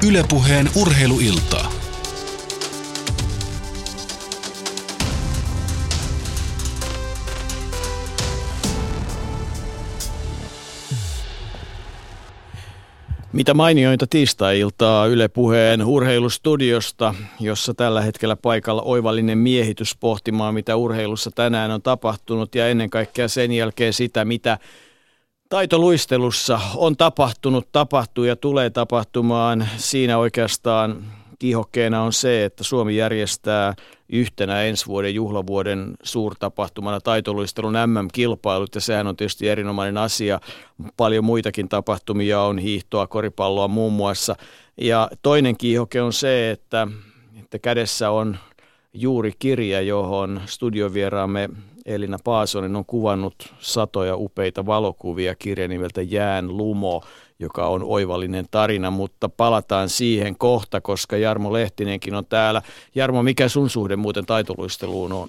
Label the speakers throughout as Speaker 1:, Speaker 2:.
Speaker 1: Yle Puheen urheiluiltaa.
Speaker 2: Mitä mainiointa tiistai-iltaa Yle Puheen urheilustudiosta, jossa tällä hetkellä paikalla oivallinen miehitys pohtimaan, mitä urheilussa tänään on tapahtunut ja ennen kaikkea sen jälkeen sitä, mitä taitoluistelussa on tapahtunut, tapahtuu ja tulee tapahtumaan. Siinä oikeastaan kiihokkeena on se, että Suomi järjestää yhtenä ensi vuoden juhlavuoden suurtapahtumana taitoluistelun MM-kilpailut, ja sehän on tietysti erinomainen asia. Paljon muitakin tapahtumia on, hiihtoa, koripalloa muun muassa. Ja toinen kiihoke on se, että kädessä on juuri kirja, johon studiovieraamme Elina Paasonen on kuvannut satoja upeita valokuvia, kirja nimeltä Jään lumo, joka on oivallinen tarina, mutta palataan siihen kohta, koska Jarmo Lehtinenkin on täällä. Jarmo, mikä sun suhde muuten taitoluisteluun on?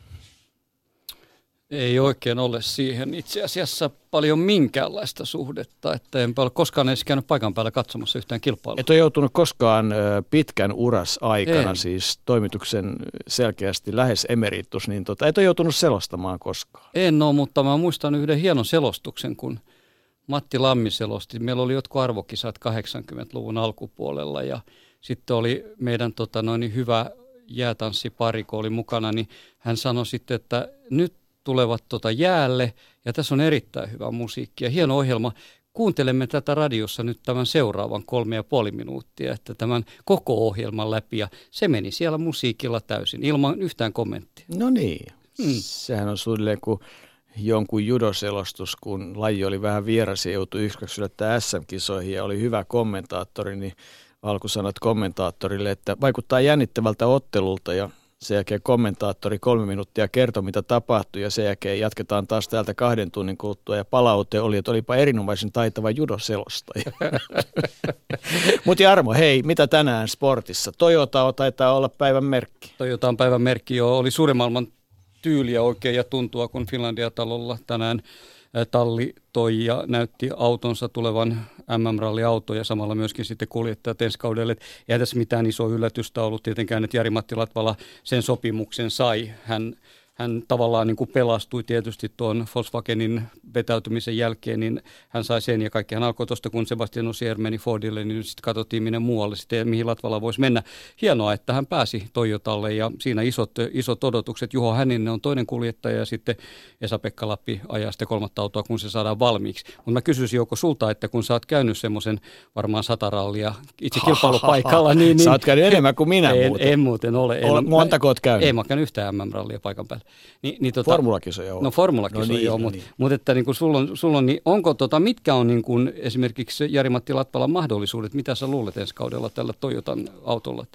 Speaker 3: Ei oikein ole siihen itse asiassa paljon minkäänlaista suhdetta, että enpä ole koskaan edes käynyt paikan päällä katsomassa yhtään kilpailua.
Speaker 2: Et ole joutunut koskaan pitkän uras aikana, siis toimituksen selkeästi lähes emeritus, niin et ole joutunut selostamaan koskaan.
Speaker 3: En ole, mutta mä muistan yhden hienon selostuksen, kun Matti Lammi selosti. Meillä oli jotkut arvokisat 80-luvun alkupuolella ja sitten oli meidän hyvä jäätanssipari, kun oli mukana, niin hän sanoi sitten, että nyt tulevat jäälle ja tässä on erittäin hyvä musiikki ja hieno ohjelma. Kuuntelemme tätä radiossa nyt tämän seuraavan 3,5 minuuttia, että tämän koko ohjelman läpi ja se meni siellä musiikilla täysin ilman yhtään kommenttia.
Speaker 2: No niin, sehän on suunnilleen kuin jonkun judoselostus, kun laji oli vähän vieras ja joutui 1-2 yllättää SM-kisoihin ja oli hyvä kommentaattori, niin alkusanat kommentaattorille, että vaikuttaa jännittävältä ottelulta ja sen jälkeen kommentaattori 3 minuuttia kertoi, mitä tapahtui ja sen jälkeen jatketaan taas täältä 2 tunnin kuluttua ja palaute oli, että olipa erinomaisen taitava judoselostaja. Mutta Jarmo, hei, mitä tänään sportissa? Toyota taitaa olla päivän merkki.
Speaker 3: Toyota on päivän merkki, joo. Oli suuren maailman tyyliä oikein ja tuntua, kun Finlandia-talolla tänään talli toi ja näytti autonsa tulevan MM-ralliauto ja samalla myöskin sitten kuljettajat ensi kaudelle. Ei tässä mitään isoa yllätystä ollut tietenkään, että Jari-Matti Latvala sen sopimuksen sai. Hän tavallaan niin kuin pelastui tietysti tuon Volkswagenin vetäytymisen jälkeen, niin hän sai sen ja kaikkihan alkoi tuosta, kun Sebastian Ogier meni Fordille, niin sitten katsottiin minne muualle sitten, mihin Latvala voisi mennä. Hienoa, että hän pääsi Toyotalle ja siinä isot odotukset. Juho Hänninen on toinen kuljettaja ja sitten Esa-Pekka Lappi ajaa sitten 3. autoa, kun se saadaan valmiiksi. Mutta mä kysyisin Jouko sulta, että kun sä oot käynyt semmoisen varmaan 100 rallia itse kilpailupaikalla, niin
Speaker 2: sä oot käynyt enemmän kuin minä muuten.
Speaker 3: En muuten ole.
Speaker 2: Montako oot käynyt?
Speaker 3: Ei mä oon käynyt yhtään MM-rallia paikan päällä.
Speaker 2: Formulakisoja on.
Speaker 3: No formulakisoja joo, mutta että niin kuin sulla on, niin onko mitkä on niin kuin esimerkiksi Jari-Matti Latvalan mahdollisuudet, mitä sä luulet ensi kaudella tällä Toyotan autolla?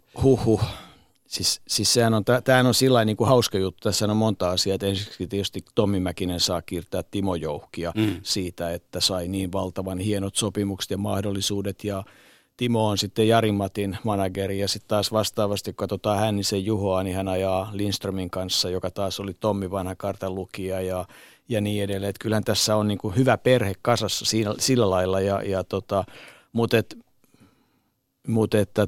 Speaker 2: Siis tämähän on sillain niin kuin hauska juttu, tässä on monta asiaa, että ensiksi tietysti Tommi Mäkinen saa kiirtää Timo Jouhkia siitä, että sai niin valtavan hienot sopimukset ja mahdollisuudet ja Timo on sitten Jari-Matin manageri ja sitten taas vastaavasti, kun katsotaan Hännisen Juhoa, niin hän ajaa Lindströmin kanssa, joka taas oli Tommi vanha kartanlukija ja niin edelleen. Että kyllähän tässä on niin kuin hyvä perhe kasassa sillä lailla, mutta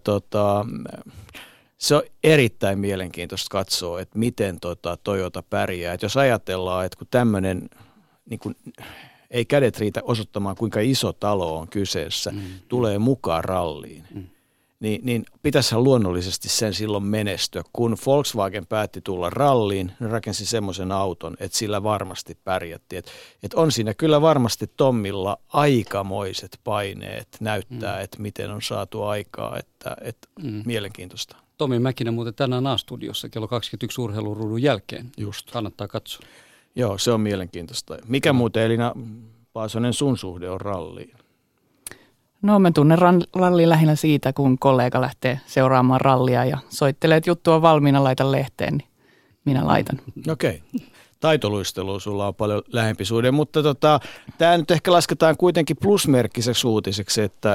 Speaker 2: se on erittäin mielenkiintoista katsoa, että miten Toyota pärjää. Että jos ajatellaan, että kun tämmöinen niin kuin ei kädet riitä osoittamaan, kuinka iso talo on kyseessä, tulee mukaan ralliin. Niin pitäisihän luonnollisesti sen silloin menestyä. Kun Volkswagen päätti tulla ralliin, ne rakensi semmoisen auton, että sillä varmasti pärjättiin. Et on siinä kyllä varmasti Tommilla aikamoiset paineet näyttää, että miten on saatu aikaa, että mielenkiintoista.
Speaker 3: Tommi Mäkinen muuten tänään A-studiossa kello 21 urheiluruudun jälkeen.
Speaker 2: Just.
Speaker 3: Kannattaa katsoa.
Speaker 2: Joo, se on mielenkiintoista. Mikä muuten, Elina Paasonen, sun suhde on ralliin?
Speaker 4: No mä tunnen rallia lähinnä siitä, kun kollega lähtee seuraamaan rallia ja soittelee, että juttu on valmiina, laita lehteen, niin minä laitan.
Speaker 2: Okei. taitoluisteluun sulla on paljon lähempi suhde, mutta tämä nyt ehkä lasketaan kuitenkin plusmerkkiseksi uutiseksi, että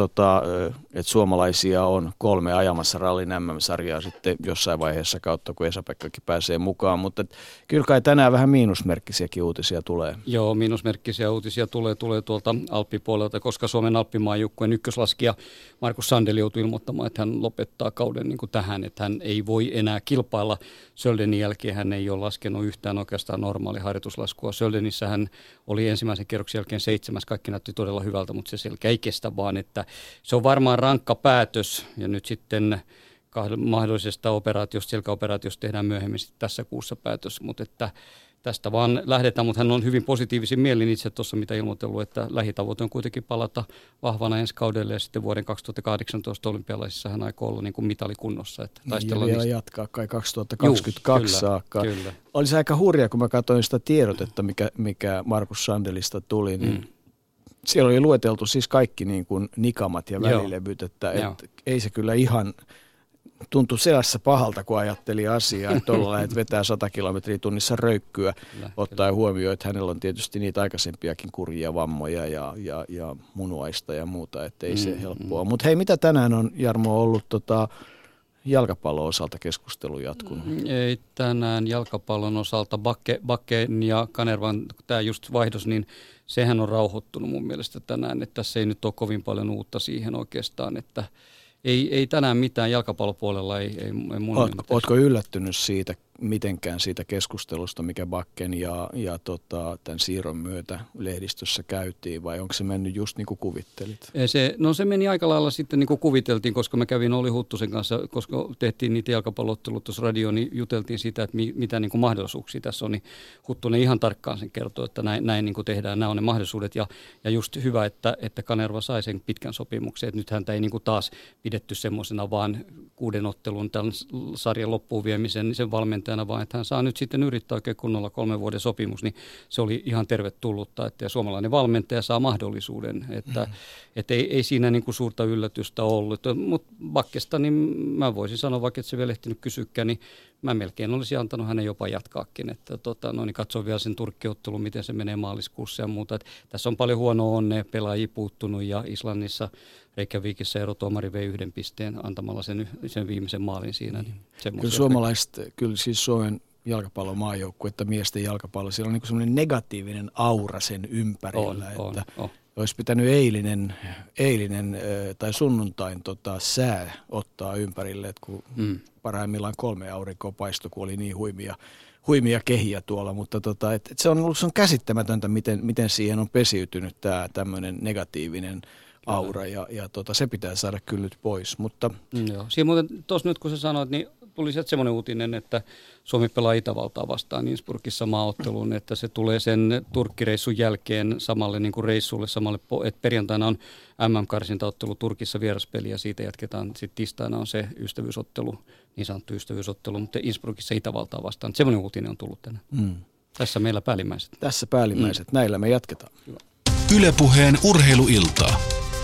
Speaker 2: suomalaisia on 3 ajamassa rallin MM-sarjaa sitten jossain vaiheessa kautta, kun Esa-Pekkakin pääsee mukaan, mutta kyllä kai tänään vähän miinusmerkkisiäkin uutisia tulee.
Speaker 3: Joo, miinusmerkkisiä uutisia tulee tuolta Alppipuolelta, koska Suomen Alppimaajoukkueen ykköslaskija Markus Sandel joutui ilmoittamaan, että hän lopettaa kauden niin kuin tähän, että hän ei voi enää kilpailla. Söldenin jälkeen hän ei ole laskenut yhtään oikeastaan normaali harjoituslaskua. Söldenissä hän oli ensimmäisen kierroksen jälkeen 7. Kaikki näytti todella hyvältä, mutta se selkä ei kestä vaan, että se on varmaan rankka päätös. Ja nyt sitten mahdollisesta operaatiosta, selkäoperaatiosta tehdään myöhemmin tässä kuussa päätös, mutta että tästä vaan lähdetään, mutta hän on hyvin positiivisin mielin itse tuossa, mitä ilmoitellut, että lähitavoite on kuitenkin palata vahvana ensi kaudelle ja sitten vuoden 2018 olympialaisissa hän aikoo olla niin kuin mitalikunnossa. Että
Speaker 2: ja vielä jatkaa kai 2022
Speaker 3: kyllä,
Speaker 2: saakka.
Speaker 3: Kyllä.
Speaker 2: Olisi aika hurja, kun mä katsoin sitä tiedotetta, mikä Markus Sandelista tuli, niin siellä oli lueteltu siis kaikki niin kuin nikamat ja välilevyt, että ei se kyllä ihan tuntui seassa pahalta, kun ajatteli asiaa, että tuolla lähdet vetää 100 kilometriä tunnissa röykkyä, ottaen huomioon, että hänellä on tietysti niitä aikaisempiakin kurjia vammoja ja munuaista ja muuta, että ei se helppoa. Mutta hei, mitä tänään on, Jarmo, ollut jalkapallon osalta keskustelu jatkunut?
Speaker 3: Ei tänään jalkapallon osalta. Bakken ja Kanervan, tämä just vaihdos, niin sehän on rauhoittunut mun mielestä tänään, että tässä ei nyt ole kovin paljon uutta siihen oikeastaan, että ei tänään mitään jalkapallopuolella, ei mun
Speaker 2: Ootko yllättynyt mitenkään siitä keskustelusta, mikä Bakken ja tämän siirron myötä lehdistössä käytiin, vai onko se mennyt just niin kuin kuvittelit?
Speaker 3: Se meni aika lailla sitten niin kuin kuviteltiin, koska mä kävin Olli Huttusen kanssa, koska tehtiin niitä jalkapalloottelut tuossa radioon, niin juteltiin siitä, että mitä niin kuin mahdollisuuksia tässä on, niin Huttunen ihan tarkkaan sen kertoo, että näin niin kuin tehdään, nämä on ne mahdollisuudet, ja just hyvä, että Kanerva sai sen pitkän sopimuksen, että nyt häntä ei niin kuin taas pidetty semmoisena vaan 6 ottelun tämän sarjan loppuun viemisen, niin sen valmentajana, vaan että hän saa nyt sitten yrittää oikein kunnolla 3 vuoden sopimus, niin se oli ihan tervetullutta, että ja suomalainen valmentaja saa mahdollisuuden, että ei siinä niin kuin suurta yllätystä ollut, mutta Bakkesta niin mä voisin sanoa, vaikka et se vielä ehtinyt kysykkään, niin mä melkein olisin antanut hänen jopa jatkaakin, että niin katsoin vielä sen Turkki-ottelun, miten se menee maaliskuussa ja muuta, että tässä on paljon huonoa onnea, pelaajia puuttunut ja Islannissa Reykjavikissa erotuomari vei 1 pisteen antamalla sen viimeisen maalin siinä. Niin
Speaker 2: kyllä suomalaiset, kyllä siis Suomen jalkapallon maajoukkue, että miesten jalkapallo, siellä on niin semmoinen negatiivinen aura sen ympärillä, että olisi pitänyt eilinen tai sunnuntain sää ottaa ympärille, että kun parhaimmillaan 3 aurinkoa paistoi, kun oli niin huimia kehiä tuolla, mutta se on ollut käsittämätöntä, miten siihen on pesiytynyt tämä tämmöinen negatiivinen aura ja se pitää saada kyllä nyt pois. Mutta
Speaker 3: joo. Siinä muuten tuossa nyt kun sä sanoit, niin tuli sieltä semmoinen uutinen, että Suomi pelaa Itävaltaa vastaan Innsbruckissa maaotteluun, että se tulee sen Turkkireissun jälkeen samalle niin kuin reissulle, että perjantaina on MM-karsintaottelu Turkissa vieraspeli ja siitä jatketaan, sitten tiistaina on se ystävyysottelu, niin sanottu ystävyysottelu, mutta Innsbruckissa Itävaltaa vastaan. Semmoinen uutinen on tullut tänään. Tässä meillä päällimmäiset.
Speaker 2: Tässä päällimmäiset. Näillä me jatketaan.
Speaker 3: Hyvä.
Speaker 1: Yle Puheen urheiluiltaa.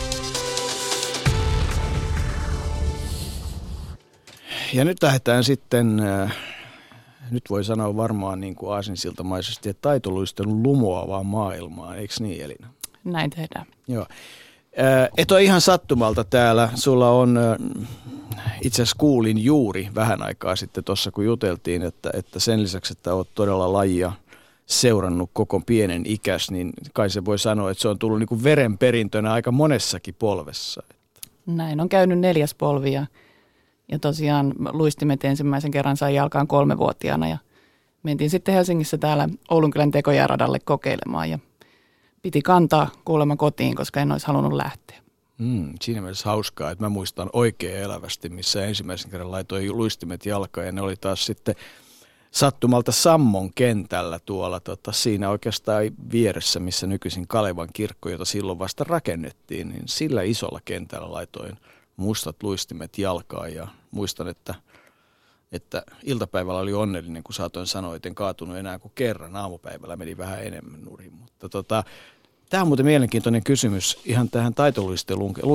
Speaker 2: Ja nyt lähdetään sitten, nyt voi sanoa varmaan niin kuin aasinsiltamaisesti, että taitoluistelun lumoavaan maailmaan, eikö niin Elina?
Speaker 4: Näin tehdään.
Speaker 2: Joo. Et ole ihan sattumalta täällä, sulla on, itse asiassa kuulin juuri vähän aikaa sitten tuossa kun juteltiin, että sen lisäksi, että olet todella lajia seurannut koko pienen ikäs, niin kai se voi sanoa, että se on tullut niin kuin verenperintönä aika monessakin polvessa.
Speaker 4: Näin on käynyt 4. polvi ja tosiaan luistimet ensimmäisen kerran sai jalkaan 3-vuotiaana ja mentiin sitten Helsingissä täällä Oulunkylän tekojäradalle kokeilemaan ja piti kantaa kuulemma kotiin, koska en olisi halunnut lähteä.
Speaker 2: Siinä mielessä hauskaa, että mä muistan oikein elävästi, missä ensimmäisen kerran laitoin luistimet jalkaan ja ne oli taas sitten sattumalta Sammon kentällä tuolla siinä oikeastaan vieressä, missä nykyisin Kalevan kirkko, jota silloin vasta rakennettiin, niin sillä isolla kentällä laitoin mustat luistimet jalkaan ja muistan, että iltapäivällä oli onnellinen, kun saatoin sanoa, että en kaatunut enää kuin kerran. Aamupäivällä meni vähän enemmän nurin, mutta tämä on muuten mielenkiintoinen kysymys ihan tähän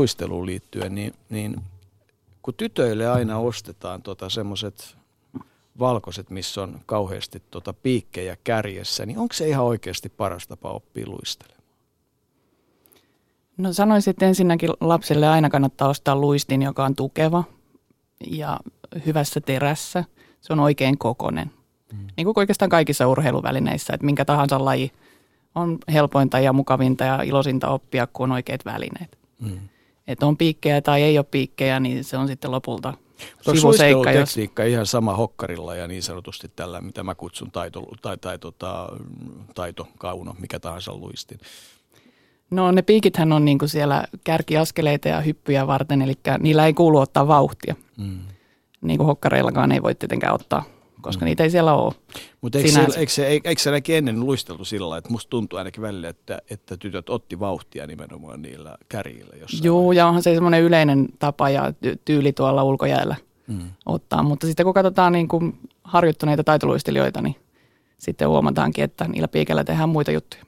Speaker 2: taitoluisteluun liittyen, niin kun tytöille aina ostetaan semmoiset valkoiset, missä on kauheasti piikkejä kärjessä, niin onko se ihan oikeasti paras tapa oppia luistelemaan?
Speaker 4: No sanoisin, että ensinnäkin lapselle aina kannattaa ostaa luistin, joka on tukeva ja hyvässä terässä. Se on oikein kokoinen. Niin kuin oikeastaan kaikissa urheiluvälineissä, että minkä tahansa laji on helpointa ja mukavinta ja iloisinta oppia, kun on oikeat välineet. Että on piikkejä tai ei ole piikkejä, niin se on sitten lopulta sivuseikka.
Speaker 2: Onko luistelutekniikka ihan sama hokkarilla ja niin sanotusti tällä, mitä mä kutsun taitokauno, mikä tahansa luistin?
Speaker 4: No ne piikithän on niinku siellä kärkiaskeleita ja hyppyjä varten, eli niillä ei kuulu ottaa vauhtia. Niin kuin hokkareillakaan ei voi tietenkään ottaa, koska niitä ei siellä ole.
Speaker 2: Mutta eikö se ainakin ennen luisteltu sillä lailla, että musta tuntuu ainakin välillä, että tytöt otti vauhtia nimenomaan niillä kärjillä jossain
Speaker 4: Joo,
Speaker 2: vaiheessa.
Speaker 4: ja onhan se semmoinen yleinen tapa ja tyyli tuolla ulkojäällä ottaa. Mutta sitten kun katsotaan niin kuin harjoittuneita taitoluistelijoita, niin sitten huomataankin, että niillä piikeillä tehdään muita juttuja.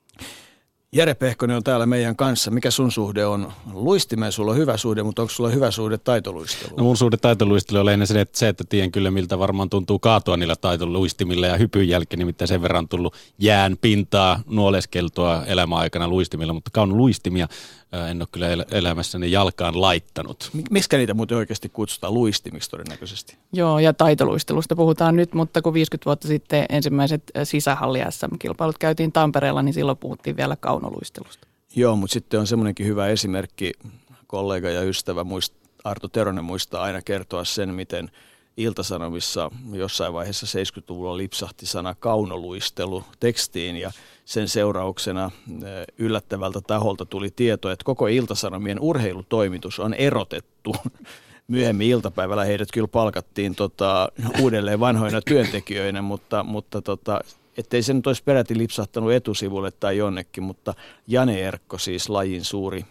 Speaker 2: Jere Pehkonen on täällä meidän kanssa. Mikä sun suhde on luistimeen? Sulla on hyvä suhde, mutta onko sulla hyvä suhde taitoluisteluun?
Speaker 5: No mun suhde taitoluisteluun on lähinnä se, että tiedän kyllä miltä varmaan tuntuu kaatua niillä taitoluistimilla ja hypyn jälkeen, nimittäin sen verran on tullut jään pintaa nuoleskeltua elämäaikana luistimilla, mutta kaunoluistimia en ole kyllä elämässäni jalkaan laittanut.
Speaker 2: Miskä niitä muuten oikeasti kutsutaan luistimiksi todennäköisesti?
Speaker 4: Joo, ja taitoluistelusta puhutaan nyt, mutta kun 50 vuotta sitten ensimmäiset sisähalli SM-kilpailut käytiin Tampereella, niin silloin puhuttiin vielä kaunoluistelusta.
Speaker 2: Joo, mutta sitten on semmoinenkin hyvä esimerkki, kollega ja ystävä Arto Teronen muistaa aina kertoa sen, miten Ilta-Sanomissa jossain vaiheessa 70-luvulla lipsahti sana kaunoluistelu tekstiin ja sen seurauksena yllättävältä taholta tuli tieto, että koko Ilta-Sanomien urheilutoimitus on erotettu. Myöhemmin iltapäivällä heidät kyllä palkattiin uudelleen vanhoina työntekijöinä, mutta ettei se nyt olisi peräti lipsahtanut etusivulle tai jonnekin, mutta Jane Erkko, siis lajin suuri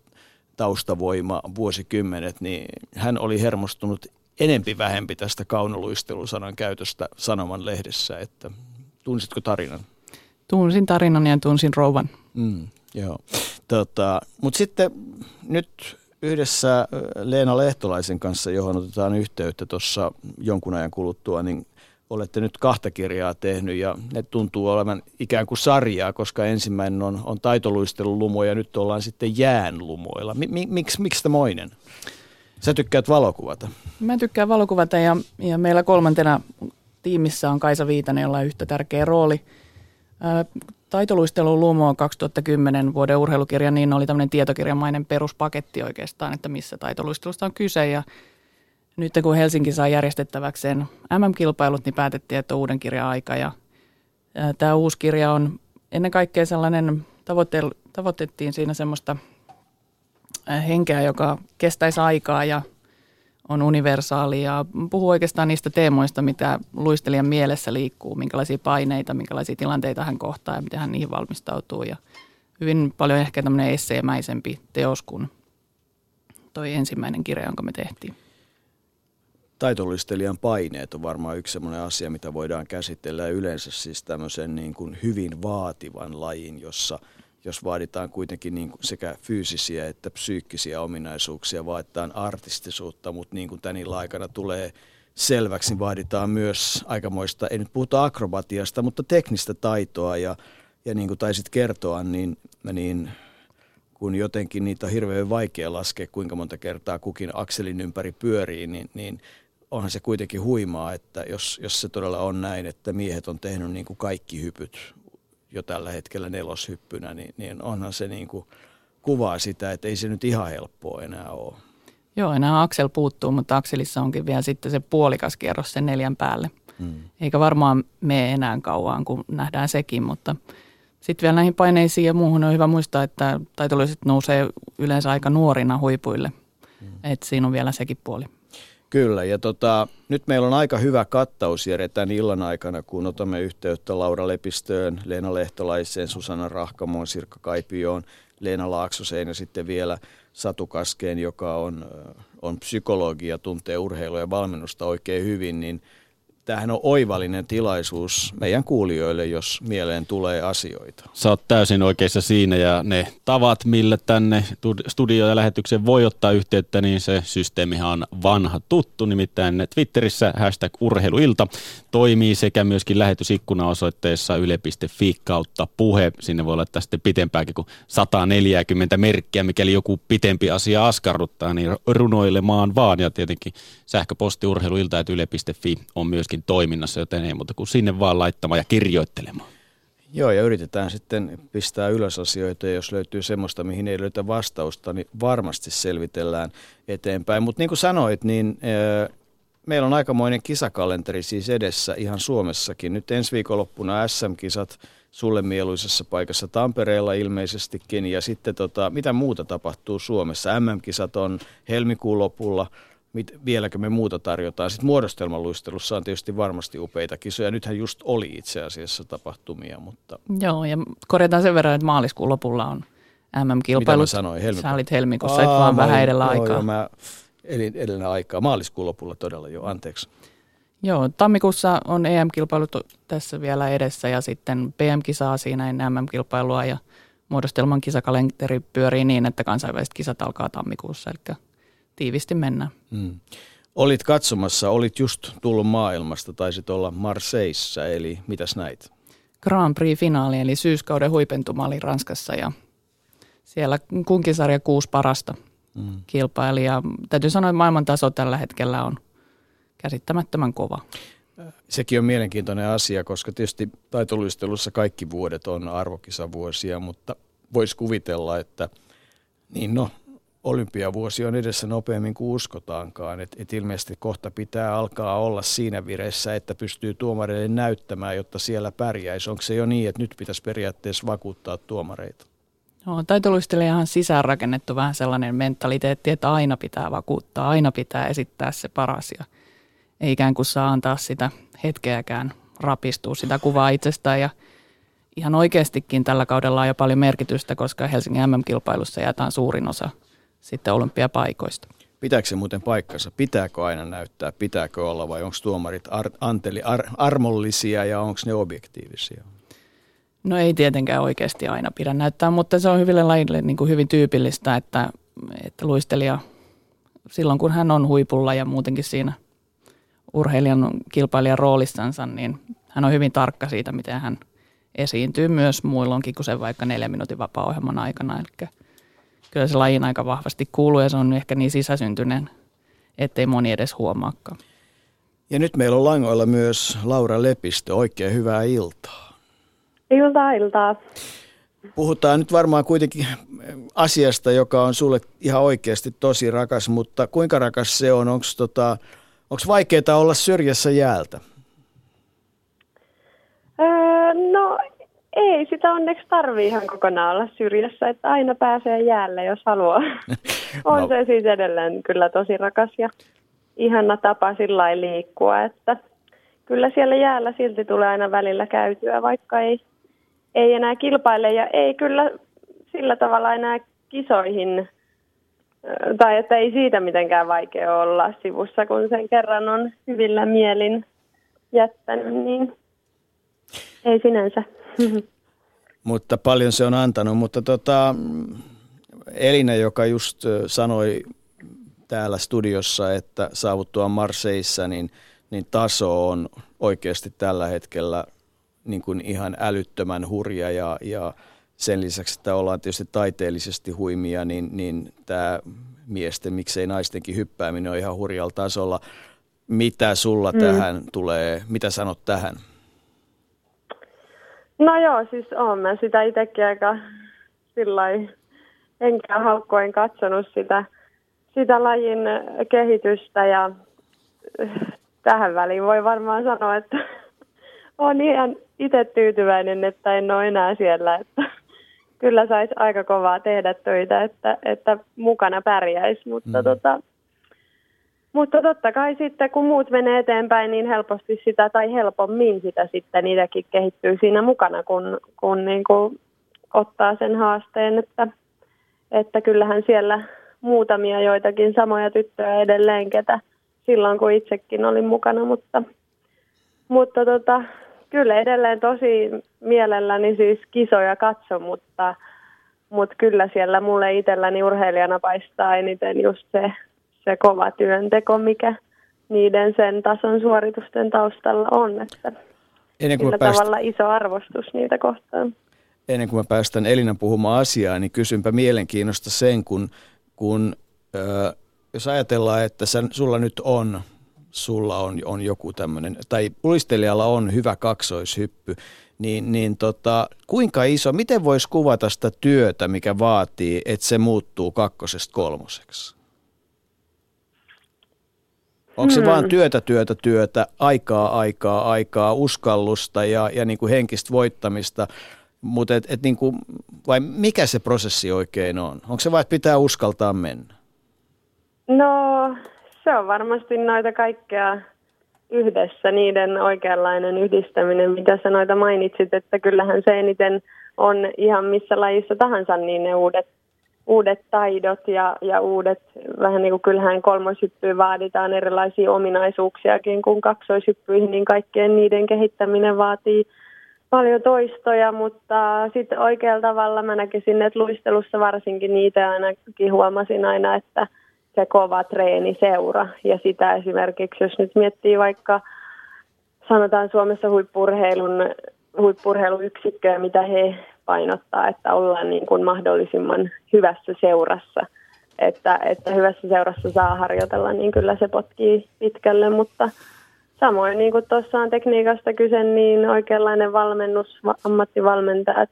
Speaker 2: taustavoima vuosikymmenet, niin hän oli hermostunut enempi vähempi tästä kaunoluistelusanan käytöstä Sanoman lehdessä, että tunsitko tarinan?
Speaker 4: Tunsin tarinan ja tunsin rouvan.
Speaker 2: Joo. Mutta sitten nyt yhdessä Leena Lehtolaisen kanssa, johon otetaan yhteyttä tuossa jonkun ajan kuluttua, niin olette nyt 2 kirjaa tehnyt ja ne tuntuu olevan ikään kuin sarjaa, koska ensimmäinen on taitoluistelulumo ja nyt ollaan sitten jäänlumoilla. Miksi tämoinen? Sä tykkäät valokuvata? Mä
Speaker 4: tykkään valokuvata ja meillä 3. tiimissä on Kaisa Viitanen, jolla on yhtä tärkeä rooli. Taitoluistelun lumo 2010 vuoden urheilukirja, niin oli tämmöinen tietokirjamainen peruspaketti oikeastaan, että missä taitoluistelusta on kyse. Ja nyt kun Helsinki saa järjestettäväkseen MM-kilpailut, niin päätettiin, että on uuden kirjan aika. Ja tämä uusi kirja on ennen kaikkea sellainen, tavoitettiin siinä semmoista henkeä, joka kestäisi aikaa ja on universaali ja puhuu oikeastaan niistä teemoista, mitä luistelijan mielessä liikkuu, minkälaisia paineita, minkälaisia tilanteita hän kohtaa ja miten hän niihin valmistautuu. Ja hyvin paljon ehkä tämmöinen esseemäisempi teos kuin toi ensimmäinen kirja, jonka me tehtiin.
Speaker 2: Taitoluistelijan paineet on varmaan yksi sellainen asia, mitä voidaan käsitellä ja yleensä siis tämmöisen niin kuin hyvin vaativan lajin, jos vaaditaan kuitenkin niin kuin sekä fyysisiä että psyykkisiä ominaisuuksia, vaaditaan artistisuutta, mutta niin kuin tämän illan aikana tulee selväksi, niin vaaditaan myös aikamoista, ei nyt puhuta akrobatiasta, mutta teknistä taitoa ja niin kuin taisit kertoa, niin kun jotenkin niitä on hirveän vaikea laskea, kuinka monta kertaa kukin akselin ympäri pyörii, niin onhan se kuitenkin huimaa, että jos se todella on näin, että miehet on tehnyt niin kuin kaikki hypyt jo tällä hetkellä 4-hyppynä, niin onhan se niin kuin kuvaa sitä, että ei se nyt ihan helppoa enää ole.
Speaker 4: Joo, enää aksel puuttuu, mutta akselissa onkin vielä sitten se puolikas kierros sen 4 päälle. Eikä varmaan mene enää kauan, kun nähdään sekin, mutta sitten vielä näihin paineisiin ja muuhun on hyvä muistaa, että taitoluiset nousee yleensä aika nuorina huipuille, että siinä on vielä sekin puoli.
Speaker 2: Kyllä, ja nyt meillä on aika hyvä kattaus Jere tämän illan aikana, kun otamme yhteyttä Laura Lepistöön, Leena Lehtolaiseen, Susanna Rahkamoon, Sirkka Kaipioon, Leena Laaksoseen ja sitten vielä Satu Kaskeen, joka on psykologi ja tuntee urheilua ja valmennusta oikein hyvin, niin tämähän on oivallinen tilaisuus meidän kuulijoille, jos mieleen tulee asioita.
Speaker 5: Sä oot täysin oikeassa siinä ja ne tavat, millä tänne studioon ja lähetykseen voi ottaa yhteyttä, niin se systeemihan on vanha tuttu. Nimittäin Twitterissä #urheiluilta toimii sekä myöskin lähetysikkuna osoitteessa yle.fi/puhe. Sinne voi laittaa sitten pitempääkin kuin 140 merkkiä, mikäli joku pitempi asia askarruttaa, niin runoilemaan vaan. Ja tietenkin sähköposti urheiluilta@yle.fi on myöskin toiminnassa, joten ei muuta kuin sinne vaan laittamaan ja kirjoittelemaan.
Speaker 2: Joo, ja yritetään sitten pistää ylös asioita, ja jos löytyy semmoista, mihin ei löytä vastausta, niin varmasti selvitellään eteenpäin. Mutta niin kuin sanoit, niin meillä on aikamoinen kisakalenteri siis edessä ihan Suomessakin. Nyt ensi viikonloppuna SM-kisat sulle mieluisessa paikassa Tampereella ilmeisestikin, ja sitten mitä muuta tapahtuu Suomessa? MM-kisat on helmikuun lopulla. Vieläkö me muuta tarjotaan? Sitten muodostelmaluistelussa on tietysti varmasti upeita kisoja. Nythän just oli itse asiassa tapahtumia, mutta...
Speaker 4: Joo, ja korjataan sen verran, että maaliskuun lopulla on MM-kilpailut.
Speaker 2: Mitä mä sanoin?
Speaker 4: Sä olit helmikuussa, et vaan vähän edellä aikaa.
Speaker 2: Joo, mä elin edellä aikaa. Maaliskuun lopulla todella jo, anteeksi.
Speaker 4: Joo, tammikuussa on EM-kilpailut tässä vielä edessä ja sitten PM-kisaa siinä ennen MM-kilpailua ja muodostelman kisakalenteri pyörii niin, että kansainväliset kisat alkaa tammikuussa, eli tiivisti mennään.
Speaker 2: Olit katsomassa, olit just tullut maailmasta, taisit olla Marseissa, eli mitäs näit?
Speaker 4: Grand Prix-finaali, eli syyskauden huipentuma oli Ranskassa ja siellä kunkin sarja 6 parasta kilpaili. Ja täytyy sanoa, että maailman taso tällä hetkellä on käsittämättömän kova.
Speaker 2: Sekin on mielenkiintoinen asia, koska tietysti taitoluistelussa kaikki vuodet on arvokisavuosia, mutta voisi kuvitella, että olympiavuosi on edessä nopeammin kuin uskotaankaan. Et ilmeisesti kohta pitää alkaa olla siinä vireessä, että pystyy tuomareille näyttämään, jotta siellä pärjäisi. Onko se jo niin, että nyt pitäisi periaatteessa vakuuttaa tuomareita?
Speaker 4: No, taitoluistelijahan sisään rakennettu vähän sellainen mentaliteetti, että aina pitää vakuuttaa, aina pitää esittää se paras ja ei ikään kuin saa antaa sitä hetkeäkään rapistua sitä kuvaa itsestään. Ja ihan oikeastikin tällä kaudella on jo paljon merkitystä, koska Helsingin MM-kilpailussa jätään suurin osa sitten olympiapaikoista.
Speaker 2: Pitääkö se muuten paikkansa? Pitääkö aina näyttää? Pitääkö olla vai onko tuomarit armollisia ja onko ne objektiivisia?
Speaker 4: No ei tietenkään oikeasti aina pidä näyttää, mutta se on hyville lajille niin kuin hyvin tyypillistä, että luistelija silloin kun hän on huipulla ja muutenkin siinä urheilijan kilpailijan roolissansa, niin hän on hyvin tarkka siitä, miten hän esiintyy myös muilloinkin kuin sen vaikka 4 minuutin vapaa-ohjelman aikana. Eli kyllä se lajiin aika vahvasti kuuluu ja se on ehkä niin sisäsyntyinen, ettei moni edes huomaakaan.
Speaker 2: Ja nyt meillä on langoilla myös Laura Lepistö. Oikein hyvää iltaa.
Speaker 6: Iltaa.
Speaker 2: Puhutaan nyt varmaan kuitenkin asiasta, joka on sulle ihan oikeasti tosi rakas, mutta kuinka rakas se on? Onko vaikeaa olla syrjässä jäältä?
Speaker 6: No ei sitä onneksi tarvitse ihan kokonaan olla syrjässä, että aina pääsee jäälle, jos haluaa. On se siis edelleen kyllä tosi rakas ja ihana tapa sillä lailla liikkua, että kyllä siellä jäällä silti tulee aina välillä käytyä, vaikka ei enää kilpaile ja ei kyllä sillä tavalla enää kisoihin, tai että ei siitä mitenkään vaikea olla sivussa, kun sen kerran on hyvillä mielin jättänyt, niin ei sinänsä.
Speaker 2: Mutta paljon se on antanut, mutta Elina, joka just sanoi täällä studiossa, että saavuttua Marseissa, niin taso on oikeasti tällä hetkellä niin kuin ihan älyttömän hurja ja sen lisäksi, että ollaan tietysti taiteellisesti huimia, niin tämä miesten, miksei naistenkin hyppääminen on ihan hurjalla tasolla. Mitä sulla tähän tulee, mitä sanot tähän?
Speaker 6: No joo, siis oon mä sitä itsekin aika sillai enkään haukkoen katsonut sitä lajin kehitystä ja tähän väliin voi varmaan sanoa, että olen ihan itse tyytyväinen, että en ole enää siellä, että kyllä saisi aika kovaa tehdä töitä, että mukana pärjäisi, mutta totta kai sitten kun muut menee eteenpäin, niin helposti sitä tai helpommin sitä sitten itsekin kehittyy siinä mukana, kun niin kuin ottaa sen haasteen, että kyllähän siellä muutamia joitakin samoja tyttöjä edelleen, ketä silloin kun itsekin olin mukana, Mutta kyllä edelleen tosi mielelläni siis kisoja katso, mutta kyllä siellä mulle itselläni urheilijana paistaa eniten just se kova työnteko, mikä niiden sen tason suoritusten taustalla on. Että sillä tavalla iso arvostus niitä kohtaan.
Speaker 2: Ennen kuin mä päästän Elinan puhumaan asiaa, niin kysynpä mielenkiinnosta sen, kun jos ajatellaan, että sulla on joku tämmöinen, tai luistelijalla on hyvä kaksoishyppy, niin kuinka iso, miten voisi kuvata sitä työtä, mikä vaatii, että se muuttuu 2-3? Onko se vaan työtä, aikaa, uskallusta ja niin kuin henkistä voittamista, mutta niin kuin, vai mikä se prosessi oikein on? Onko se vain, että pitää uskaltaa mennä?
Speaker 6: No, se on varmasti noita kaikkea yhdessä, niiden oikeanlainen yhdistäminen, mitä sä noita mainitsit, että kyllähän se eniten on ihan missä lajissa tahansa niin ne uudet taidot ja uudet, vähän niin kuin kyllähän kolmoishyppyyn vaaditaan erilaisia ominaisuuksiakin kuin kaksoishyppyihin, niin kaikkien niiden kehittäminen vaatii paljon toistoja, mutta sitten oikealla tavalla mä näkisin, että luistelussa varsinkin niitä ainakin huomasin aina, että se kova treeniseura ja sitä esimerkiksi, jos nyt miettii vaikka sanotaan Suomessa huippu-urheiluyksikköä, mitä he painottaa, että ollaan niin kuin mahdollisimman hyvässä seurassa, että hyvässä seurassa saa harjoitella, niin kyllä se potkii pitkälle, mutta samoin niin kuin tuossa on tekniikasta kyse, niin oikeanlainen valmennus, ammattivalmentajat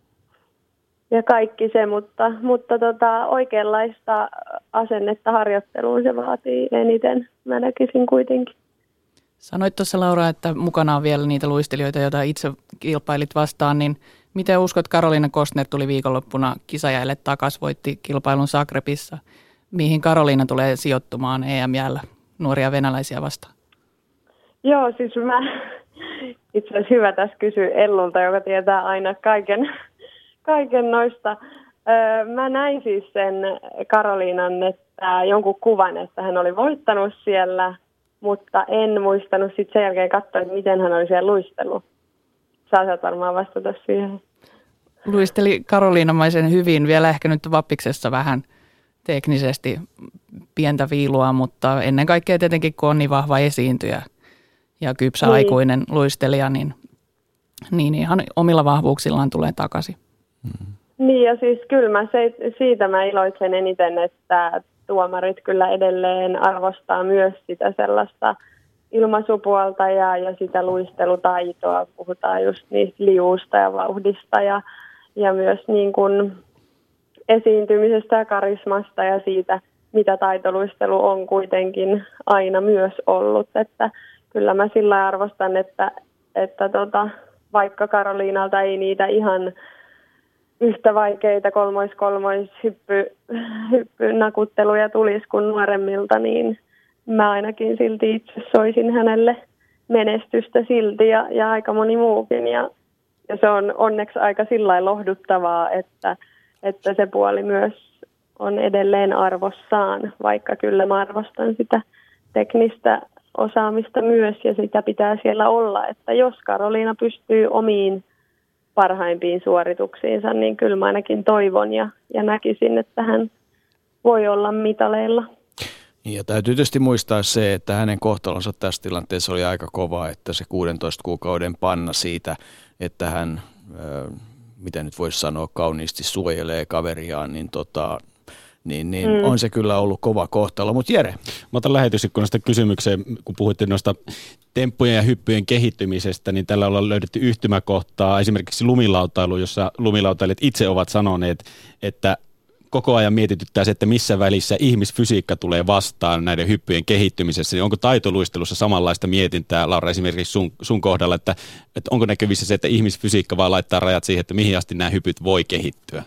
Speaker 6: ja kaikki se, mutta oikeanlaista asennetta harjoitteluun se vaatii eniten, mä näkisin kuitenkin.
Speaker 4: Sanoit tuossa Laura, että mukana on vielä niitä luistelijoita, joita itse kilpailit vastaan, niin miten uskot, Karoliina Kostner tuli viikonloppuna kisajäille takaisin, voitti kilpailun Zagrebissa. Mihin Karoliina tulee sijoittumaan EM-jäällä nuoria venäläisiä vastaan?
Speaker 6: Joo, siis itse asiassa hyvä tässä kysyä Ellulta, joka tietää aina kaiken noista. Mä näin siis sen Karoliinan, että jonkun kuvan, että hän oli voittanut siellä, mutta en muistanut sitten sen jälkeen katsoa, että miten hän oli siellä luistellut. Saat varmaan vastata siihen.
Speaker 4: Luisteli Karoliinamaisen hyvin, vielä ehkä nyt Vappiksessa vähän teknisesti pientä viilua, mutta ennen kaikkea tietenkin kun on niin vahva esiintyjä ja kypsä aikuinen luistelija, niin ihan omilla vahvuuksillaan tulee takaisin.
Speaker 6: Niin ja siis kyllä siitä mä iloitsen eniten, että tuomarit kyllä edelleen arvostaa myös sitä sellaista ilmaisupuolta ja sitä luistelutaitoa. Puhutaan just niistä liuusta ja vauhdista ja myös niin kuin esiintymisestä ja karismasta ja siitä, mitä taitoluistelu on kuitenkin aina myös ollut. Että kyllä mä sillä arvostan, että vaikka Karoliinalta ei niitä ihan yhtä vaikeita hyppynakutteluja tulisi kuin nuoremmilta, niin mä ainakin silti itse soisin hänelle menestystä silti ja aika moni muukin. Ja se on onneksi aika sillain lohduttavaa, että se puoli myös on edelleen arvossaan, vaikka kyllä mä arvostan sitä teknistä osaamista myös ja sitä pitää siellä olla. Että jos Karoliina pystyy omiin parhaimpiin suorituksiinsa, niin kyllä mä ainakin toivon ja näkisin, että hän voi olla mitaleilla.
Speaker 2: Ja täytyy tietysti muistaa se, että hänen kohtalonsa tässä tilanteessa oli aika kova, että se 16 kuukauden panna siitä, että hän, mitä nyt voisi sanoa, kauniisti suojelee kaveriaan, niin on se kyllä ollut kova kohtalo. Mutta Jere?
Speaker 5: Mä otan lähetysikkunasta kysymykseen, kun puhuitte noista temppujen ja hyppyjen kehittymisestä, niin tällä ollaan löydetty yhtymäkohtaa esimerkiksi lumilautailu, jossa lumilautailijat itse ovat sanoneet, että koko ajan mietityttää se, että missä välissä ihmisfysiikka tulee vastaan näiden hyppyjen kehittymisessä. Niin onko taitoluistelussa samanlaista mietintää, Laura, esimerkiksi sun kohdalla, että onko näkyvissä se, että ihmisfysiikka vaan laittaa rajat siihen, että mihin asti nämä hypyt voi kehittyä?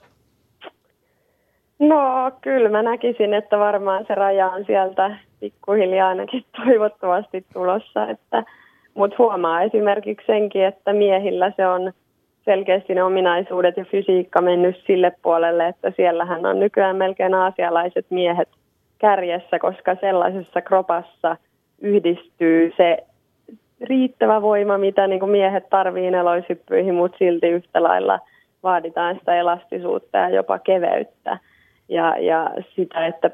Speaker 6: No kyllä mä näkisin, että varmaan se raja on sieltä pikkuhiljaa ainakin toivottavasti tulossa, mutta huomaa esimerkiksi senkin, että miehillä se on selkeästi ne ominaisuudet ja fysiikka mennyt sille puolelle, että siellähän on nykyään melkein aasialaiset miehet kärjessä, koska sellaisessa kropassa yhdistyy se riittävä voima, mitä niin kuin miehet tarvii neloishyppyihin, mutta silti yhtä lailla vaaditaan sitä elastisuutta ja jopa keveyttä ja sitä, että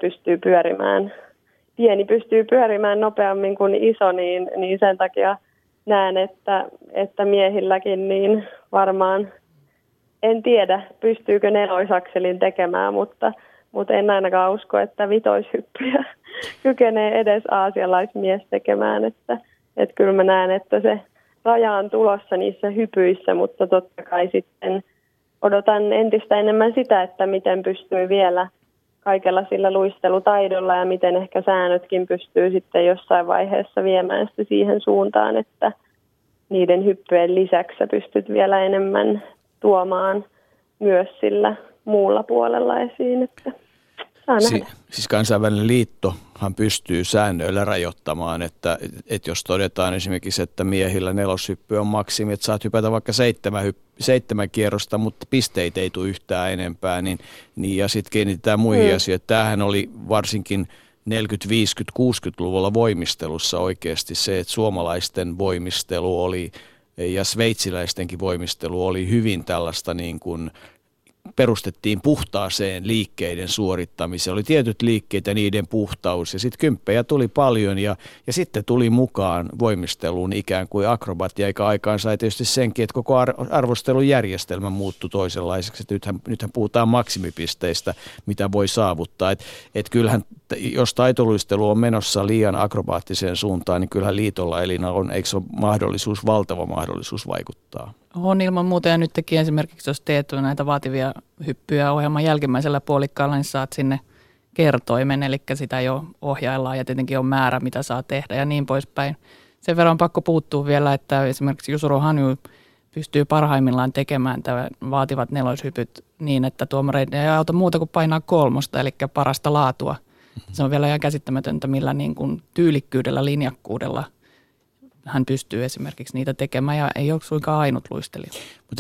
Speaker 6: pieni pystyy pyörimään nopeammin kuin iso, niin sen takia näen, että miehilläkin niin varmaan, en tiedä pystyykö neloisakselin tekemään, mutta en ainakaan usko, että vitoishyppyjä kykenee edes aasialaismies tekemään, että kyllä mä näen, että se raja on tulossa niissä hypyissä, mutta totta kai sitten odotan entistä enemmän sitä, että miten pystyy vielä kaikella sillä luistelutaidolla ja miten ehkä säännötkin pystyy sitten jossain vaiheessa viemään sitä siihen suuntaan, että niiden hyppyjen lisäksi sä pystyt vielä enemmän tuomaan myös sillä muulla puolella esiin, että saa nähdä.
Speaker 2: Siis kansainvälinen liittohan pystyy säännöillä rajoittamaan, että jos todetaan esimerkiksi, että miehillä neloshyppy on maksimi, että saat hypätä vaikka 7 kierrosta, mutta pisteitä ei tule yhtään enempää, niin ja sitten kiinnitetään muihin asioihin. Tämähän oli varsinkin 40-, 50-, 60-luvulla voimistelussa oikeasti se, että suomalaisten voimistelu oli ja sveitsiläistenkin voimistelu oli hyvin tällaista niin kuin perustettiin puhtaaseen liikkeiden suorittamiseen. Oli tietyt liikkeet ja niiden puhtaus ja sitten kymppejä tuli paljon ja sitten tuli mukaan voimisteluun ikään kuin akrobatia, eikä aikaan sai tietysti senkin, että koko arvostelujärjestelmä muuttui toisenlaiseksi. Nythän puhutaan maksimipisteistä, mitä voi saavuttaa. Et kyllähän, jos taitoluistelu on menossa liian akrobaattiseen suuntaan, niin kyllähän liitolla Elina on, eikö se ole valtava mahdollisuus vaikuttaa?
Speaker 4: On ilman muuta ja nyt teki esimerkiksi, jos teet näitä vaativia hyppyjä ohjelman jälkimmäisellä puolikkaalla, niin saat sinne kertoimen, eli sitä jo ohjaillaan ja tietenkin on määrä, mitä saa tehdä ja niin poispäin. Sen verran on pakko puuttua vielä, että esimerkiksi Yusuru Hanyu pystyy parhaimmillaan tekemään tämän vaativat neloishypyt niin, että tuomareiden ei auta muuta kuin painaa 3, eli parasta laatua. Se on vielä ihan käsittämätöntä, millä niin kuin tyylikkyydellä, linjakkuudella hän pystyy esimerkiksi niitä tekemään ja ei ole suinkaan ainut luistelija.
Speaker 2: Mutta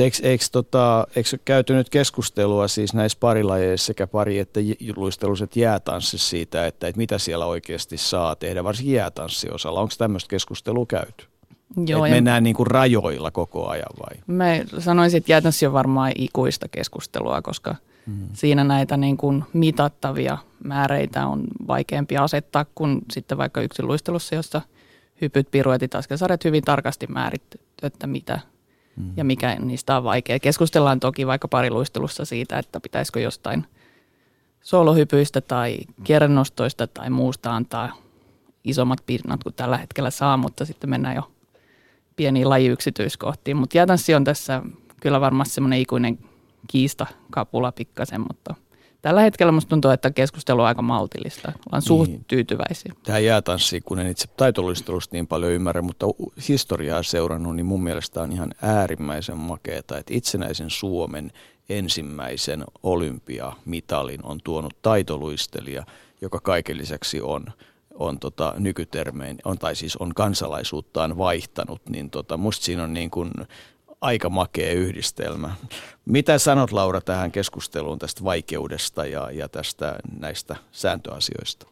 Speaker 2: eikö käyty nyt keskustelua siis näissä parilajeissa sekä pari- että luisteluset jäätanssissa siitä, että mitä siellä oikeasti saa tehdä, varsinkin jäätanssiosalla. Onko tämmöistä keskustelua käyty? Joo, mennään niin kuin rajoilla koko ajan vai?
Speaker 4: Mä sanoisin, että jäätanssi on varmaan ikuista keskustelua, koska siinä näitä niin kuin mitattavia määreitä on vaikeampi asettaa kuin sitten vaikka yksinluistelussa, jossa hypyt, piruetit, askelsaret hyvin tarkasti määritetty, että mitä ja mikä niistä on vaikea. Keskustellaan toki vaikka pariluistelussa siitä, että pitäisikö jostain soolohypyistä tai kierrenostoista tai muusta antaa isommat pinnat kuin tällä hetkellä saa, mutta sitten mennään jo pieniin lajiyksityiskohtiin. Mutta jäätanssi on tässä kyllä varmasti semmoinen ikuinen kiistakapula pikkasen, mutta tällä hetkellä musta tuntuu, että keskustelu on aika maltillista. Ollaan suht tyytyväisiä.
Speaker 2: Tähän jäätanssiin, kun en itse taitoluistelusta niin paljon ymmärrä, mutta historiaa seurannut, niin mun mielestä on ihan äärimmäisen makeata, että itsenäisen Suomen ensimmäisen olympiamitalin on tuonut taitoluistelija, joka kaiken lisäksi on nykytermein, on kansalaisuuttaan vaihtanut, niin musta siinä on niin kuin aika makea yhdistelmä. Mitä sanot, Laura, tähän keskusteluun tästä vaikeudesta ja näistä sääntöasioista?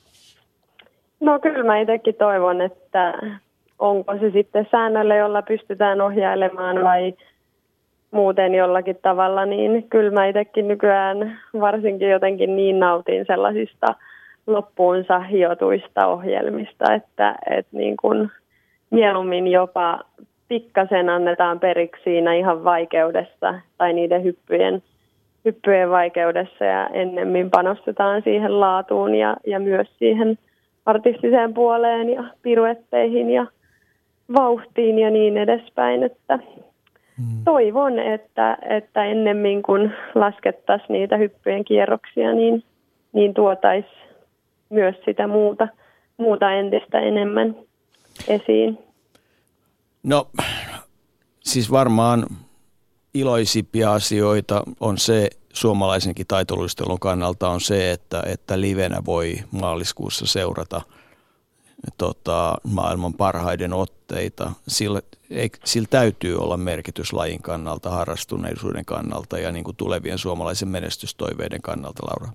Speaker 6: No kyllä mä itsekin toivon, että onko se sitten säännöllä, jolla pystytään ohjailemaan vai muuten jollakin tavalla, niin kyllä mä itsekin nykyään varsinkin jotenkin niin nautin sellaisista loppuunsa hiotuista ohjelmista, että niin kuin mieluummin jopa pikkasen annetaan periksi siinä ihan vaikeudessa tai niiden hyppyjen vaikeudessa ja ennemmin panostetaan siihen laatuun ja myös siihen artistiseen puoleen ja piruetteihin ja vauhtiin ja niin edespäin, että toivon, että ennemmin kun laskettaisiin niitä hyppyjen kierroksia, niin tuotaisiin myös sitä muuta entistä enemmän esiin.
Speaker 2: No siis varmaan iloisimpia asioita on se, suomalaisenkin taitoluistelun kannalta on se, että livenä voi maaliskuussa seurata maailman parhaiden otteita. Sillä täytyy olla merkitys lajin kannalta, harrastuneisuuden kannalta ja niin kuin tulevien suomalaisen menestystoiveiden kannalta, Laura.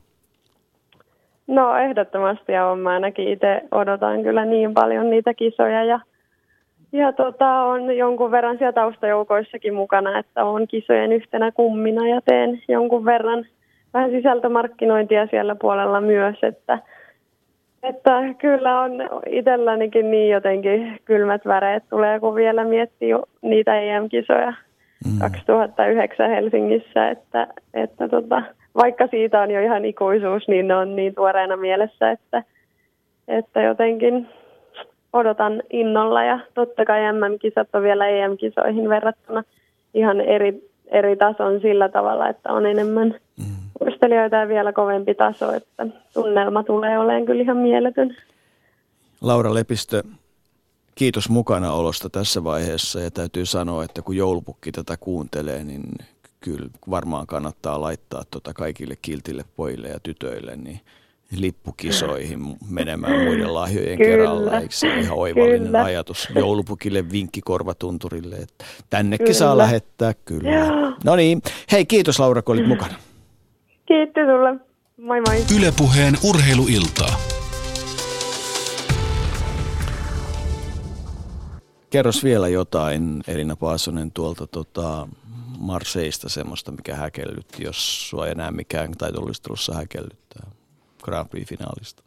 Speaker 6: No ehdottomasti ja mä ainakin itse odotan kyllä niin paljon niitä kisoja on jonkun verran siellä taustajoukoissakin mukana, että olen kisojen yhtenä kummina ja teen jonkun verran vähän sisältömarkkinointia siellä puolella myös, että kyllä on itsellänikin niin jotenkin kylmät väreet tulee, kun vielä miettii niitä EM-kisoja 2009 Helsingissä, että vaikka siitä on jo ihan ikuisuus, niin ne on niin tuoreena mielessä, että jotenkin odotan innolla ja totta kai MM-kisat on vielä EM-kisoihin verrattuna ihan eri tason sillä tavalla, että on enemmän urheilijoita ja vielä kovempi taso, että tunnelma tulee olemaan kyllä ihan mieletön.
Speaker 2: Laura Lepistö, kiitos mukanaolosta tässä vaiheessa ja täytyy sanoa, että kun joulupukki tätä kuuntelee, niin kyllä varmaan kannattaa laittaa kaikille kiltille pojille ja tytöille niin lippukisoihin menemään muiden lahjojen kerralla. Eikö se ole ihan oivallinen ajatus joulupukille, vinkki Korvatunturille, että tännekin saa lähettää kyllä. No niin, hei kiitos Laura, kun olit mukana.
Speaker 6: Kiitos sulle. Moi moi.
Speaker 1: Yle Puheen urheiluiltaa.
Speaker 2: Kerros vielä jotain, Elina Paasonen, tuolta Marseista semmoista, mikä häkellytti, jos sua ei enää mikään taitoluistelussa häkellyttää Grand Prix-finaalista.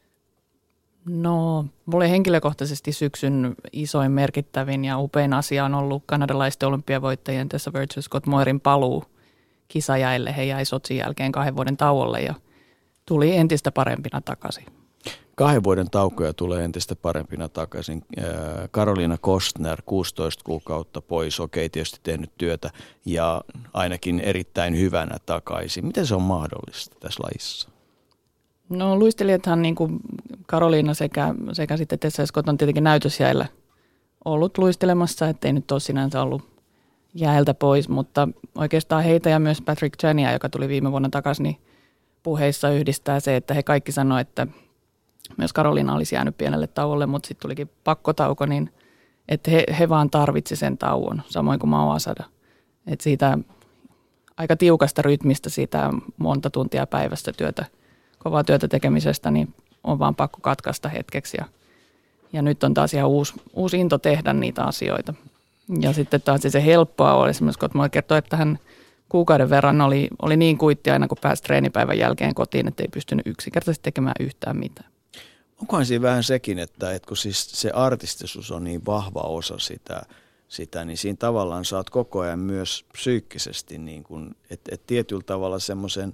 Speaker 4: No, mulle henkilökohtaisesti syksyn isoin, merkittävin ja upein asia on ollut kanadalaisten olympiavoittajien Tessa Virtue Scott Moirin paluu kisajäille. He jäi Sotsin jälkeen 2 vuoden tauolle ja tuli entistä parempina takaisin.
Speaker 2: 2 vuoden taukoja tulee entistä parempina takaisin. Karoliina Kostner 16 kuukautta pois, okei tietysti tehnyt työtä ja ainakin erittäin hyvänä takaisin. Miten se on mahdollista tässä lajissa?
Speaker 4: No luistelijathan niin kuin Karoliina sekä sitten Tessa Scott on tietenkin näytösjäillä ollut luistelemassa, ettei nyt ole sinänsä ollut jäältä pois, mutta oikeastaan heitä ja myös Patrick Chania, joka tuli viime vuonna takaisin, niin puheissa yhdistää se, että he kaikki sanoivat, että myös Karoliina olisi jäänyt pienelle tauolle, mutta sitten tulikin pakkotauko, niin että he vaan tarvitsi sen tauon, samoin kuin Mao Asada. Että siitä aika tiukasta rytmistä, siitä monta tuntia päivästä kovaa työtä tekemisestä, niin on vaan pakko katkaista hetkeksi. Ja nyt on taas ihan uusi into tehdä niitä asioita. Ja sitten taas se helppoa oli. Esimerkiksi Scott Moir kertoi, että hän kuukauden verran oli niin kuitti aina, kun pääsi treenipäivän jälkeen kotiin, että ei pystynyt yksinkertaisesti tekemään yhtään mitään.
Speaker 2: Onkohan siinä vähän sekin, että kun siis se artistisuus on niin vahva osa sitä, niin siinä tavallaan saat koko ajan myös psyykkisesti, niin kuin, että tietyllä tavalla semmoisen,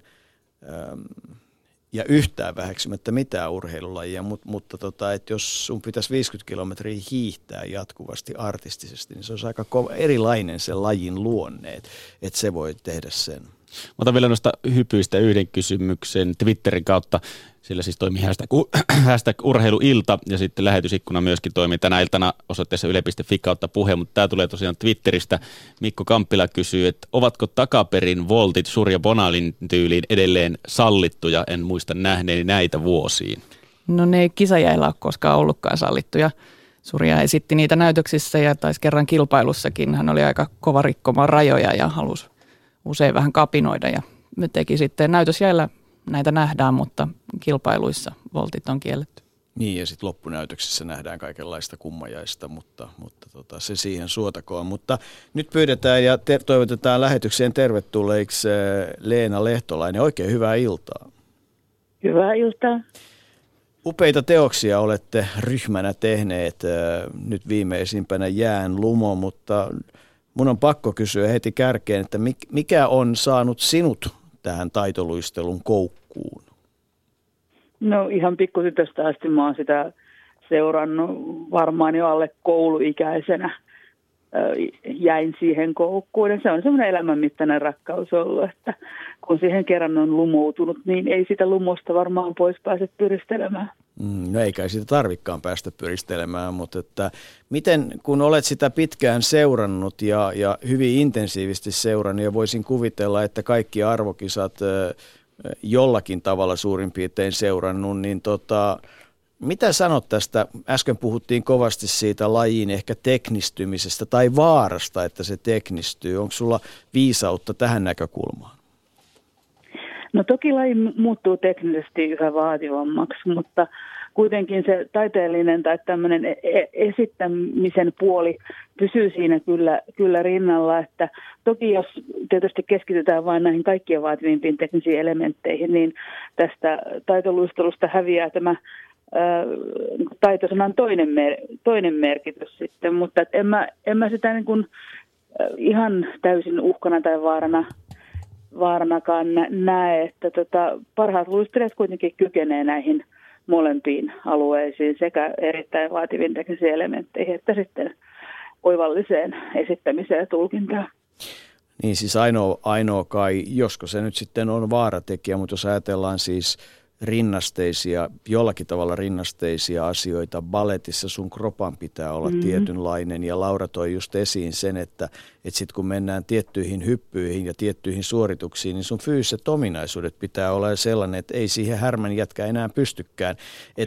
Speaker 2: ja yhtään väheksymättä mitään urheilulajia, mutta että jos sun pitäisi 50 kilometriä hiihtää jatkuvasti artistisesti, niin se olisi aika erilainen se lajin luonne, että se voi tehdä sen.
Speaker 5: Mä otan vielä noista hypyistä yhden kysymyksen Twitterin kautta. Sillä siis toimii hashtag urheiluilta ja sitten lähetysikkuna myöskin toimii tänä iltana osoitteessa yle.fi kautta puhe, mutta tämä tulee tosiaan Twitteristä. Mikko Kamppila kysyy, että ovatko takaperin voltit Surja Bonalin tyyliin edelleen sallittuja? En muista nähneeni näitä vuosiin.
Speaker 4: No ne ei kisajäillä ole koskaan ollutkaan sallittuja. Surja esitti niitä näytöksissä ja taisi kerran kilpailussakin. Hän oli aika kova rikkomaan rajoja ja halusi usein vähän kapinoida ja me teki sitten näytösjäillä. Näitä nähdään, mutta kilpailuissa voltit on kielletty.
Speaker 2: Niin, ja sitten loppunäytöksissä nähdään kaikenlaista kummajaista, mutta se siihen suotakoon. Mutta nyt pyydetään ja toivotetaan lähetykseen tervetulleiksi Leena Lehtolainen. Oikein hyvää iltaa.
Speaker 7: Hyvää iltaa.
Speaker 2: Upeita teoksia olette ryhmänä tehneet, nyt viimeisimpänä Jään lumo, mutta mun on pakko kysyä heti kärkeen, että mikä on saanut sinut tähän taitoluistelun koukkuun?
Speaker 7: No ihan pikkutytöstä asti mä oon sitä seurannut varmaan jo alle kouluikäisenä. Jäin siihen koukkuun ja se on semmoinen elämänmittainen rakkaus ollut, että kun siihen kerran on lumoutunut, niin ei sitä lumosta varmaan pois pääse pyristelemään.
Speaker 2: No eikä sitä tarvikaan päästä pyristelemään, mutta että miten kun olet sitä pitkään seurannut ja hyvin intensiivisesti seurannut ja voisin kuvitella, että kaikki arvokisat jollakin tavalla suurin piirtein seurannut, niin mitä sanot tästä? Äsken puhuttiin kovasti siitä lajin ehkä teknistymisestä tai vaarasta, että se teknistyy. Onko sulla viisautta tähän näkökulmaan?
Speaker 7: No toki laji muuttuu teknisesti yhä vaativammaksi, mutta kuitenkin se taiteellinen tai tämmöinen esittämisen puoli pysyy siinä kyllä rinnalla, että toki jos tietysti keskitytään vain näihin kaikkien vaativimpiin teknisiin elementteihin, niin tästä taitoluistelusta häviää tämä taitosanan toinen merkitys sitten, mutta en mä sitä niin kuin ihan täysin uhkana tai vaaranakaan näe, että parhaat luistelijat kuitenkin kykenee näihin molempiin alueisiin sekä erittäin vaativiin teknisiin elementteihin että sitten oivalliseen esittämiseen ja tulkintaan.
Speaker 2: Niin siis ainoa kai, josko se nyt sitten on vaaratekijä, mutta jos ajatellaan siis jollakin tavalla rinnasteisia asioita balletissa, sun kropan pitää olla tietynlainen ja Laura toi just esiin sen, että sitten kun mennään tiettyihin hyppyihin ja tiettyihin suorituksiin, niin sun fyysiset ominaisuudet pitää olla sellainen, että ei siihen härmän jätkä enää pystykään.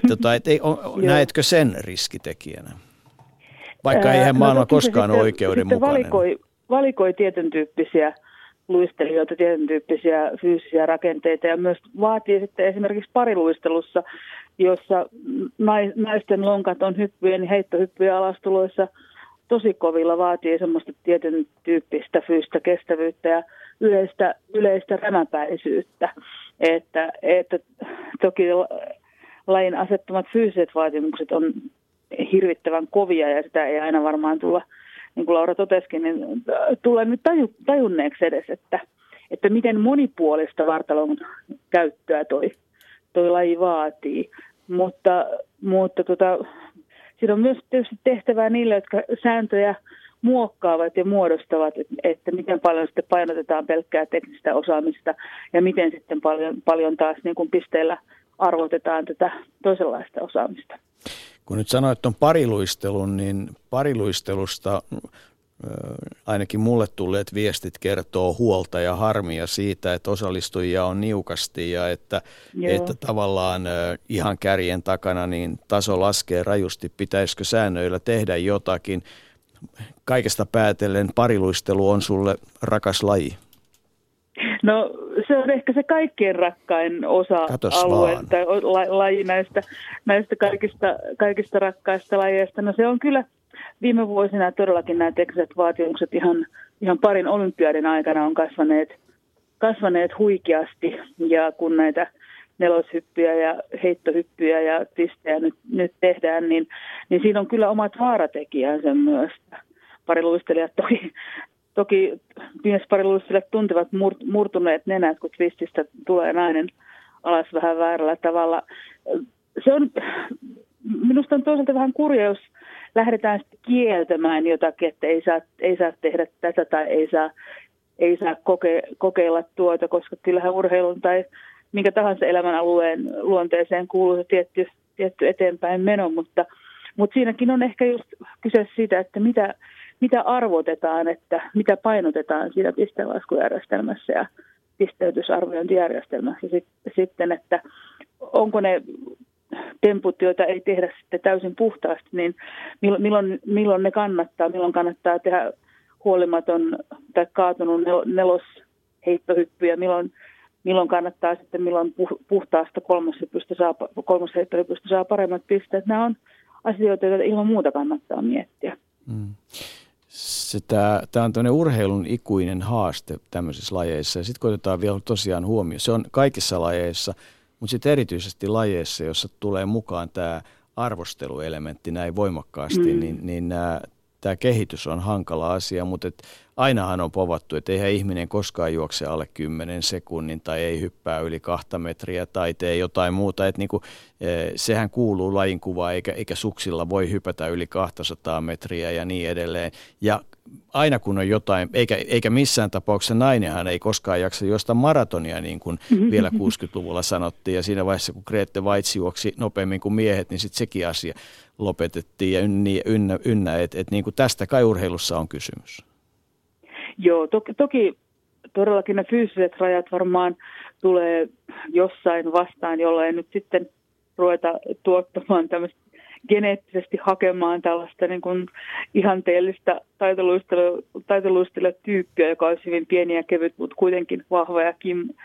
Speaker 2: Näetkö sen riskitekijänä? Vaikka eihän maailma koskaan ole oikeudenmukainen.
Speaker 7: Valikoi tietyn tyyppisiä luistelijoita, tietyn tyyppisiä fyysisiä rakenteita ja myös vaatii sitten esimerkiksi pariluistelussa, jossa naisten lonkat on hyppyjen ja heittohyppyjen alastuloissa tosi kovilla, vaatii semmoista tietyn tyyppistä fyysistä kestävyyttä ja yleistä rämäpäisyyttä. Että toki lajin asettamat fyysiset vaatimukset on hirvittävän kovia ja sitä ei aina varmaan tulla, niin kuin Laura totesikin, niin tulee nyt tajunneeksi edes, että miten monipuolista vartalon käyttöä toi laji vaatii. Mutta siinä on myös tietysti tehtävää niille, jotka sääntöjä muokkaavat ja muodostavat, että miten paljon sitten painotetaan pelkkää teknistä osaamista ja miten sitten paljon taas niin kuin pisteillä arvotetaan tätä toisenlaista osaamista.
Speaker 2: Kun nyt sanoit tuon pariluistelun, niin pariluistelusta ainakin mulle tulleet viestit kertoo huolta ja harmia siitä, että osallistujia on niukasti ja että tavallaan ihan kärjen takana niin taso laskee rajusti. Pitäisikö säännöillä tehdä jotakin? Kaikesta päätellen pariluistelu on sulle rakas laji.
Speaker 7: No se on ehkä se kaikkein rakkain osa-alue tai laji näistä kaikista rakkaista lajeista. No se on kyllä viime vuosina todellakin nämä tekniset vaatimukset ihan parin olympiadin aikana on kasvaneet huikeasti. Ja kun näitä neloshyppyjä ja heittohyppyjä ja twistejä nyt tehdään, niin siinä on kyllä omat vaaratekijänsä myös. Pariluistelijat Toki miespariluistelijat tuntevat murtuneet nenät, kun twististä tulee nainen alas vähän väärällä tavalla. Se on, minusta on toisaalta vähän kurja, jos lähdetään sitten kieltämään jotakin, että ei saa tehdä tätä tai ei saa kokeilla tuota, koska kyllähän urheilun tai minkä tahansa elämänalueen luonteeseen kuuluu se tietty eteenpäin meno, mutta siinäkin on ehkä just kyse siitä, että mitä arvotetaan, että mitä painotetaan siinä pisteenlaskujärjestelmässä ja pisteytysarviointijärjestelmässä sitten, että onko ne temput, joita ei tehdä sitten täysin puhtaasti, niin milloin ne kannattaa, milloin kannattaa tehdä huolimaton tai kaatunut nelosheittohyppy ja milloin kannattaa sitten, milloin puhtaasta kolmosheittohyppystä saa paremmat pisteet. Nämä on asioita, joita ilman muuta kannattaa miettiä.
Speaker 2: Tämä on tämmöinen urheilun ikuinen haaste tämmöisissä lajeissa ja sitten koitetaan vielä tosiaan huomioon. Se on kaikissa lajeissa, mutta sitten erityisesti lajeissa, jossa tulee mukaan tämä arvosteluelementti näin voimakkaasti, niin tämä kehitys on hankala asia, mutta ainahan on povattu, että eihän ihminen koskaan juokse alle 10 sekunnin tai ei hyppää yli 2 metriä tai tee jotain muuta. Että niinku, sehän kuuluu lajinkuvaan eikä suksilla voi hypätä yli 200 metriä ja niin edelleen. Ja aina kun on jotain, eikä missään tapauksessa nainenhan ei koskaan jaksa juosta maratonia niin kuin vielä 60-luvulla sanottiin. Ja siinä vaiheessa kun Grete Waitz juoksi nopeammin kuin miehet, niin sitten sekin asia lopetettiin ja että niin kuin tästä kai urheilussa on kysymys.
Speaker 7: Joo, toki todellakin ne fyysiset rajat varmaan tulee jossain vastaan, jollei nyt sitten ruveta tuottamaan tämmöistä geneettisesti hakemaan tällaista niin kuin ihanteellista taitoluisteletyyppiä, joka olisi hyvin pieni ja kevyt, mutta kuitenkin vahva ja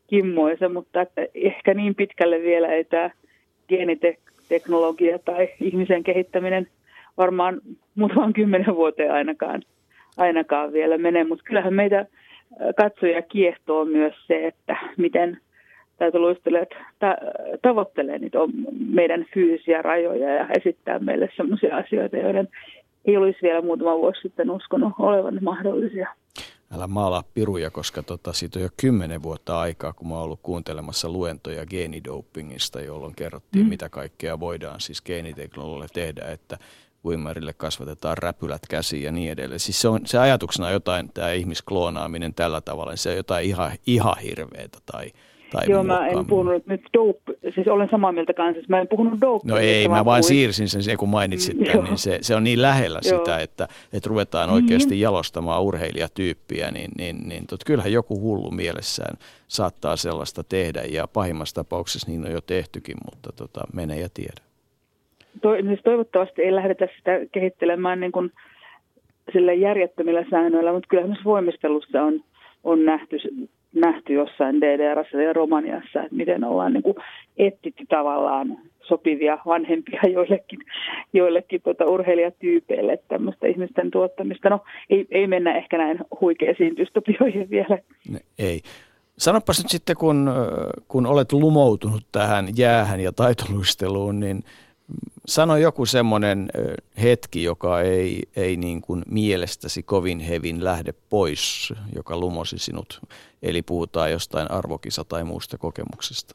Speaker 7: kimmoisa, mutta että ehkä niin pitkälle vielä ei tämä geeniteknologia tai ihmisen kehittäminen varmaan muutaman 10 vuoteen ainakaan vielä mene, mutta kyllähän meitä katsoja kiehtoo myös se, että miten taitoluistelijat tavoittelee niitä meidän fyysisiä rajoja ja esittää meille sellaisia asioita, joiden ei olisi vielä muutama vuosi sitten uskonut olevan mahdollisia.
Speaker 2: Älä maalaa piruja, koska siitä on jo 10 vuotta aikaa, kun mä oon ollut kuuntelemassa luentoja geenidopingista, jolloin kerrottiin, mitä kaikkea voidaan siis geeniteknologialle tehdä, että uimarille kasvatetaan räpylät käsiin ja niin edelleen. Siis se ajatuksena jotain, tämä ihmiskloonaaminen tällä tavalla, niin se on jotain ihan hirveätä tai
Speaker 7: joo, mä en puhunut nyt siis olen samaa mieltä kanssa, mä en puhunut dopingista.
Speaker 2: No ei, mä vaan siirsin sen, kun mainitsit tämän, niin se on niin lähellä sitä, että ruvetaan oikeasti jalostamaan urheilijatyyppiä, niin kyllähän joku hullu mielessään saattaa sellaista tehdä, ja pahimmassa tapauksessa niin on jo tehtykin, mutta mene ja tiedä.
Speaker 7: Siis toivottavasti ei lähdetä sitä kehittelemään niin kuin sillä järjettömillä säännöillä, mutta kyllä myös voimistelussa on nähty jossain DDR:ssä ja Romaniassa, että miten ollaan niin kuin etsitty tavallaan sopivia vanhempia joillekin urheilijatyypeille, että tämmöistä ihmisten tuottamista. No ei mennä ehkä näin huikeisiin dystopioihin vielä.
Speaker 2: Ei. Sanopas nyt sitten, kun olet lumoutunut tähän jäähän ja taitoluisteluun, niin sano joku semmoinen hetki, joka ei niin kuin mielestäsi kovin hevin lähde pois, joka lumosi sinut. Eli puhutaan jostain arvokisa- tai muusta kokemuksesta.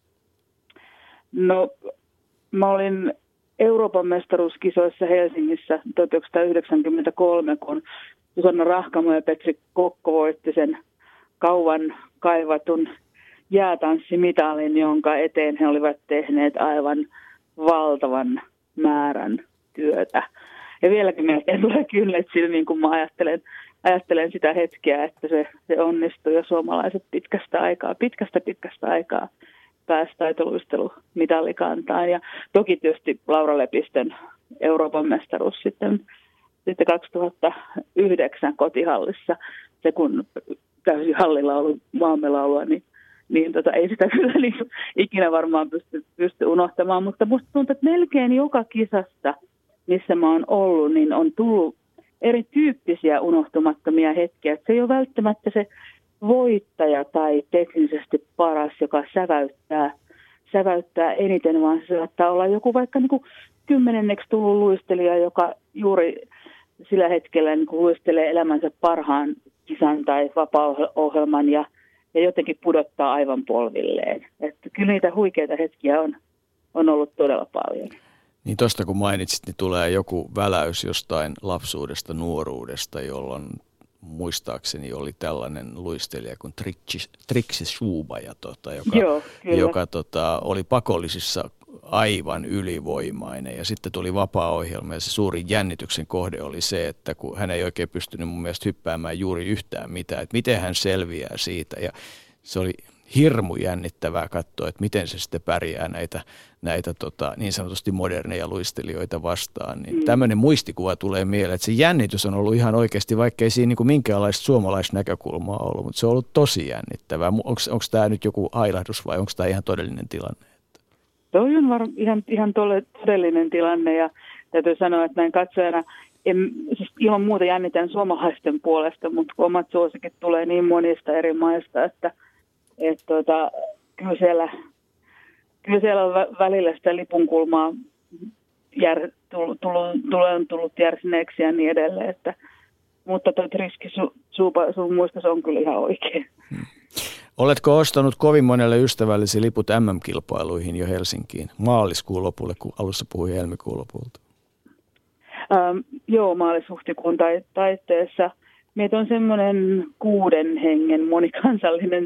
Speaker 7: No, mä olin Euroopan mestaruuskisoissa Helsingissä 1993, kun Susanna Rahkamo ja Petri Kokko voitti sen kauan kaivatun jäätanssimitalin, jonka eteen he olivat tehneet aivan valtavan määrän työtä. Ja vieläkin melkein tulee kynnet silmiin, kun mä ajattelen sitä hetkeä, että se onnistui ja suomalaiset pitkästä aikaa pääsi taitoluistelumitalikantaan. Ja toki tietysti Laura Lepistön Euroopan mestaruus sitten 2009 kotihallissa, se kun täysin hallilla ollut maamelaulua, niin ei sitä kyllä niin ikinä varmaan pysty unohtamaan, mutta musta tuntuu, että melkein joka kisassa, missä mä oon ollut, niin on tullut erityyppisiä unohtumattomia hetkiä. Että se ei ole välttämättä se voittaja tai teknisesti paras, joka säväyttää eniten, vaan se saattaa olla joku vaikka niin kuin 10. tullut luistelija, joka juuri sillä hetkellä niin kuin luistelee elämänsä parhaan kisan tai vapaa-ohjelman ja jotenkin pudottaa aivan polvilleen. Että kyllä niitä huikeita hetkiä on ollut todella paljon.
Speaker 2: Niin tuosta kun mainitsit, niin tulee joku väläys jostain lapsuudesta, nuoruudesta, jolloin muistaakseni oli tällainen luistelija kuin Triksi Shubaja, joka oli pakollisissa aivan ylivoimainen. Ja sitten tuli vapaa-ohjelma ja se suurin jännityksen kohde oli se, että kun hän ei oikein pystynyt mun mielestä hyppäämään juuri yhtään mitään, että miten hän selviää siitä. Ja se oli hirmu jännittävää katsoa, että miten se sitten pärjää näitä niin sanotusti moderneja luistelijoita vastaan. Niin tämmöinen muistikuva tulee mieleen, että se jännitys on ollut ihan oikeasti, vaikka ei siinä niin kuin minkäänlaista suomalaisnäkökulmaa ollut, mutta se on ollut tosi jännittävää. Onko tämä nyt joku ailahdus vai onko tämä ihan todellinen tilanne?
Speaker 7: Toi on ihan todellinen tilanne ja täytyy sanoa, että näin katsojana siis ilman muuta jännitän suomalaisten puolesta, mutta kun omat suosikit tulee niin monista eri maista, että kyllä siellä on välillä sitä lipunkulmaa tullut järsineeksi ja niin edelleen, mutta tuo Triski sun muistos on kyllä ihan oikein.
Speaker 2: Oletko ostanut kovin monelle ystävällisiä liput MM-kilpailuihin jo Helsinkiin maaliskuun lopulle, kun alussa puhui helmikuun lopulta?
Speaker 7: Joo, maalis-huhtikuun taitteessa. Meitä on semmoinen 6 hengen monikansallinen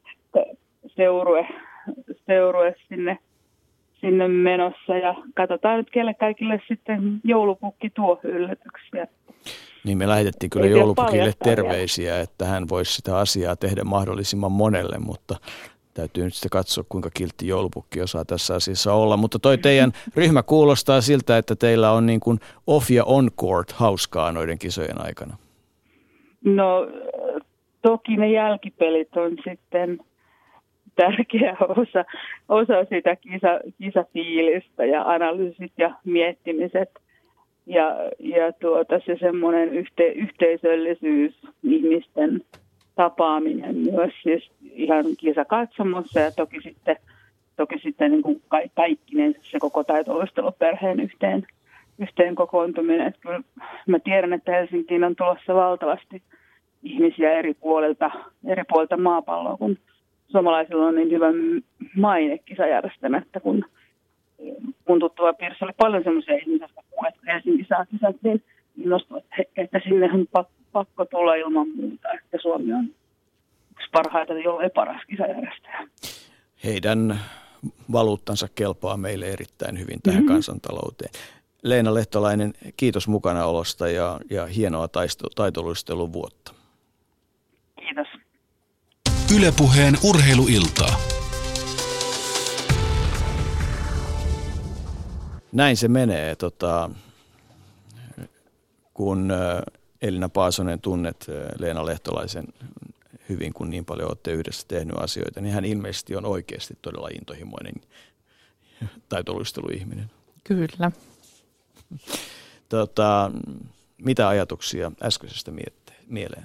Speaker 7: seurue sinne menossa ja katsotaan nyt kelle kaikille sitten joulupukki tuo yllätyksiä.
Speaker 2: Niin me lähetettiin kyllä joulupukille terveisiä, että hän voisi sitä asiaa tehdä mahdollisimman monelle, mutta täytyy nyt sitten katsoa, kuinka kiltti joulupukki osaa tässä asiassa olla. Mutta toi teidän ryhmä kuulostaa siltä, että teillä on niin kuin off- ja on-court hauskaa noiden kisojen aikana.
Speaker 7: No toki ne jälkipelit on sitten tärkeä osa sitä kisafiilistä ja analyysit ja miettimiset. Ja se semmoinen yhteisöllisyys, ihmisten tapaaminen myös siis ihan kisakatsomossa ja toki sitten niin kuin kaikkinen se koko taitoluisteluperheen yhteen kokoontuminen. Että kyllä mä tiedän, että Helsinkiin on tulossa valtavasti ihmisiä eri puolilta maapalloa, kun suomalaisilla on niin hyvä maine kisajärjestäjänä, että kun tuttava piirissä oli paljon semmoisia ihmisiä, jotka kuulee, että Helsinki saa kisat, niin innostuvat, että sinne on pakko tulla ilman muuta, että Suomi on yksi parhaita, jollei paras kisajärjestäjä.
Speaker 2: Heidän valuuttansa kelpaa meille erittäin hyvin tähän kansantalouteen. Leena Lehtolainen, kiitos mukanaolosta ja hienoa taitoluistelun vuotta.
Speaker 7: Kiitos.
Speaker 1: Yle Puheen urheiluiltaa.
Speaker 2: Näin se menee, kun Elina Paasonen tunnet Leena Lehtolaisen hyvin, kun niin paljon olette yhdessä tehnyt asioita, niin hän ilmeisesti on oikeasti todella intohimoinen taitoluisteluihminen.
Speaker 4: Kyllä.
Speaker 2: Mitä ajatuksia äskeisestä mieleen?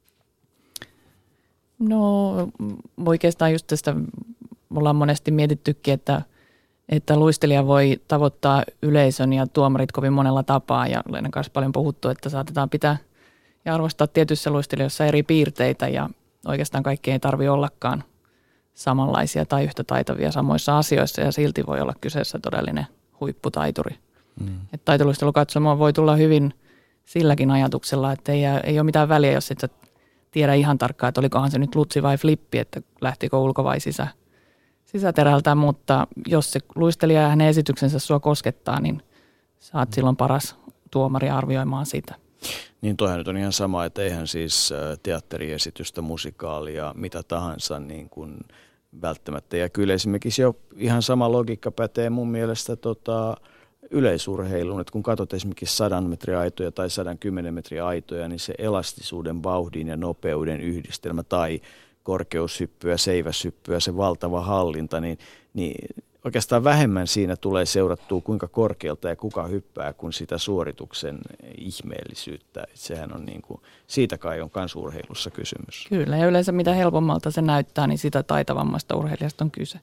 Speaker 4: No oikeastaan just tästä me ollaan monesti mietittykin, että luistelija voi tavoittaa yleisön ja tuomarit kovin monella tapaa ja Leenan kanssa paljon puhuttu, että saatetaan pitää ja arvostaa tietyissä luistelijoissa eri piirteitä ja oikeastaan kaikki ei tarvitse ollakaan samanlaisia tai yhtä taitavia samoissa asioissa ja silti voi olla kyseessä todellinen huipputaituri. Että taitoluistelukatsomoon voi tulla hyvin silläkin ajatuksella, että ei ole mitään väliä, jos et sä tiedä ihan tarkkaan, että olikohan se nyt lutsi vai flippi, että lähtikö ulko- vai sisäterältä, mutta jos se luistelija ja hänen esityksensä sua koskettaa, niin sä oot silloin paras tuomari arvioimaan sitä.
Speaker 2: Niin toihan nyt on ihan sama, että eihän siis teatteriesitystä, musikaalia, mitä tahansa niin kuin välttämättä. Ja kyllä esimerkiksi jo ihan sama logiikka pätee mun mielestä yleisurheiluun, että kun katsot esimerkiksi 100 metrin aitoja tai 110 metrin aitoja, niin se elastisuuden, vauhdin ja nopeuden yhdistelmä tai korkeushyppyä, seiväshyppyä, se valtava hallinta, niin oikeastaan vähemmän siinä tulee seurattua, kuinka korkealta ja kuka hyppää, kuin sitä suorituksen ihmeellisyyttä. Sehän on niin kuin, siitä kai on kansurheilussa kysymys.
Speaker 4: Kyllä, ja yleensä mitä helpommalta se näyttää, niin sitä taitavammasta urheilijasta on kyse.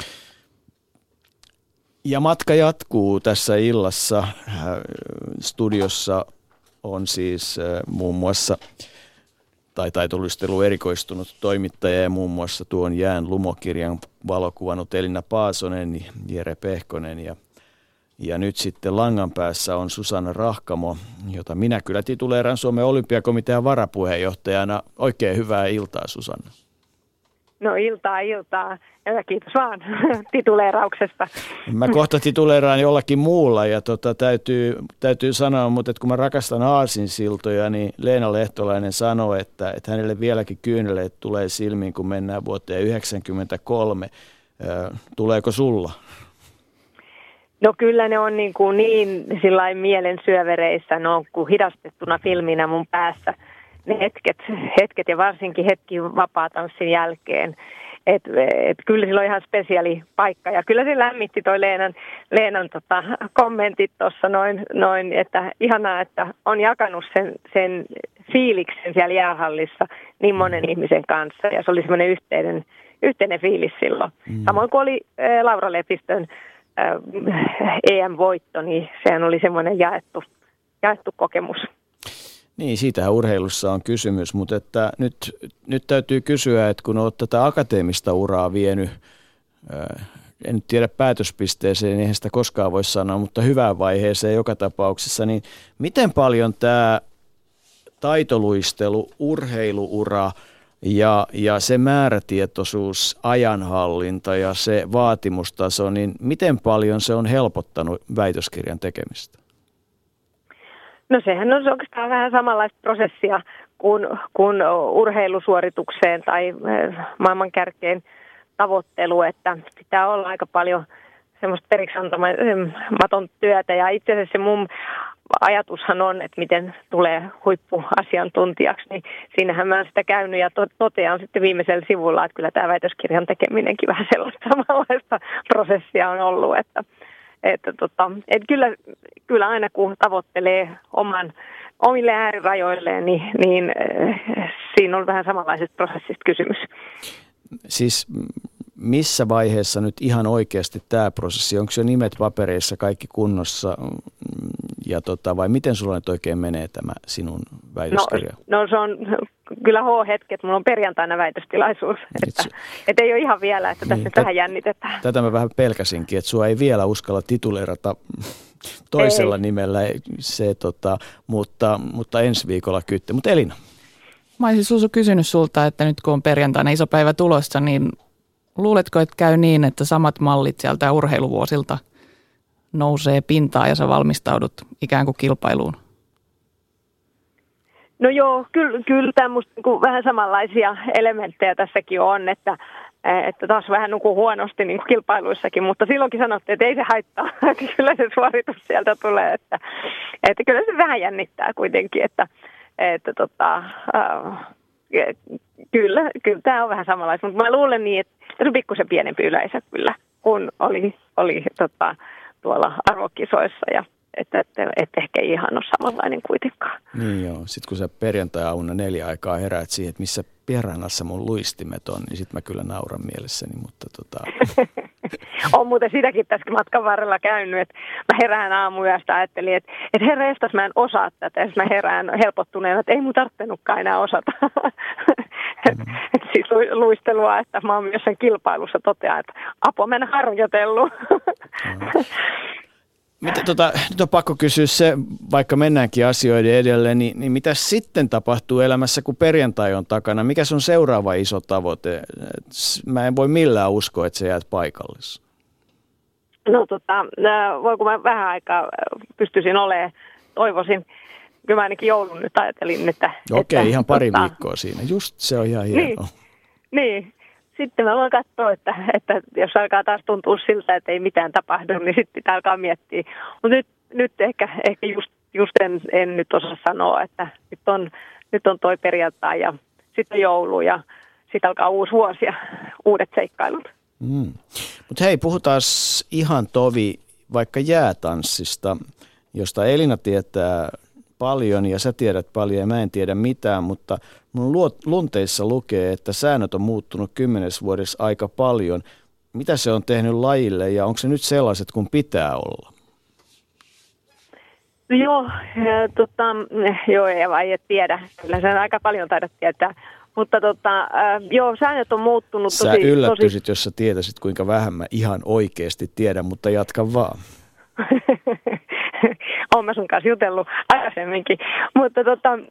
Speaker 2: Ja matka jatkuu tässä illassa. Studiossa on siis muun muassa taitoluisteluun erikoistunut toimittaja ja muun muassa tuon Jään lumokirjan valokuvannut Elina Paasonen, Jere Pehkonen ja nyt sitten langan päässä on Susanna Rahkamo, jota minä kyllä tituleeran Suomen olympiakomitean varapuheenjohtajana. Oikein hyvää iltaa, Susanna.
Speaker 6: No iltaa. Ja kiitos vaan tituleerauksesta.
Speaker 2: Mä kohta tituleeraan jollakin muulla ja täytyy sanoa, mutta että kun mä rakastan aasinsiltoja, niin Leena Lehtolainen sanoi, että hänelle vieläkin kyyneleet tulee silmiin, kun mennään vuoteen 1993. Tuleeko sulla?
Speaker 6: No kyllä ne on niin sillain mielen syövereissä, ne on kuin hidastettuna filminä mun päässä. Ne hetket ja varsinkin hetki vapaatanssin jälkeen. Et kyllä sillä on ihan spesiaali paikka ja kyllä se lämmitti toi Leenan kommentit tuossa noin, että ihanaa, että on jakanut sen fiiliksen siellä jäähallissa niin monen ihmisen kanssa ja se oli semmoinen yhteinen fiilis silloin. Samoin kuin oli Laura Lepistön EM-voitto, niin sehän oli semmoinen jaettu kokemus.
Speaker 2: Niin, siitähän urheilussa on kysymys, mutta että nyt täytyy kysyä, että kun olet tätä akateemista uraa vienyt, en nyt tiedä päätöspisteeseen, niin eihän sitä koskaan voi sanoa, mutta hyvään vaiheeseen joka tapauksessa, niin miten paljon tämä taitoluistelu, urheiluura ja se määrätietoisuus, ajanhallinta ja se vaatimustaso, niin miten paljon se on helpottanut väitöskirjan tekemistä?
Speaker 6: No sehän on oikeastaan vähän samanlaista prosessia kuin urheilusuoritukseen tai maailmankärkeen tavoittelu, että pitää olla aika paljon semmoista periksiantamaton työtä. Ja itse asiassa ajatushan on, että miten tulee huippuasiantuntijaksi, niin siinähän mä oon sitä käynyt ja totean sitten viimeisellä sivulla, että kyllä tämä väitöskirjan tekeminenkin vähän sellaista samanlaista prosessia on ollut, että kyllä aina kun tavoittelee omille äärirajoilleen, niin siinä on vähän samanlaisesta prosessista kysymys.
Speaker 2: Siis missä vaiheessa nyt ihan oikeasti tämä prosessi, onko jo nimet papereissa kaikki kunnossa vai miten sulla nyt oikein menee tämä sinun väitöskirja?
Speaker 6: No se on kyllä H-hetki, että mulla on perjantaina väitöstilaisuus, että ei ole ihan vielä, että tässä vähän jännitetään.
Speaker 2: Tätä mä vähän pelkäsinkin, että sua ei vielä uskalla tituleerata toisella nimellä, mutta ensi viikolla kytte. Mutta Elina?
Speaker 4: Mä olisin Susu kysynyt sulta, että nyt kun on perjantaina iso päivä tulossa, niin luuletko, että käy niin, että samat mallit sieltä urheiluvuosilta nousee pintaan ja sä valmistaudut ikään kuin kilpailuun?
Speaker 6: No joo, kyllä tämä musta niin vähän samanlaisia elementtejä tässäkin on, että taas vähän nukuu huonosti niin kuin kilpailuissakin, mutta silloinkin sanottiin, että ei se haittaa, kyllä se suoritus sieltä tulee, että kyllä se vähän jännittää kuitenkin, kyllä tämä on vähän samanlaista, mutta mä luulen niin, että se on pikkusen pienempi yleisö kyllä, kun oli tuolla arvokisoissa ja että ehkä ei ihan ole samanlainen kuitenkaan.
Speaker 2: Niin joo, sitten kun sä perjantai-aamuna 4 aikaa heräät siihen, että missä perhannassa mun luistimet on, niin sitten mä kyllä nauran mielessäni, mutta
Speaker 6: on muuten sitäkin tässä matkan varrella käynyt, että mä herään aamuyöstä, ajattelin, että herra jestas, mä en osaa tätä, ja sitten mä herään helpottuneena, että ei mun tarvinnutkaan enää osata. Siis luistelua, että mä oon jossain kilpailussa totean, että apua mä en harjoitellut.
Speaker 2: Nyt on pakko kysyä se, vaikka mennäänkin asioiden edelleen, niin mitä sitten tapahtuu elämässä, kun perjantai on takana? Mikä on seuraava iso tavoite? Mä en voi millään uskoa, että sä jäät paikallissa.
Speaker 6: No voiko mä vähän aikaa pystyisin olemaan, toivoisin. Kyllä mä ainakin joulun nyt ajatelin, että...
Speaker 2: Okei, ihan pari viikkoa siinä. Just, se on ihan hienoa.
Speaker 6: Niin. Sitten mä voin katsoa, että jos alkaa taas tuntua siltä, että ei mitään tapahdu, niin sitten pitää alkaa miettiä. Mutta nyt ehkä just en nyt osaa sanoa, että nyt on toi perjantai ja sitten joulu ja sitten alkaa uusi vuosi ja uudet seikkailut.
Speaker 2: Mutta hei, puhutaan ihan vaikka jäätanssista, josta Elina tietää paljon ja sä tiedät paljon ja mä en tiedä mitään, mutta mun lunteissa lukee, että säännöt on muuttunut 10 vuodessa aika paljon. Mitä se on tehnyt lajille ja onko se nyt sellaiset kuin pitää olla?
Speaker 6: Joo, ei tiedä. Kyllä sen aika paljon taidat tietää. Mutta säännöt on muuttunut
Speaker 2: tosi... Sä yllättyisit, jos sä tietäisit, kuinka vähän mä ihan oikeasti tiedän, mutta jatka vaan.
Speaker 6: Olen mä sun kanssa jutellut aikaisemminkin, mutta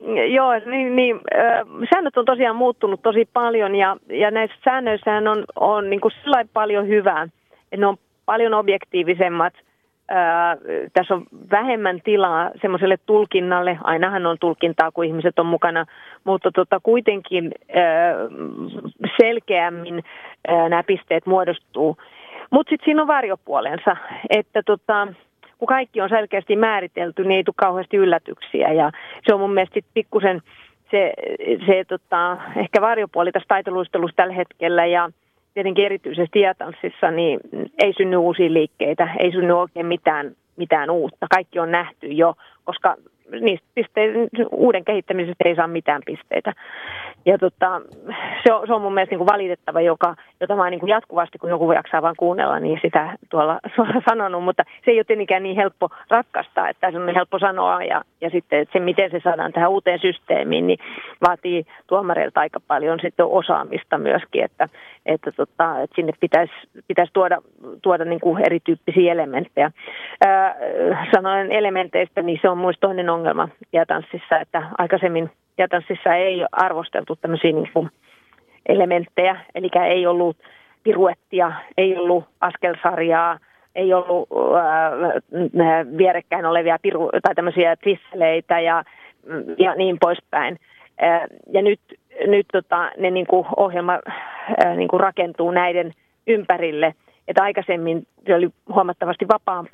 Speaker 6: säännöt on tosiaan muuttunut tosi paljon ja näissä säännöissähän on niin kuin sellainen paljon hyvää, että ne on paljon objektiivisemmat. Tässä on vähemmän tilaa semmoiselle tulkinnalle, ainahan on tulkintaa, kun ihmiset on mukana, mutta kuitenkin selkeämmin nämä pisteet muodostuu. Mutta sitten siinä on varjopuolensa, että kun kaikki on selkeästi määritelty, niin ei tule kauheasti yllätyksiä. Ja se on mun mielestä pikkusen se ehkä varjopuoli tässä taitoluistelussa tällä hetkellä. Ja tietenkin erityisesti jäätanssissa niin ei synny uusia liikkeitä, ei synny oikein mitään uutta. Kaikki on nähty jo, koska niistä uuden kehittämisestä ei saa mitään pisteitä. Ja se on mun mielestä niin kuin valitettava, jota mä niin kuin jatkuvasti, kun joku jaksaa vaan kuunnella, niin sitä tuolla sanonut, mutta se ei ole tietenkään niin helppo ratkaista, että se on niin helppo sanoa ja sitten että se, miten se saadaan tähän uuteen systeemiin, niin vaatii tuomareilta aika paljon sitten osaamista myöskin, että sinne pitäisi tuoda niin kuin erityyppisiä elementtejä. Sanoen elementeistä, niin se on muista toinen ongelma jäätanssissa, että aikaisemmin jäätanssissa ei arvosteltu tämmöisiä niin kuin elementtejä, eli ei ollut piruettia, ei ollut askelsarjaa, ei ollut vierekkäin olevia tai tämmöisiä twisteleitä ja niin poispäin. Ja nyt ne niin kuin ohjelma niin kuin rakentuu näiden ympärille, että aikaisemmin se oli huomattavasti vapaampi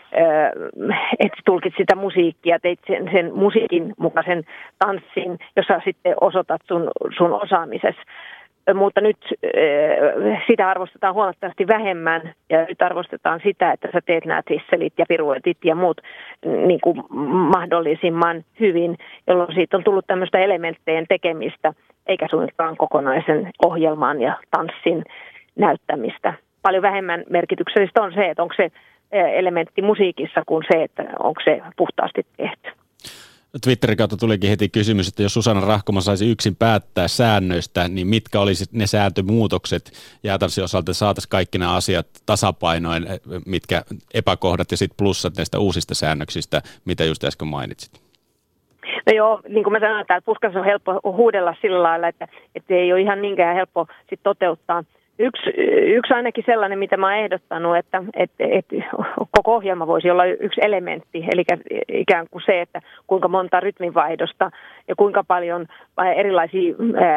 Speaker 8: että tulkit sitä musiikkia, teit sen musiikin mukaisen tanssin, jossa sitten osoitat sun osaamisessa. Mutta nyt sitä arvostetaan huomattavasti vähemmän ja nyt arvostetaan sitä, että sä teet nämä tisselit ja piruetit ja muut niin kuin mahdollisimman hyvin, jolloin siitä on tullut tämmöistä elementtien tekemistä eikä suinkaan kokonaisen ohjelman ja tanssin näyttämistä. Paljon vähemmän merkityksellistä on se, että onko se elementti musiikissa kuin se, että onko se puhtaasti tehty.
Speaker 5: Twitterin kautta tulikin heti kysymys, että jos Susanna Rahkoma saisi yksin päättää säännöistä, niin mitkä olisivat ne sääntömuutokset jäätanssin osalta, saataisiin kaikki nämä asiat tasapainoin, mitkä epäkohdat ja sitten plussat näistä uusista säännöksistä, mitä just äsken mainitsit?
Speaker 8: No joo, niin kuin mä sanoin, että puskassa on helppo huudella sillä lailla, että ei ole ihan niinkään helppo sit toteuttaa. Yksi ainakin sellainen, mitä mä oon ehdottanut, että koko ohjelma voisi olla yksi elementti, eli ikään kuin se, että kuinka monta rytminvaihdosta ja kuinka paljon erilaisia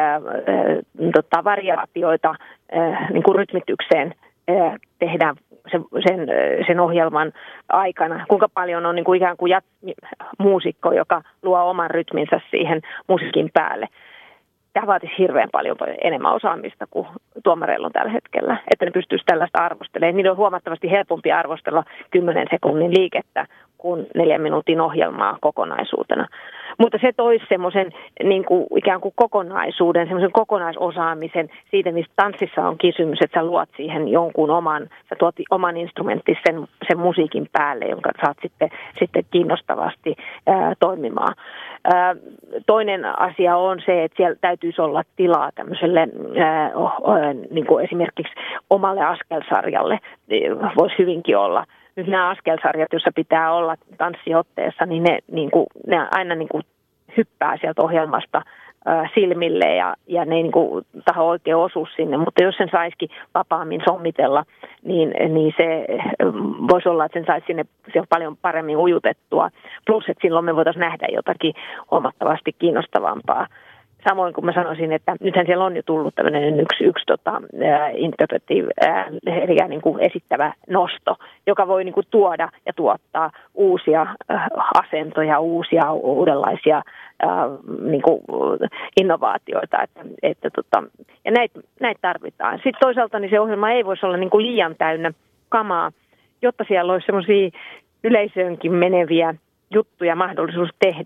Speaker 8: variaatioita niin kuin rytmitykseen tehdään sen ohjelman aikana. Kuinka paljon on niin kuin ikään kuin muusikko, joka luo oman rytminsä siihen musiikin päälle. Tämä vaatisi hirveän paljon enemmän osaamista kuin tuomareilla on tällä hetkellä, että ne pystyisi tällaista arvostelemaan. Niillä on huomattavasti helpompi arvostella 10 sekunnin liikettä kuin 4 minuutin ohjelmaa kokonaisuutena. Mutta se toisi semmoisen niin kuin ikään kuin kokonaisuuden, semmoisen kokonaisosaamisen siitä, mistä tanssissa on kysymys, että sä luot siihen jonkun sä tuot oman instrumentin sen musiikin päälle, jonka saat sitten kiinnostavasti toimimaan. Toinen asia on se, että siellä täytyisi olla tilaa tämmöiselle niin kuin esimerkiksi omalle askelsarjalle, voisi hyvinkin olla. Nyt nämä askelsarjat, joissa pitää olla tanssiotteessa, niin ne aina niin kuin hyppää sieltä ohjelmasta silmille ja ne ei niin kuin taho oikein osu sinne. Mutta jos sen saisikin vapaammin sommitella, niin se voisi olla, että sen saisi sinne paljon paremmin ujutettua. Plus, että silloin me voitaisiin nähdä jotakin huomattavasti kiinnostavampaa. Samoin kuin mä sanoisin, että nythän siellä on jo tullut tämmöinen yksi interpretive, eli niin kuin esittävä nosto, joka voi niin kuin tuoda ja tuottaa uusia asentoja, uudenlaisia niin kuin innovaatioita. Ja näitä tarvitaan. Sitten toisaalta niin se ohjelma ei voisi olla niin kuin liian täynnä kamaa, jotta siellä olisi semmoisia yleisöönkin meneviä juttuja mahdollisuus tehdä.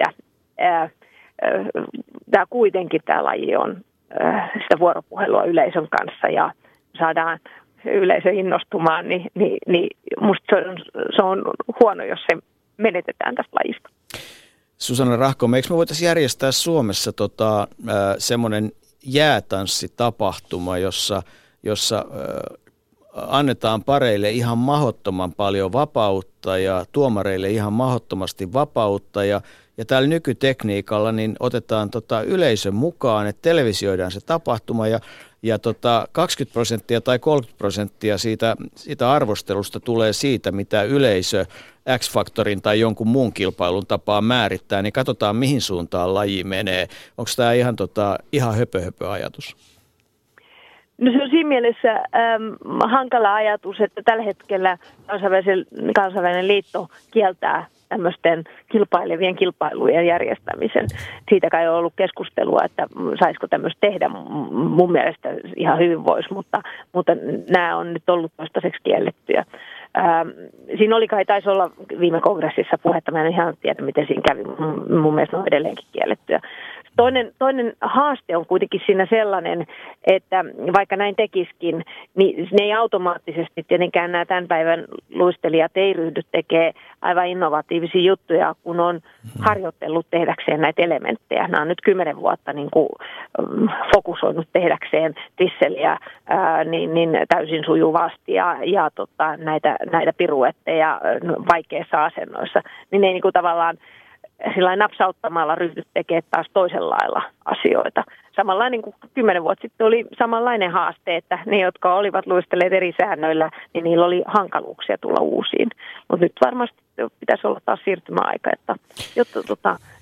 Speaker 8: Tämä laji on sitä vuoropuhelua yleisön kanssa ja saadaan yleisö innostumaan, niin musta se on huono, jos se menetetään tästä lajista.
Speaker 2: Susanna Rahkoma, eikö me voitaisiin järjestää Suomessa semmoinen jäätanssitapahtuma, jossa annetaan pareille ihan mahdottoman paljon vapautta ja tuomareille ihan mahdottomasti vapautta ja tällä nykytekniikalla niin otetaan yleisön mukaan, että televisioidaan se tapahtuma ja 20% tai 30% siitä arvostelusta tulee siitä, mitä yleisö X-Factorin tai jonkun muun kilpailun tapaa määrittää, niin katsotaan mihin suuntaan laji menee. Onko tämä ihan höpö ajatus?
Speaker 8: No se on siinä mielessä hankala ajatus, että tällä hetkellä kansainvälinen liitto kieltää tämmöisten kilpailevien kilpailujen järjestämisen. Siitä kai on ollut keskustelua, että saisiko tämmöistä tehdä. Mun mielestä ihan hyvin voisi, mutta nämä on nyt ollut toistaiseksi kiellettyjä. Siinä taisi olla viime kongressissa puhetta, mä en ihan tiedä miten siinä kävi, mun mielestä ne on edelleenkin kiellettyjä. Toinen haaste on kuitenkin siinä sellainen, että vaikka näin tekisikin, niin ne ei automaattisesti tietenkään nämä tämän päivän luistelijat ei ryhdy tekemään aivan innovatiivisia juttuja, kun on harjoitellut tehdäkseen näitä elementtejä. Nämä on nyt 10 vuotta niin kuin fokusoinut tehdäkseen tisseliä niin täysin sujuvasti ja näitä piruetteja vaikeissa asennoissa, niin ne ei niin kuin tavallaan sillä napsauttamalla ryhdyt tekemään taas toisenlailla asioita. Samanlainen kuin 10 vuotta sitten oli samanlainen haaste, että ne, jotka olivat luistelleet eri säännöillä, niin niillä oli hankaluuksia tulla uusiin. Mutta nyt varmasti pitäisi olla taas siirtymäaika, jotta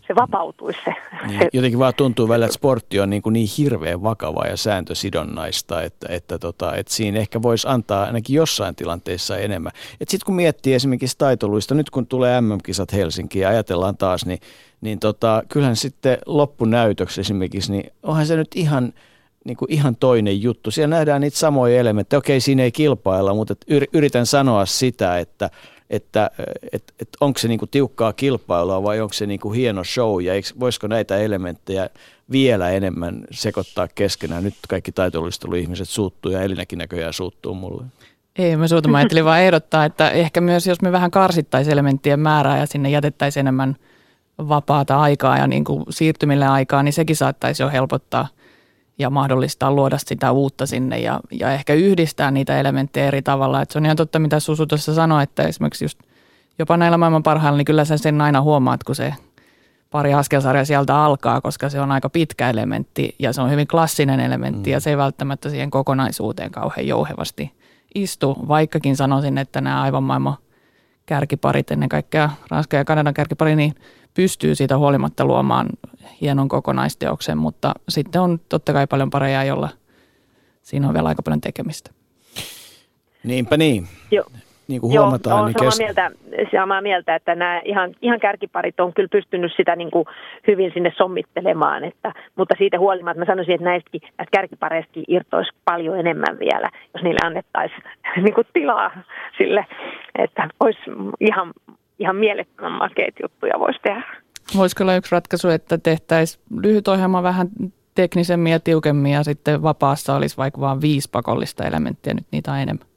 Speaker 8: se vapautuisi se.
Speaker 2: Niin, jotenkin vaan tuntuu välillä, että sportti on niin hirveän vakavaa ja sääntösidonnaista, että siinä ehkä voisi antaa ainakin jossain tilanteessa enemmän. Sitten kun miettii esimerkiksi taitoluista, nyt kun tulee MM-kisat Helsinkiin ja ajatellaan taas, niin kyllähän sitten loppunäytöksi esimerkiksi, niin onhan se nyt ihan toinen juttu. Siellä nähdään niitä samoja elementtejä. Okei, siinä ei kilpailla, mutta yritän sanoa sitä, että onko se niinku tiukkaa kilpailua vai onko se niinku hieno show ja voisiko näitä elementtejä vielä enemmän sekoittaa keskenään. Nyt kaikki taitoluisteluihmiset suuttuu ja Elinäkin näköjään suuttuu mulle.
Speaker 4: Ei, mä ajattelin vaan ehdottaa, että ehkä myös jos me vähän karsittaisiin elementtien määrää ja sinne jätettäisiin enemmän vapaata aikaa ja niinku siirtymille aikaa, niin sekin saattaisi jo helpottaa ja mahdollistaa luoda sitä uutta sinne ja ehkä yhdistää niitä elementtejä eri tavalla. Et se on ihan totta, mitä Susu tuossa sanoi, että esimerkiksi just jopa näillä maailman parhailla, niin kyllä sen aina huomaat, kun se pari askelsarja sieltä alkaa, koska se on aika pitkä elementti ja se on hyvin klassinen elementti ja se ei välttämättä siihen kokonaisuuteen kauhean jouhevasti istu. Vaikkakin sanoisin, että nämä aivan maailman kärkiparit, ennen kaikkea Ranskan ja Kanadan kärkipari, niin pystyy siitä huolimatta luomaan hienon kokonaisteoksen, mutta sitten on totta kai paljon pareja, jolla siinä on vielä aika paljon tekemistä.
Speaker 2: Niinpä niin.
Speaker 8: Joo.
Speaker 2: Niin kuin huomataan,
Speaker 8: olen samaa mieltä, että nämä ihan kärkiparit on kyllä pystynyt sitä niin kuin hyvin sinne sommittelemaan, mutta siitä huolimatta mä sanoisin, että näistä kärkipareistakin irtoisi paljon enemmän vielä, jos niille annettaisiin niin kuin tilaa sille, että olisi ihan mielettömän makeita juttuja voisi tehdä.
Speaker 4: Voisiko olla yksi ratkaisu, että tehtäisiin lyhyt ohjelma vähän teknisemmin ja tiukemmin ja sitten vapaassa olisi vaikka vain 5 pakollista elementtiä, nyt niitä on enemmän?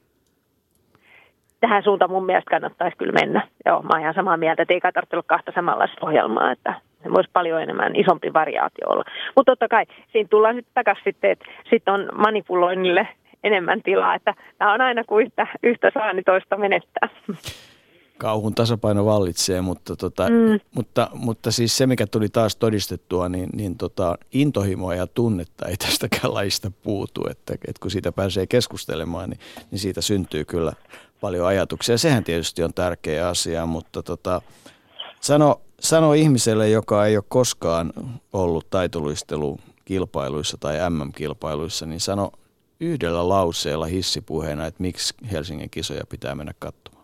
Speaker 8: Tähän suuntaan mun mielestä kannattaisi kyllä mennä. Joo, mä oon ihan samaa mieltä, että ei kai tarvitse olla 2 samanlaista ohjelmaa, että se voisi paljon enemmän isompi variaatio olla. Mutta totta kai siinä tullaan sitten takaisin sitten, että sitten on manipuloinnille enemmän tilaa, että tämä on aina kuin yhtä saa, niin toista menettää.
Speaker 2: Kauhun tasapaino vallitsee, mutta siis se, mikä tuli taas todistettua, niin intohimoa ja tunnetta ei tästäkään lajista puutu, että kun siitä pääsee keskustelemaan, niin siitä syntyy kyllä paljon ajatuksia. Sehän tietysti on tärkeä asia, mutta sano ihmiselle, joka ei ole koskaan ollut taitoluistelukilpailuissa tai MM-kilpailuissa, niin sano yhdellä lauseella hissipuheena, että miksi Helsingin kisoja pitää mennä katsomaan.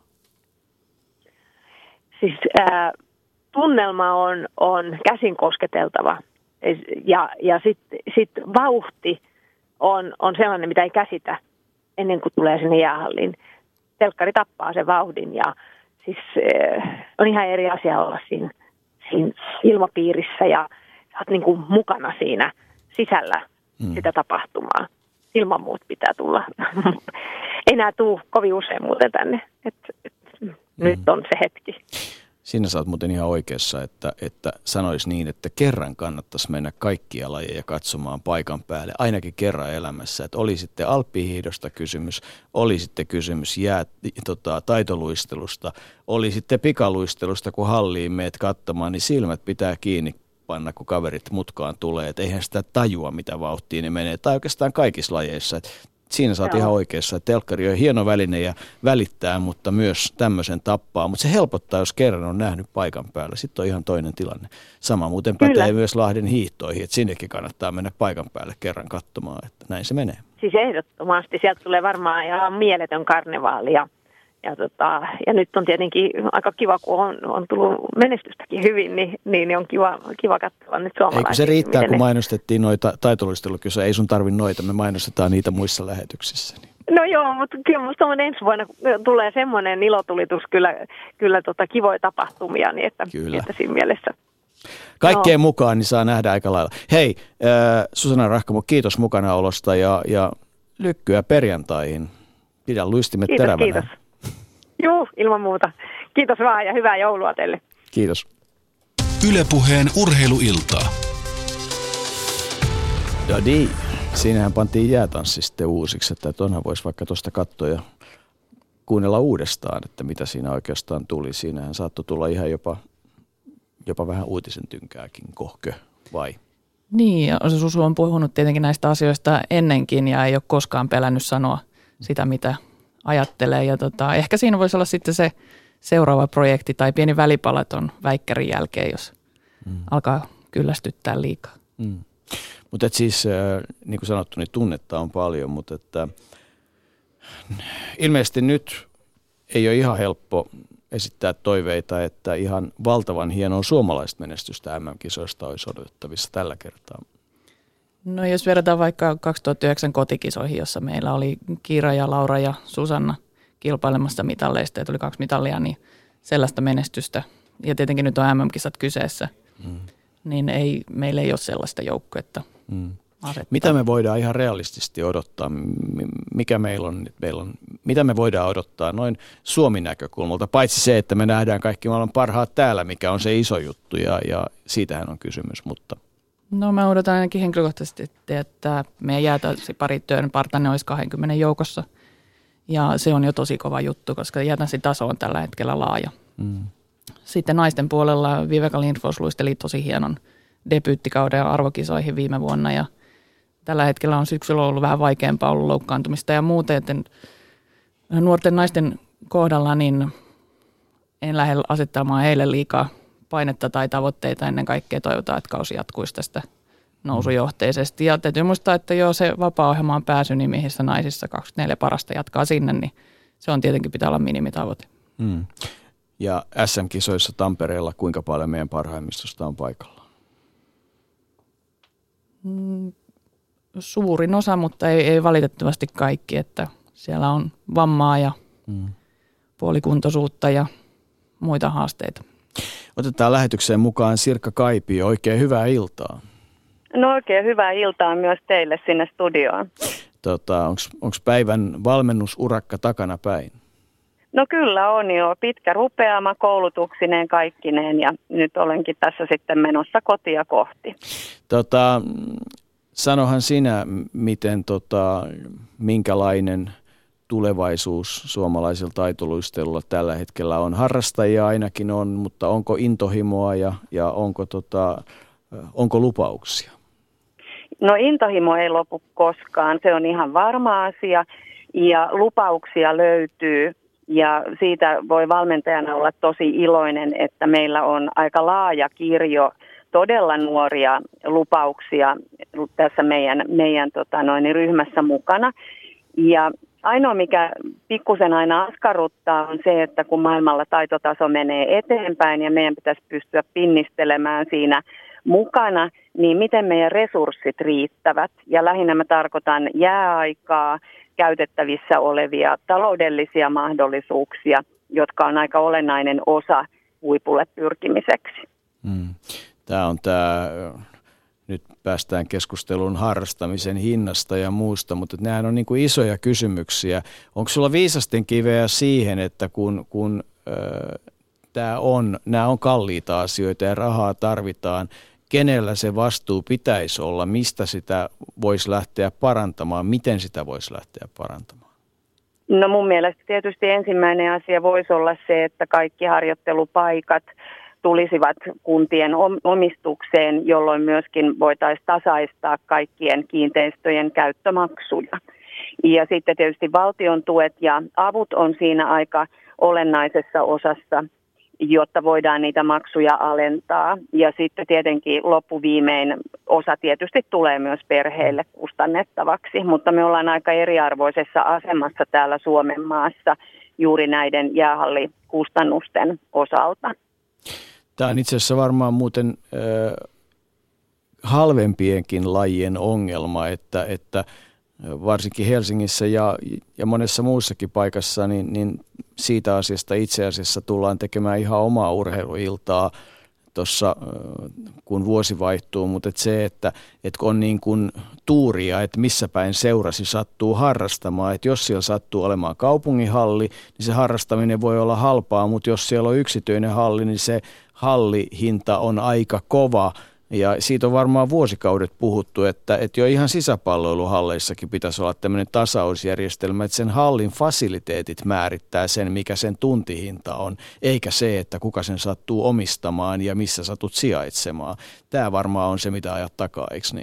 Speaker 8: Siis tunnelma on käsin kosketeltava ja sit vauhti on sellainen, mitä ei käsitä ennen kuin tulee sinne jäähalliin. Telkkari tappaa sen vauhdin ja siis on ihan eri asia olla siinä ilmapiirissä ja sä oot niin kuin mukana siinä sisällä sitä tapahtumaa. Ilman muut pitää tulla. Enää tuu kovin usein muuten tänne. Nyt on se hetki.
Speaker 2: Siinä sä oot muuten ihan oikeassa, että sanois niin, että kerran kannattaisi mennä kaikkia lajeja katsomaan paikan päälle, ainakin kerran elämässä. Että oli sitten alppihiihdosta kysymys, oli sitten kysymys taitoluistelusta, oli sitten pikaluistelusta, kun halliin meet katsomaan, niin silmät pitää kiinni panna, kun kaverit mutkaan tulee. Että eihän sitä tajua, mitä vauhtia ne menee. Tai oikeastaan kaikissa lajeissa. Siinä sä oot ihan oikeassa, että telkkari on hieno väline ja välittää, mutta myös tämmöisen tappaa. Mutta se helpottaa, jos kerran on nähnyt paikan päällä. Sitten on ihan toinen tilanne. Sama muuten pätee myös Lahden hiihtoihin, että sinnekin kannattaa mennä paikan päälle kerran katsomaan, että näin se menee.
Speaker 8: Siis ehdottomasti. Sieltä tulee varmaan ihan mieletön karnevaali ja nyt on tietenkin aika kiva, kun on tullut menestystäkin hyvin, niin on kiva katsoa nyt suomalaisia.
Speaker 2: Eikö se riittää, kun mainostettiin noita taitoluistelukisoja? Ei sun tarvi noita, me mainostetaan niitä muissa lähetyksissä. Niin.
Speaker 8: No joo, mutta kyllä musta ensi vuonna tulee semmoinen ilotulitus, kyllä kivoja tapahtumia, niin että siinä mielessä.
Speaker 2: Kaikkeen mukaan niin saa nähdä aika lailla. Hei, Susanna Rahkamo, kiitos mukanaolosta ja lykkyä perjantaihin. Pidä luistimet terävänä.
Speaker 8: Kiitos. Joo, ilman muuta. Kiitos vaan ja hyvää joulua teille.
Speaker 2: Kiitos.
Speaker 1: Yle Puheen urheiluiltaa.
Speaker 2: Ja niin, siinähän pantiin jäätanssi sitten uusiksi, että tuonhan voisi vaikka tuosta katsoa ja kuunnella uudestaan, että mitä siinä oikeastaan tuli. Siinähän saattoi tulla ihan jopa vähän uutisen tynkääkin, kohkö vai?
Speaker 4: Niin, ja Susu on puhunut tietenkin näistä asioista ennenkin ja ei ole koskaan pelännyt sanoa sitä, mitä ajattelee. Ja ehkä siinä voisi olla sitten se seuraava projekti tai pieni välipala ton väikkärin jälkeen, jos alkaa kyllästyttää liikaa.
Speaker 2: Mutta siis, niin kuin sanottu, niin tunnetta on paljon, mutta että ilmeisesti nyt ei ole ihan helppo esittää toiveita, että ihan valtavan hienoa suomalaista menestystä MM-kisoista olisi odotettavissa tällä kertaa.
Speaker 4: No jos verrataan vaikka 2009 kotikisoihin, jossa meillä oli Kiira ja Laura ja Susanna kilpailemassa mitalleista ja tuli 2 mitallia, niin sellaista menestystä. Ja tietenkin nyt on MM-kisat kyseessä, niin meillä ei ole sellaista joukkuetta.
Speaker 2: Mitä me voidaan ihan realistisesti odottaa? Mikä meillä on? Mitä me voidaan odottaa noin Suomen näkökulmalta? Paitsi se, että me nähdään kaikki maailman parhaat täällä, mikä on se iso juttu ja siitähän on kysymys. Mutta.
Speaker 4: No mä odotan ainakin henkilökohtaisesti, että meidän jäätanssiparittyön partner olisi 20 joukossa. Ja se on jo tosi kova juttu, koska jäätanssitaso on tällä hetkellä laaja. Sitten naisten puolella Viveka Lindfors luisteli tosi hienon debyyttikauden arvokisoihin viime vuonna ja tällä hetkellä on syksyllä ollut vähän vaikeampaa ollut loukkaantumista ja muuten, että nuorten naisten kohdalla niin en lähde asettamaan heille liikaa painetta tai tavoitteita. Ennen kaikkea toivotaan, että kausi jatkuisi tästä nousujohteisesti. Ja täytyy muistaa, että jo se vapaa-ohjelmaan pääsy nimissä naisissa 24 parasta jatkaa sinne, niin se on tietenkin pitää olla minimitavoite.
Speaker 2: Ja SM-kisoissa Tampereella kuinka paljon meidän parhaimmistosta on paikalla?
Speaker 4: Suurin osa, mutta ei valitettavasti kaikki, että siellä on vammaa ja puolikuntoisuutta ja muita haasteita.
Speaker 2: Otetaan lähetykseen mukaan Sirkka Kaipio. Oikein hyvää iltaa.
Speaker 9: No oikein hyvää iltaa myös teille sinne studioon.
Speaker 2: Onko päivän valmennusurakka takana päin?
Speaker 9: No kyllä on jo. Pitkä rupeama koulutuksineen kaikkineen ja nyt olenkin tässä sitten menossa kotia kohti.
Speaker 2: Sanohan sinä, minkälainen tulevaisuus suomalaisella taitoluistelulla tällä hetkellä on. Harrastajia ainakin on, mutta onko intohimoa ja onko lupauksia?
Speaker 9: No intohimo ei lopu koskaan, se on ihan varma asia ja lupauksia löytyy ja siitä voi valmentajana olla tosi iloinen, että meillä on aika laaja kirjo todella nuoria lupauksia tässä meidän ryhmässä mukana. Ja ainoa, mikä pikkusen aina askarruttaa, on se, että kun maailmalla taitotaso menee eteenpäin ja meidän pitäisi pystyä pinnistelemään siinä mukana, niin miten meidän resurssit riittävät. Ja lähinnä mä tarkoitan jääaikaa, käytettävissä olevia taloudellisia mahdollisuuksia, jotka on aika olennainen osa huipulle pyrkimiseksi.
Speaker 2: Tämä nyt päästään keskusteluun harrastamisen hinnasta ja muusta, mutta nämähän on niin kuin isoja kysymyksiä. Onko sulla viisasten kiveä siihen, että kun nämä on kalliita asioita ja rahaa tarvitaan, kenellä se vastuu pitäisi olla, mistä sitä voisi lähteä parantamaan, miten sitä voisi lähteä parantamaan?
Speaker 9: No mun mielestä tietysti ensimmäinen asia voisi olla se, että kaikki harjoittelupaikat tulisivat kuntien omistukseen, jolloin myöskin voitaisiin tasaistaa kaikkien kiinteistöjen käyttömaksuja. Ja sitten tietysti valtion tuet ja avut on siinä aika olennaisessa osassa, jotta voidaan niitä maksuja alentaa. Ja sitten tietenkin loppuviimein osa tietysti tulee myös perheille kustannettavaksi, mutta me ollaan aika eriarvoisessa asemassa täällä Suomen maassa juuri näiden jäähallikustannusten osalta.
Speaker 2: Tämä on itse asiassa varmaan muuten halvempienkin lajien ongelma, että varsinkin Helsingissä ja monessa muussakin paikassa, niin siitä asiasta itse asiassa tullaan tekemään ihan omaa urheiluiltaa tuossa, kun vuosi vaihtuu, mutta se, että on niin kuin tuuria, että missä päin seurasi sattuu harrastamaan, että jos siellä sattuu olemaan kaupunginhalli, niin se harrastaminen voi olla halpaa, mutta jos siellä on yksityinen halli, niin se hallihinta on aika kova. Ja siitä on varmaan vuosikaudet puhuttu, että jo ihan sisäpalloiluhalleissakin pitäisi olla tämmöinen tasausjärjestelmä, että sen hallin fasiliteetit määrittää sen, mikä sen tuntihinta on, eikä se, että kuka sen sattuu omistamaan ja missä satut sijaitsemaan. Tämä varmaan on se, mitä ajat takaa, eikö niin?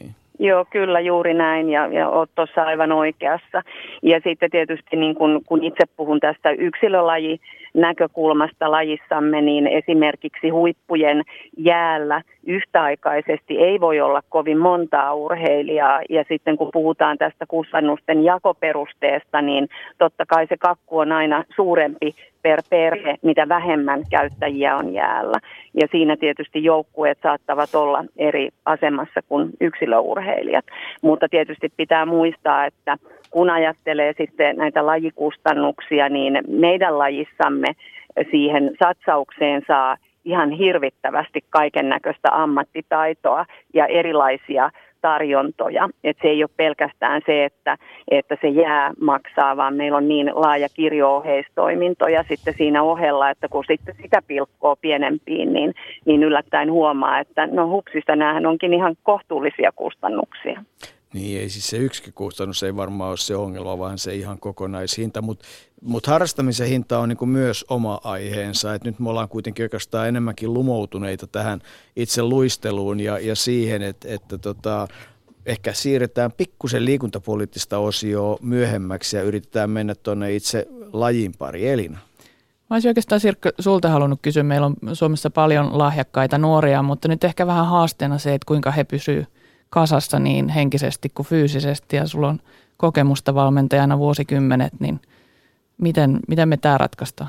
Speaker 9: Joo, kyllä juuri näin ja olet tuossa aivan oikeassa. Ja sitten tietysti niin kun itse puhun tästä yksilölaji näkökulmasta lajissamme, niin esimerkiksi huippujen jäällä yhtäaikaisesti ei voi olla kovin montaa urheilijaa. Ja sitten kun puhutaan tästä kustannusten jakoperusteesta, niin totta kai se kakku on aina suurempi per perhe, mitä vähemmän käyttäjiä on jäällä. Ja siinä tietysti joukkueet saattavat olla eri asemassa kuin yksilöurheilijat. Mutta tietysti pitää muistaa, että kun ajattelee sitten näitä lajikustannuksia, niin meidän lajissamme siihen satsaukseen saa ihan hirvittävästi kaiken näköistä ammattitaitoa ja erilaisia tarjontoja. Että se ei ole pelkästään se, että se jää maksaa, vaan meillä on niin laaja kirjo-oheistoimintoja sitten siinä ohella, että kun sitten sitä pilkkoo pienempiin, niin yllättäen huomaa, että no hupsista näähän onkin ihan kohtuullisia kustannuksia.
Speaker 2: Niin, ei siis se yksikkökustannus ei varmaan ole se ongelma, vaan se ihan kokonaishinta, mutta harrastamisen hinta on niin kuin myös oma aiheensa, että nyt me ollaan kuitenkin oikeastaan enemmänkin lumoutuneita tähän itse luisteluun ja siihen, että ehkä siirretään pikkusen liikuntapoliittista osioa myöhemmäksi ja yritetään mennä tuonne itse lajin pari. Elina.
Speaker 4: Mä olisin oikeastaan Sirkka sulta halunnut kysyä, meillä on Suomessa paljon lahjakkaita nuoria, mutta nyt ehkä vähän haasteena se, että kuinka he pysyvät kasassa niin henkisesti kuin fyysisesti ja sulla on kokemusta valmentajana vuosikymmenet, niin miten me tämä ratkaistaan?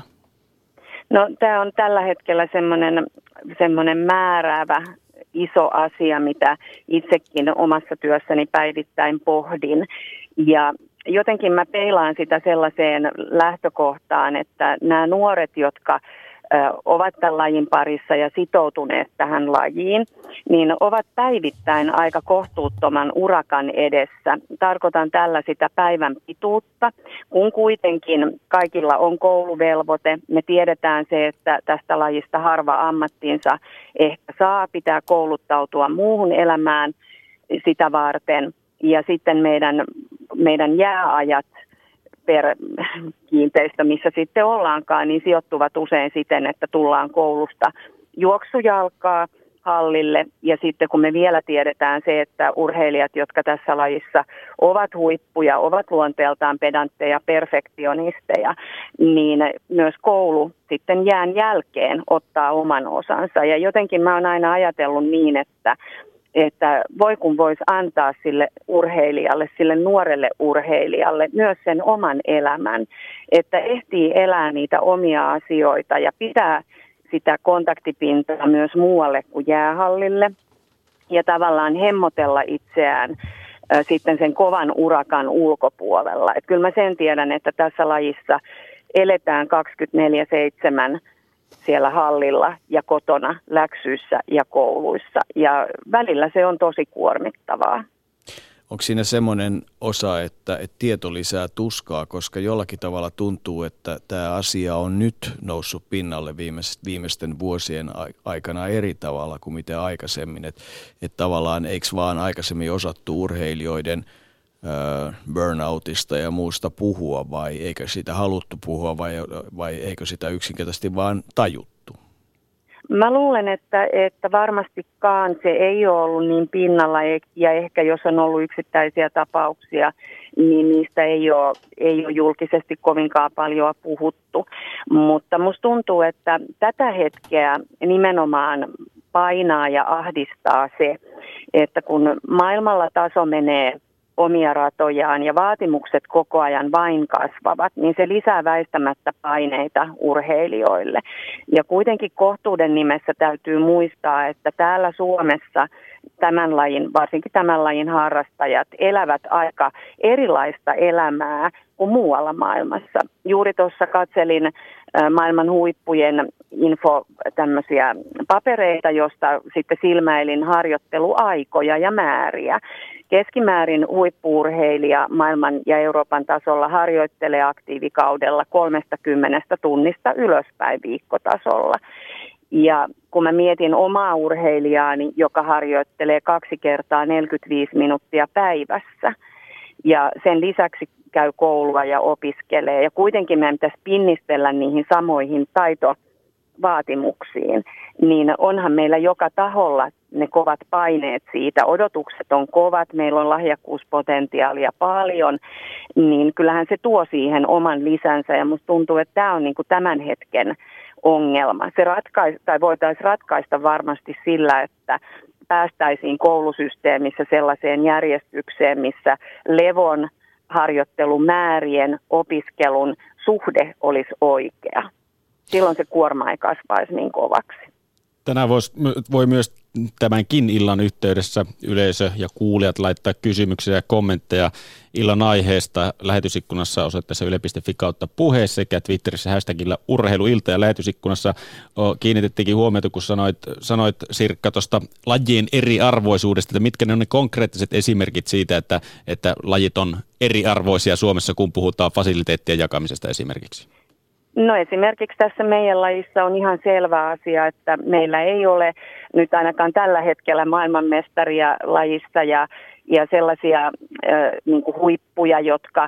Speaker 9: No tämä on tällä hetkellä semmoinen määräävä iso asia, mitä itsekin omassa työssäni päivittäin pohdin ja jotenkin mä peilaan sitä sellaiseen lähtökohtaan, että nämä nuoret, jotka ovat tämän lajin parissa ja sitoutuneet tähän lajiin, niin ovat päivittäin aika kohtuuttoman urakan edessä. Tarkoitan tällä sitä päivän pituutta, kun kuitenkin kaikilla on kouluvelvoite. Me tiedetään se, että tästä lajista harva ammattinsa ehkä pitää kouluttautua muuhun elämään sitä varten. Ja sitten meidän jääajat per kiinteistö, missä sitten ollaankaan, niin sijoittuvat usein siten, että tullaan koulusta juoksujalkaa hallille. Ja sitten kun me vielä tiedetään se, että urheilijat, jotka tässä lajissa ovat huippuja, ovat luonteeltaan pedantteja, perfektionisteja, niin myös koulu sitten jään jälkeen ottaa oman osansa. Ja jotenkin mä oon aina ajatellut niin, että voi kun voisi antaa sille urheilijalle, sille nuorelle urheilijalle myös sen oman elämän, että ehtii elää niitä omia asioita ja pitää sitä kontaktipintaa myös muualle kuin jäähallille ja tavallaan hemmotella itseään sitten sen kovan urakan ulkopuolella. Et kyllä mä sen tiedän, että tässä lajissa eletään 24/7 siellä hallilla ja kotona, läksyissä ja kouluissa. Ja välillä se on tosi kuormittavaa.
Speaker 2: Onko siinä semmoinen osa, että tieto lisää tuskaa, koska jollakin tavalla tuntuu, että tämä asia on nyt noussut pinnalle viimeisten vuosien aikana eri tavalla kuin mitä aikaisemmin. Että tavallaan eikö vaan aikaisemmin osattu urheilijoiden burnoutista ja muusta puhua vai eikö sitä haluttu puhua vai eikö sitä yksinkertaisesti vaan tajuttu?
Speaker 9: Mä luulen, että varmastikaan se ei ole ollut niin pinnalla ja ehkä jos on ollut yksittäisiä tapauksia, niin niistä ei ole julkisesti kovinkaan paljon puhuttu. Mutta musta tuntuu, että tätä hetkeä nimenomaan painaa ja ahdistaa se, että kun maailmalla taso menee omia ratojaan ja vaatimukset koko ajan vain kasvavat, niin se lisää väistämättä paineita urheilijoille. Ja kuitenkin kohtuuden nimessä täytyy muistaa, että täällä Suomessa varsinkin tämän lajin harrastajat elävät aika erilaista elämää kuin muualla maailmassa. Juuri tuossa katselin maailman huippujen tämmöisiä papereita, josta sitten silmäilin harjoitteluaikoja ja määriä. Keskimäärin huippu-urheilija maailman ja Euroopan tasolla harjoittelee aktiivikaudella 30 tunnista ylöspäin viikkotasolla. Ja kun mä mietin omaa urheilijaani, joka harjoittelee 2 kertaa 45 minuuttia päivässä ja sen lisäksi käy koulua ja opiskelee ja kuitenkin meidän pitäisi pinnistellä niihin samoihin vaatimuksiin, niin onhan meillä joka taholla ne kovat paineet siitä. Odotukset on kovat, meillä on lahjakkuuspotentiaalia paljon, niin kyllähän se tuo siihen oman lisänsä ja musta tuntuu, että tämä on niin kuin tämän hetken ongelma. Se voitaisiin ratkaista varmasti sillä, että päästäisiin koulusysteemissä sellaiseen järjestykseen, missä levon, harjoittelumäärien, opiskelun suhde olisi oikea. Silloin se kuorma ei kasvaisi niin kovaksi.
Speaker 5: Tänään voi myös tämänkin illan yhteydessä yleisö ja kuulijat laittaa kysymyksiä ja kommentteja illan aiheesta lähetysikkunassa osoitteessa yle.fi/puhe sekä Twitterissä hashtagillä urheiluilta. Ja lähetysikkunassa kiinnitettiinkin huomiota, kun sanoit Sirkka tuosta lajien eriarvoisuudesta, että mitkä ne on ne konkreettiset esimerkit siitä, että lajit on eriarvoisia Suomessa, kun puhutaan fasiliteettien jakamisesta esimerkiksi?
Speaker 9: No esimerkiksi tässä meidän lajissa on ihan selvä asia, että meillä ei ole nyt ainakaan tällä hetkellä maailmanmestaria lajissa ja sellaisia niin kuin huippuja, jotka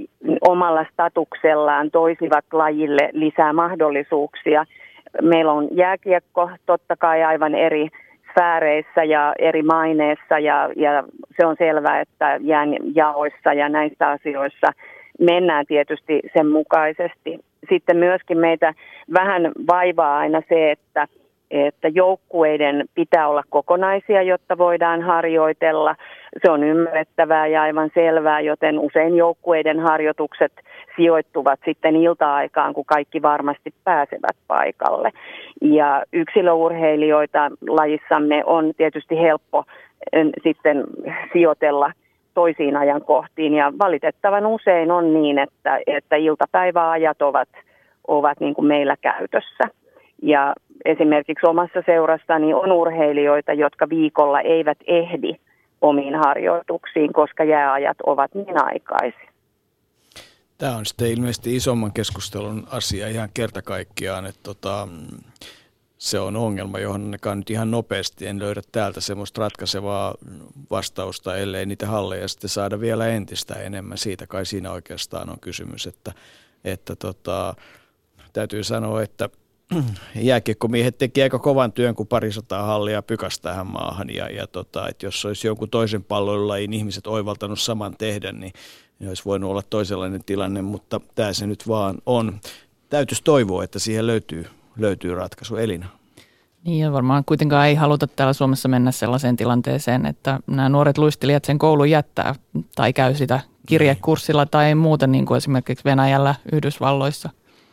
Speaker 9: omalla statuksellaan toisivat lajille lisää mahdollisuuksia. Meillä on jääkiekko totta kai aivan eri sfääreissä ja eri maineessa ja se on selvää, että jäänjaoissa ja näissä asioissa mennään tietysti sen mukaisesti. Sitten myöskin meitä vähän vaivaa aina se, että joukkueiden pitää olla kokonaisia, jotta voidaan harjoitella. Se on ymmärrettävää ja aivan selvää, joten usein joukkueiden harjoitukset sijoittuvat sitten ilta-aikaan, kun kaikki varmasti pääsevät paikalle. Ja yksilöurheilijoita lajissamme on tietysti helppo sitten sijoitella toisiin ajankohtiin ja valitettavan usein on niin, että iltapäiväajat ovat niin kuin meillä käytössä. Ja esimerkiksi omassa seurassani on urheilijoita, jotka viikolla eivät ehdi omiin harjoituksiin, koska jääajat ovat niin aikaisia.
Speaker 2: Tämä on sitten ilmeisesti isomman keskustelun asia ihan kerta kaikkiaan, että se on ongelma, johon ainakaan nyt ihan nopeasti en löydä täältä semmoista ratkaisevaa vastausta, ellei niitä halleja sitten saada vielä entistä enemmän. Siitä kai siinä oikeastaan on kysymys, että täytyy sanoa, että jääkiekkomiehet teki aika kovan työn, kun 200 hallia pykäsi tähän maahan että jos olisi jonkun toisen pallolajin ihmiset oivaltanut saman tehdä, niin olisi voinut olla toisenlainen tilanne, mutta tämä se nyt vaan on. Täytyisi toivoa, että siihen löytyy ratkaisu. Elina.
Speaker 4: Niin ja varmaan kuitenkaan ei haluta täällä Suomessa mennä sellaiseen tilanteeseen, että nämä nuoret luistelijat sen koulun jättää tai käy sitä kirjekurssilla tai muuta niin kuin esimerkiksi Venäjällä, Yhdysvalloissa.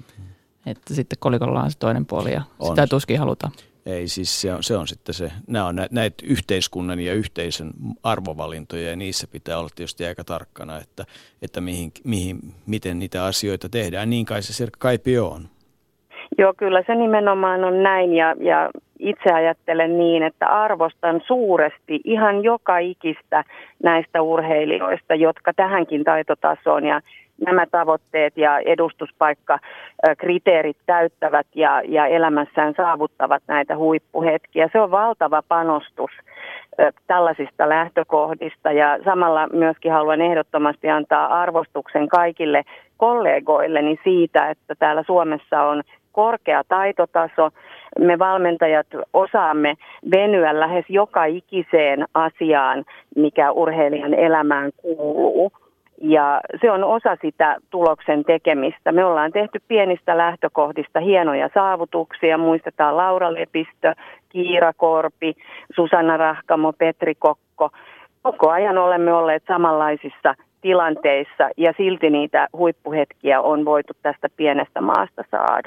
Speaker 4: Että sitten kolikolla on se toinen puoli ja sitä tuskin halutaan.
Speaker 2: Ei siis se on sitten se, nämä on näitä yhteiskunnan ja yhteisön arvovalintoja ja niissä pitää olla tietysti aika tarkkana, että miten niitä asioita tehdään. Niin kai se Sirkka Kaipio on.
Speaker 9: Joo, kyllä se nimenomaan on näin ja itse ajattelen niin, että arvostan suuresti ihan joka ikistä näistä urheilijoista, jotka tähänkin taitotasoon ja nämä tavoitteet ja edustuspaikkakriteerit täyttävät ja elämässään saavuttavat näitä huippuhetkiä. Se on valtava panostus tällaisista lähtökohdista ja samalla myöskin haluan ehdottomasti antaa arvostuksen kaikille kollegoilleni siitä, että täällä Suomessa on korkea taitotaso. Me valmentajat osaamme venyä lähes joka ikiseen asiaan, mikä urheilijan elämään kuuluu. Ja se on osa sitä tuloksen tekemistä. Me ollaan tehty pienistä lähtökohdista hienoja saavutuksia. Muistetaan Laura Lepistö, Kiira Korpi, Susanna Rahkamo, Petri Kokko. Koko ajan olemme olleet samanlaisissa tilanteissa ja silti niitä huippuhetkiä on voitu tästä pienestä maasta saada.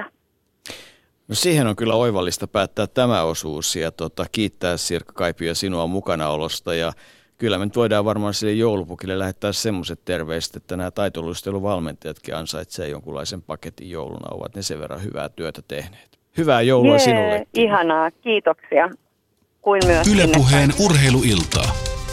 Speaker 2: No siihen on kyllä oivallista päättää tämä osuus ja kiittää Sirkka Kaipio sinua mukanaolosta ja kyllä me nyt voidaan varmaan sille joulupukille lähettää semmoiset terveiset, että nämä taitoluisteluvalmentajatkin ansaitsee jonkunlaisen paketin jouluna, ovat ne sen verran hyvää työtä tehneet. Hyvää joulua sinulle.
Speaker 9: Ihanaa, kiitoksia. Kuin myös
Speaker 1: Yle Puheen urheiluiltaa.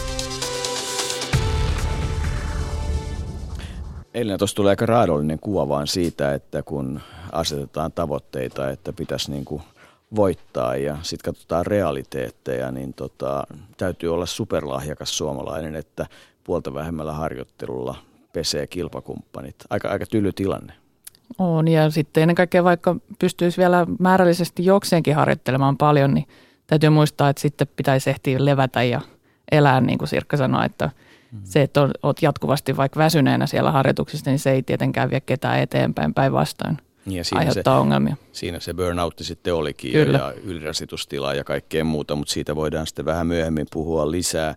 Speaker 2: Eilen tuossa tuli aika raadollinen kuva vaan siitä, että kun asetetaan tavoitteita, että pitäisi niin kuin voittaa ja sitten katsotaan realiteetteja, niin täytyy olla superlahjakas suomalainen, että puolta vähemmällä harjoittelulla pesee kilpakumppanit. Aika tyly tilanne.
Speaker 4: On, ja sitten ennen kaikkea vaikka pystyisi vielä määrällisesti jokseenkin harjoittelemaan paljon, niin täytyy muistaa, että sitten pitäisi ehtiä levätä ja elää, niin kuin Sirkka sanoi, että se, että olet jatkuvasti vaikka väsyneenä siellä harjoituksissa, niin se ei tietenkään vie ketään eteenpäin, päinvastoin aiheuttaa ongelmia.
Speaker 2: Siinä se burnoutti sitten olikin ja ylirasitustila ja kaikkea muuta, mutta siitä voidaan sitten vähän myöhemmin puhua lisää.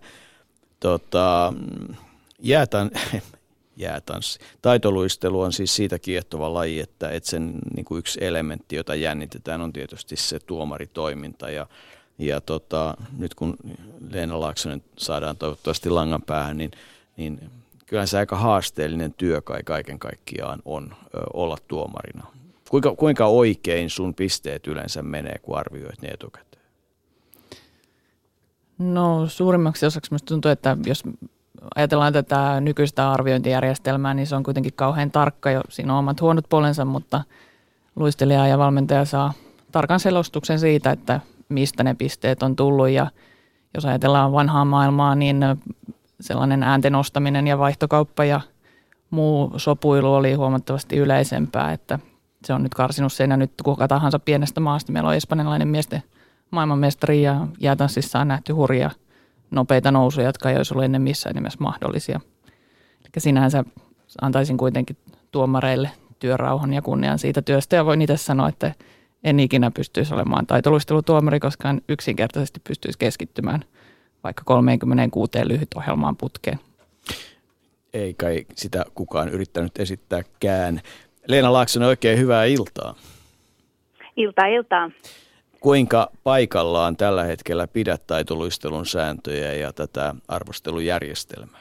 Speaker 2: Jäätanssi. Taitoluistelu on siis siitä kiehtova laji, että sen niin kuin yksi elementti, jota jännitetään, on tietysti se tuomaritoiminta. Ja nyt kun Leena Laaksonen saadaan toivottavasti langan päähän, niin kyllähän se aika haasteellinen työ kaiken kaikkiaan on olla tuomarina. Kuinka oikein sun pisteet yleensä menee, kun arvioit ne etukäteen?
Speaker 4: No suurimmaksi osaksi minusta tuntuu, että jos ajatellaan tätä nykyistä arviointijärjestelmää, niin se on kuitenkin kauhean tarkka. Siinä on omat huonot puolensa, mutta luistelija ja valmentaja saa tarkan selostuksen siitä, että mistä ne pisteet on tullut. Ja jos ajatellaan vanhaa maailmaa, niin sellainen äänten ostaminen ja vaihtokauppa ja muu sopuilu oli huomattavasti yleisempää. Että se on nyt karsinut sen ja nyt kuka tahansa pienestä maasta. Meillä on espanjalainen miesten maailmanmestari ja jäätanssissa on nähty hurjia nopeita nousuja, jotka ei olisi ollut ennen missään nimessä mahdollisia. Eli sinänsä antaisin kuitenkin tuomareille työrauhan ja kunnian siitä työstä. Ja voin itse sanoa, että en ikinä pystyisi olemaan taitoluistelutuomari, koska en yksinkertaisesti pystyisi keskittymään vaikka 36 lyhytohjelmaan putkeen.
Speaker 2: Ei kai sitä kukaan yrittänyt esittääkään. Leena Laaksonen, oikein hyvää iltaa.
Speaker 9: Iltaa.
Speaker 2: Kuinka paikallaan tällä hetkellä pidät taitoluistelun sääntöjä ja tätä arvostelujärjestelmää?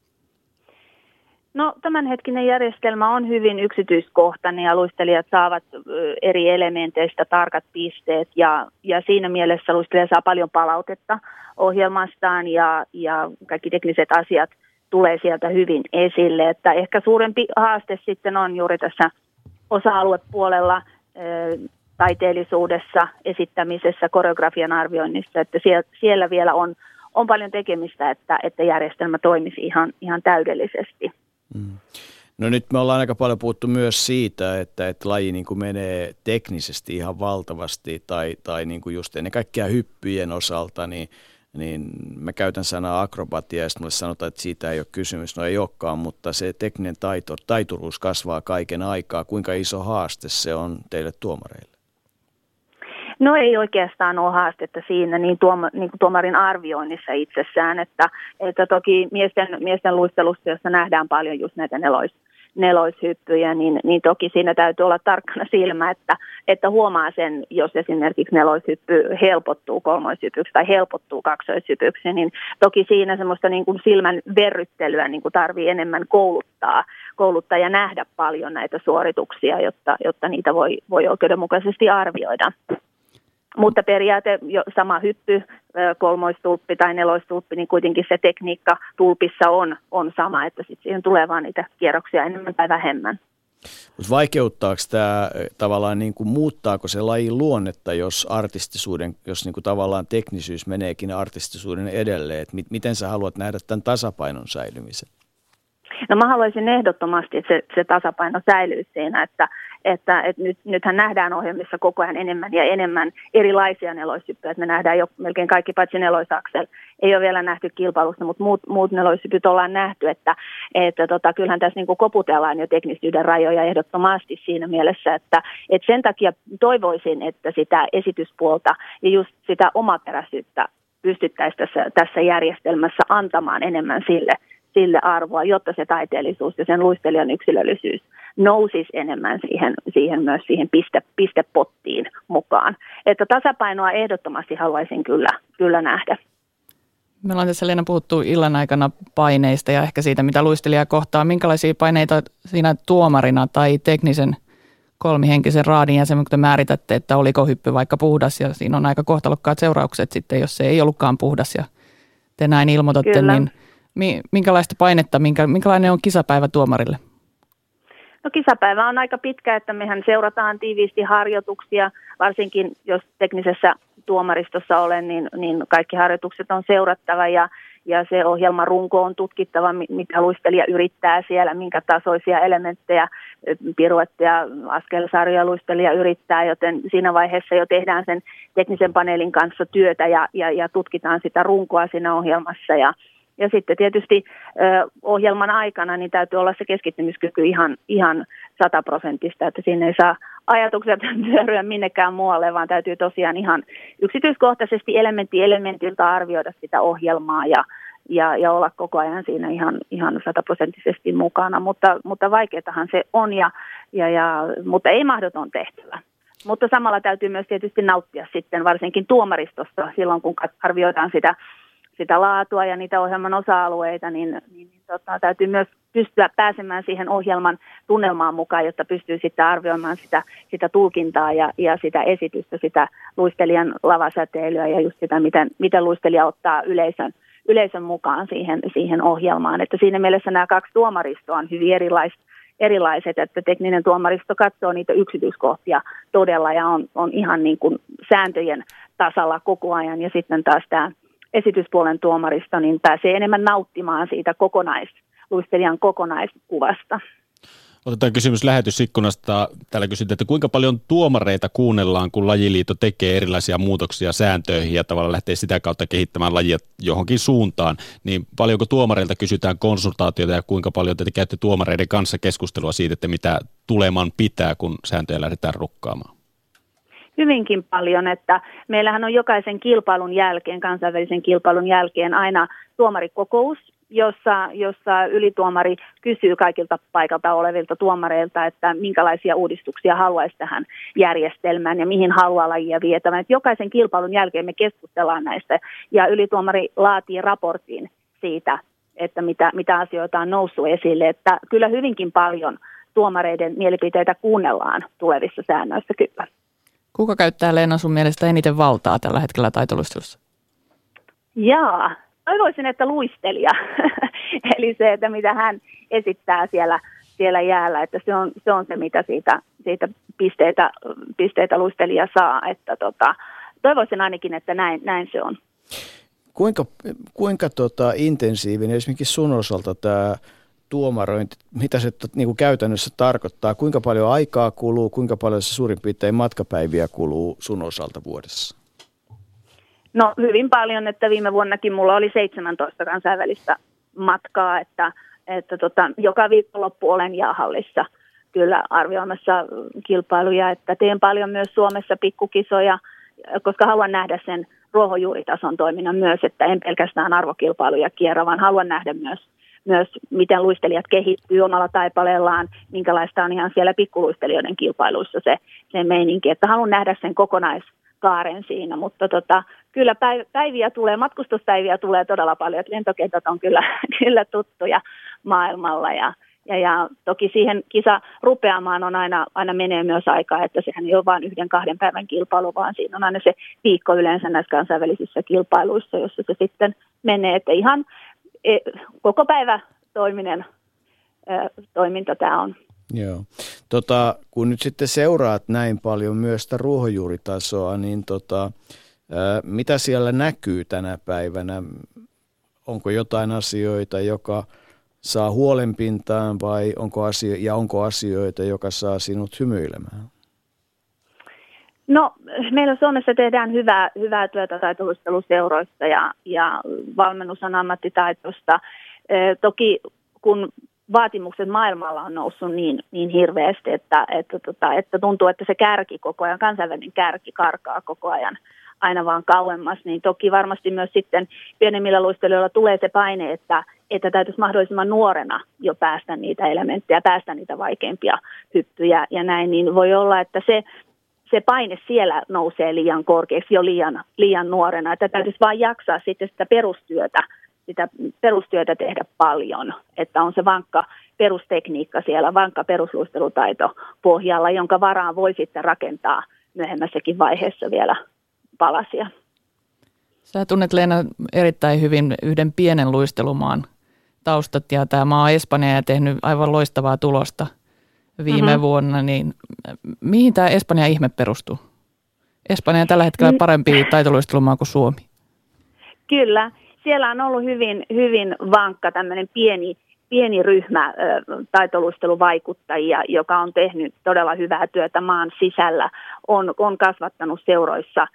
Speaker 10: No tämänhetkinen järjestelmä on hyvin yksityiskohtainen ja luistelijat saavat eri elementeistä tarkat pisteet ja siinä mielessä luistelija saa paljon palautetta ohjelmastaan ja kaikki tekniset asiat tulee sieltä hyvin esille. Että ehkä suurempi haaste sitten on juuri tässä osa-aluepuolella taiteellisuudessa, esittämisessä, koreografian arvioinnissa, että siellä vielä on paljon tekemistä, että järjestelmä toimisi ihan täydellisesti.
Speaker 2: No nyt me ollaan aika paljon puhuttu myös siitä, että laji niin kuin menee teknisesti ihan valtavasti tai niin kuin just ennen kaikkea hyppyjen osalta, niin mä käytän sanaa akrobatia ja sitten mulle sanotaan, että siitä ei ole kysymys. No ei olekaan, mutta se tekninen taituruus kasvaa kaiken aikaa. Kuinka iso haaste se on teille tuomareille?
Speaker 10: No ei oikeastaan ole haastetta siinä niin kuin tuomarin arvioinnissa itsessään, että toki miesten luistelussa, jossa nähdään paljon just näitä neloishyppyjä, niin toki siinä täytyy olla tarkkana silmä, että huomaa sen, jos esimerkiksi neloishyppy helpottuu kolmoishypyksi tai helpottuu kaksoishypyksi, niin toki siinä semmoista niin kuin silmän verryttelyä niin kuin tarvii enemmän kouluttaa ja nähdä paljon näitä suorituksia, jotta niitä voi oikeudenmukaisesti arvioida. Mutta periaate, sama hyppy, kolmoistulppi tai neloistulppi, niin kuitenkin se tekniikka tulpissa on sama, että sitten siihen tulee vaan niitä kierroksia enemmän tai vähemmän.
Speaker 2: Mutta vaikeuttaako tämä tavallaan, niin kuin, muuttaako se lajin luonnetta, jos niin kuin tavallaan teknisyys meneekin artistisuuden edelleen? Et miten sä haluat nähdä tämän tasapainon säilymisen?
Speaker 10: No mä haluaisin ehdottomasti, että se tasapaino säilyy siinä, että nythän nähdään ohjelmissa koko ajan enemmän ja enemmän erilaisia neloishyppyjä. Me nähdään jo melkein kaikki paitsi neloisaksel. Ei ole vielä nähty kilpailussa, mutta muut neloishypyt ollaan nähty, että kyllähän tässä niin kuin koputellaan jo teknisyyden rajoja ehdottomasti siinä mielessä, että sen takia toivoisin, että sitä esityspuolta ja just sitä omaperäisyyttä pystyttäisiin tässä järjestelmässä antamaan enemmän sille arvoa, jotta se taiteellisuus ja sen luistelijan yksilöllisyys nousisi enemmän myös siihen pistepottiin mukaan. Että tasapainoa ehdottomasti haluaisin kyllä nähdä.
Speaker 4: Me ollaan tässä Leena puhuttu illan aikana paineista ja ehkä siitä, mitä luistelija kohtaa. Minkälaisia paineita siinä tuomarina tai teknisen kolmihenkisen raadin jäsen, kun te määritätte, että oliko hyppy vaikka puhdas ja siinä on aika kohtalokkaat seuraukset sitten, jos se ei ollutkaan puhdas ja te näin ilmoitatte,
Speaker 10: Kyllä.
Speaker 4: Niin minkälaista painetta, minkälainen on kisapäivä tuomarille?
Speaker 10: No kisapäivä on aika pitkä, että mehän seurataan tiiviisti harjoituksia, varsinkin jos teknisessä tuomaristossa olen, niin kaikki harjoitukset on seurattava ja ja se ohjelman runko on tutkittava, mitä luistelija yrittää siellä, minkä tasoisia elementtejä, piruetteja, askelsarjoja luistelija yrittää, joten siinä vaiheessa jo tehdään sen teknisen paneelin kanssa työtä ja tutkitaan sitä runkoa siinä ohjelmassa ja sitten tietysti ohjelman aikana niin täytyy olla se keskittymiskyky ihan 100%, että siinä ei saa ajatukset pyöryä minnekään muualle, vaan täytyy tosiaan ihan yksityiskohtaisesti elementiltä arvioida sitä ohjelmaa ja olla koko ajan siinä ihan 100% mukana, mutta vaikeatahan se on, mutta ei mahdoton tehtävä. Mutta samalla täytyy myös tietysti nauttia sitten varsinkin tuomaristosta silloin, kun arvioidaan sitä laatua ja niitä ohjelman osa-alueita, niin täytyy myös pystyä pääsemään siihen ohjelman tunnelmaan mukaan, jotta pystyy sitten arvioimaan sitä tulkintaa ja sitä esitystä, sitä luistelijan lavasäteilyä ja just sitä, miten luistelija ottaa yleisön mukaan siihen ohjelmaan. Että siinä mielessä nämä kaksi tuomaristoa on hyvin erilaiset, että tekninen tuomaristo katsoo niitä yksityiskohtia todella ja on ihan niin kuin sääntöjen tasalla koko ajan ja sitten taas tämä esityspuolen tuomaristo niin pääsee enemmän nauttimaan siitä luistelijan kokonaiskuvasta.
Speaker 5: Otetaan kysymys lähetysikkunasta. Täällä kysytään, että kuinka paljon tuomareita kuunnellaan, kun lajiliitto tekee erilaisia muutoksia sääntöihin ja tavallaan lähtee sitä kautta kehittämään lajia johonkin suuntaan. Niin paljonko tuomareilta kysytään konsultaatiota ja kuinka paljon te käytte tuomareiden kanssa keskustelua siitä, että mitä tuleman pitää, kun sääntöjä lähdetään rukkaamaan?
Speaker 10: Hyvinkin paljon, että meillähän on jokaisen kilpailun jälkeen, kansainvälisen kilpailun jälkeen aina tuomarikokous, jossa ylituomari kysyy kaikilta paikalta olevilta tuomareilta, että minkälaisia uudistuksia haluaisi tähän järjestelmään ja mihin haluaa lajia vietävän. Että jokaisen kilpailun jälkeen me keskustellaan näistä ja ylituomari laatii raportin siitä, että mitä asioita on noussut esille. Että kyllä hyvinkin paljon tuomareiden mielipiteitä kuunnellaan tulevissa säännöissä kyllä.
Speaker 4: Kuka käyttää, Leena, sun mielestä eniten valtaa tällä hetkellä taitoluistelussa?
Speaker 10: Toivoisin, että luistelija, eli se, että mitä hän esittää siellä jäällä, että se on se, mitä siitä pisteitä luistelija saa, että toivoisin ainakin, että näin se on.
Speaker 2: Kuinka intensiivinen esimerkiksi sun osalta tämä tuomarointi, mitä se niin kuin käytännössä tarkoittaa, kuinka paljon aikaa kuluu, kuinka paljon se suurin piirtein matkapäiviä kuluu sun osalta vuodessa?
Speaker 10: No hyvin paljon, että viime vuonnakin mulla oli 17 kansainvälistä matkaa, että joka viikonloppu olen jäähallissa kyllä arvioimassa kilpailuja, että teen paljon myös Suomessa pikkukisoja, koska haluan nähdä sen ruohonjuuritason toiminnan myös, että en pelkästään arvokilpailuja kierrä, vaan haluan nähdä myös miten luistelijat kehittyy omalla taipaleellaan, minkälaista on ihan siellä pikkuluistelijoiden kilpailuissa se meininki, että haluan nähdä sen kokonaiskaaren siinä, mutta kyllä päiviä tulee, matkustuspäiviä tulee todella paljon, että lentokentät on kyllä tuttuja maailmalla ja toki siihen kisa rupeamaan on aina menee myös aikaa, että sehän ei ole vain 1-2 päivän kilpailu, vaan siinä on aina se viikko yleensä näissä kansainvälisissä kilpailuissa, jossa se sitten menee, että ihan koko päivä toiminta tämä on.
Speaker 2: Joo. Kun nyt sitten seuraat näin paljon myös sitä ruohonjuuritasoa, niin mitä siellä näkyy tänä päivänä? Onko jotain asioita, joka saa huolenpintaan vai onko asioita, joka saa sinut hymyilemään?
Speaker 10: No, meillä Suomessa tehdään hyvää työtä taitoluisteluseuroissa ja valmennus on ammattitaitosta. Toki kun vaatimukset maailmalla on noussut niin hirveästi, että tuntuu, että se kärki koko ajan, kansainvälinen kärki karkaa koko ajan aina vaan kauemmas, niin toki varmasti myös sitten pienemmillä luistelijoilla tulee se paine, että täytyisi mahdollisimman nuorena jo päästä niitä elementtejä, päästä niitä vaikeimpia hyppyjä ja näin, niin voi olla, että se paine siellä nousee liian korkeaksi jo liian nuorena, että täytyisi vaan jaksaa sitten sitä perustyötä tehdä paljon, että on se vankka perustekniikka siellä, vankka perusluistelutaito pohjalla, jonka varaan voi sitten rakentaa myöhemmässäkin vaiheessa vielä palasia.
Speaker 4: Sä tunnet, Leena, erittäin hyvin yhden pienen luistelumaan taustat ja tämä maa on Espanja ja tehnyt aivan loistavaa tulosta viime vuonna, niin mihin tämä Espanjan ihme perustuu? Espanja on tällä hetkellä parempi taitoluistelumaa kuin Suomi.
Speaker 10: Kyllä. siellä on ollut hyvin vankka tämmöinen pieni ryhmä taitoluisteluvaikuttajia, joka on tehnyt todella hyvää työtä maan sisällä, on kasvattanut seuroissa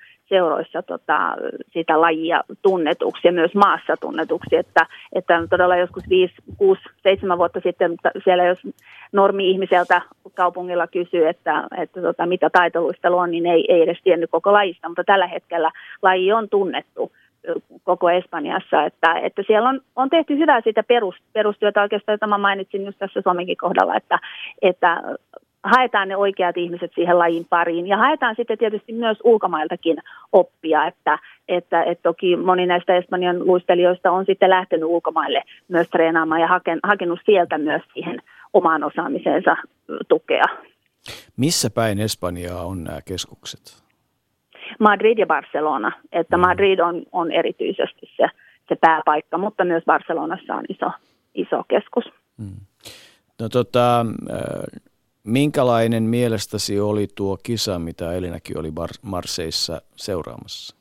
Speaker 10: sitä lajia tunnetuksi ja myös maassa tunnetuksi, että todella joskus 5, 6, 7 vuotta sitten siellä jos normi-ihmiseltä kaupungilla kysyy, että mitä taitoluistelu on, niin ei edes tiennyt koko lajista, mutta tällä hetkellä laji on tunnettu koko Espanjassa, että siellä on tehty hyvää siitä perustyötä oikeastaan, jota mä mainitsin just tässä Suomenkin kohdalla, että haetaan ne oikeat ihmiset siihen lajin pariin ja haetaan sitten tietysti myös ulkomailtakin oppia, että toki moni näistä Espanjan luistelijoista on sitten lähtenyt ulkomaille myös treenaamaan ja hakenut sieltä myös siihen omaan osaamiseensa tukea.
Speaker 2: Missä päin Espanjaa on nämä keskukset?
Speaker 10: Madrid ja Barcelona, että Madrid on erityisesti se pääpaikka, mutta myös Barcelonassa on iso keskus.
Speaker 2: No minkälainen mielestäsi oli tuo kisa, mitä Elinäkin oli Marseissa seuraamassa?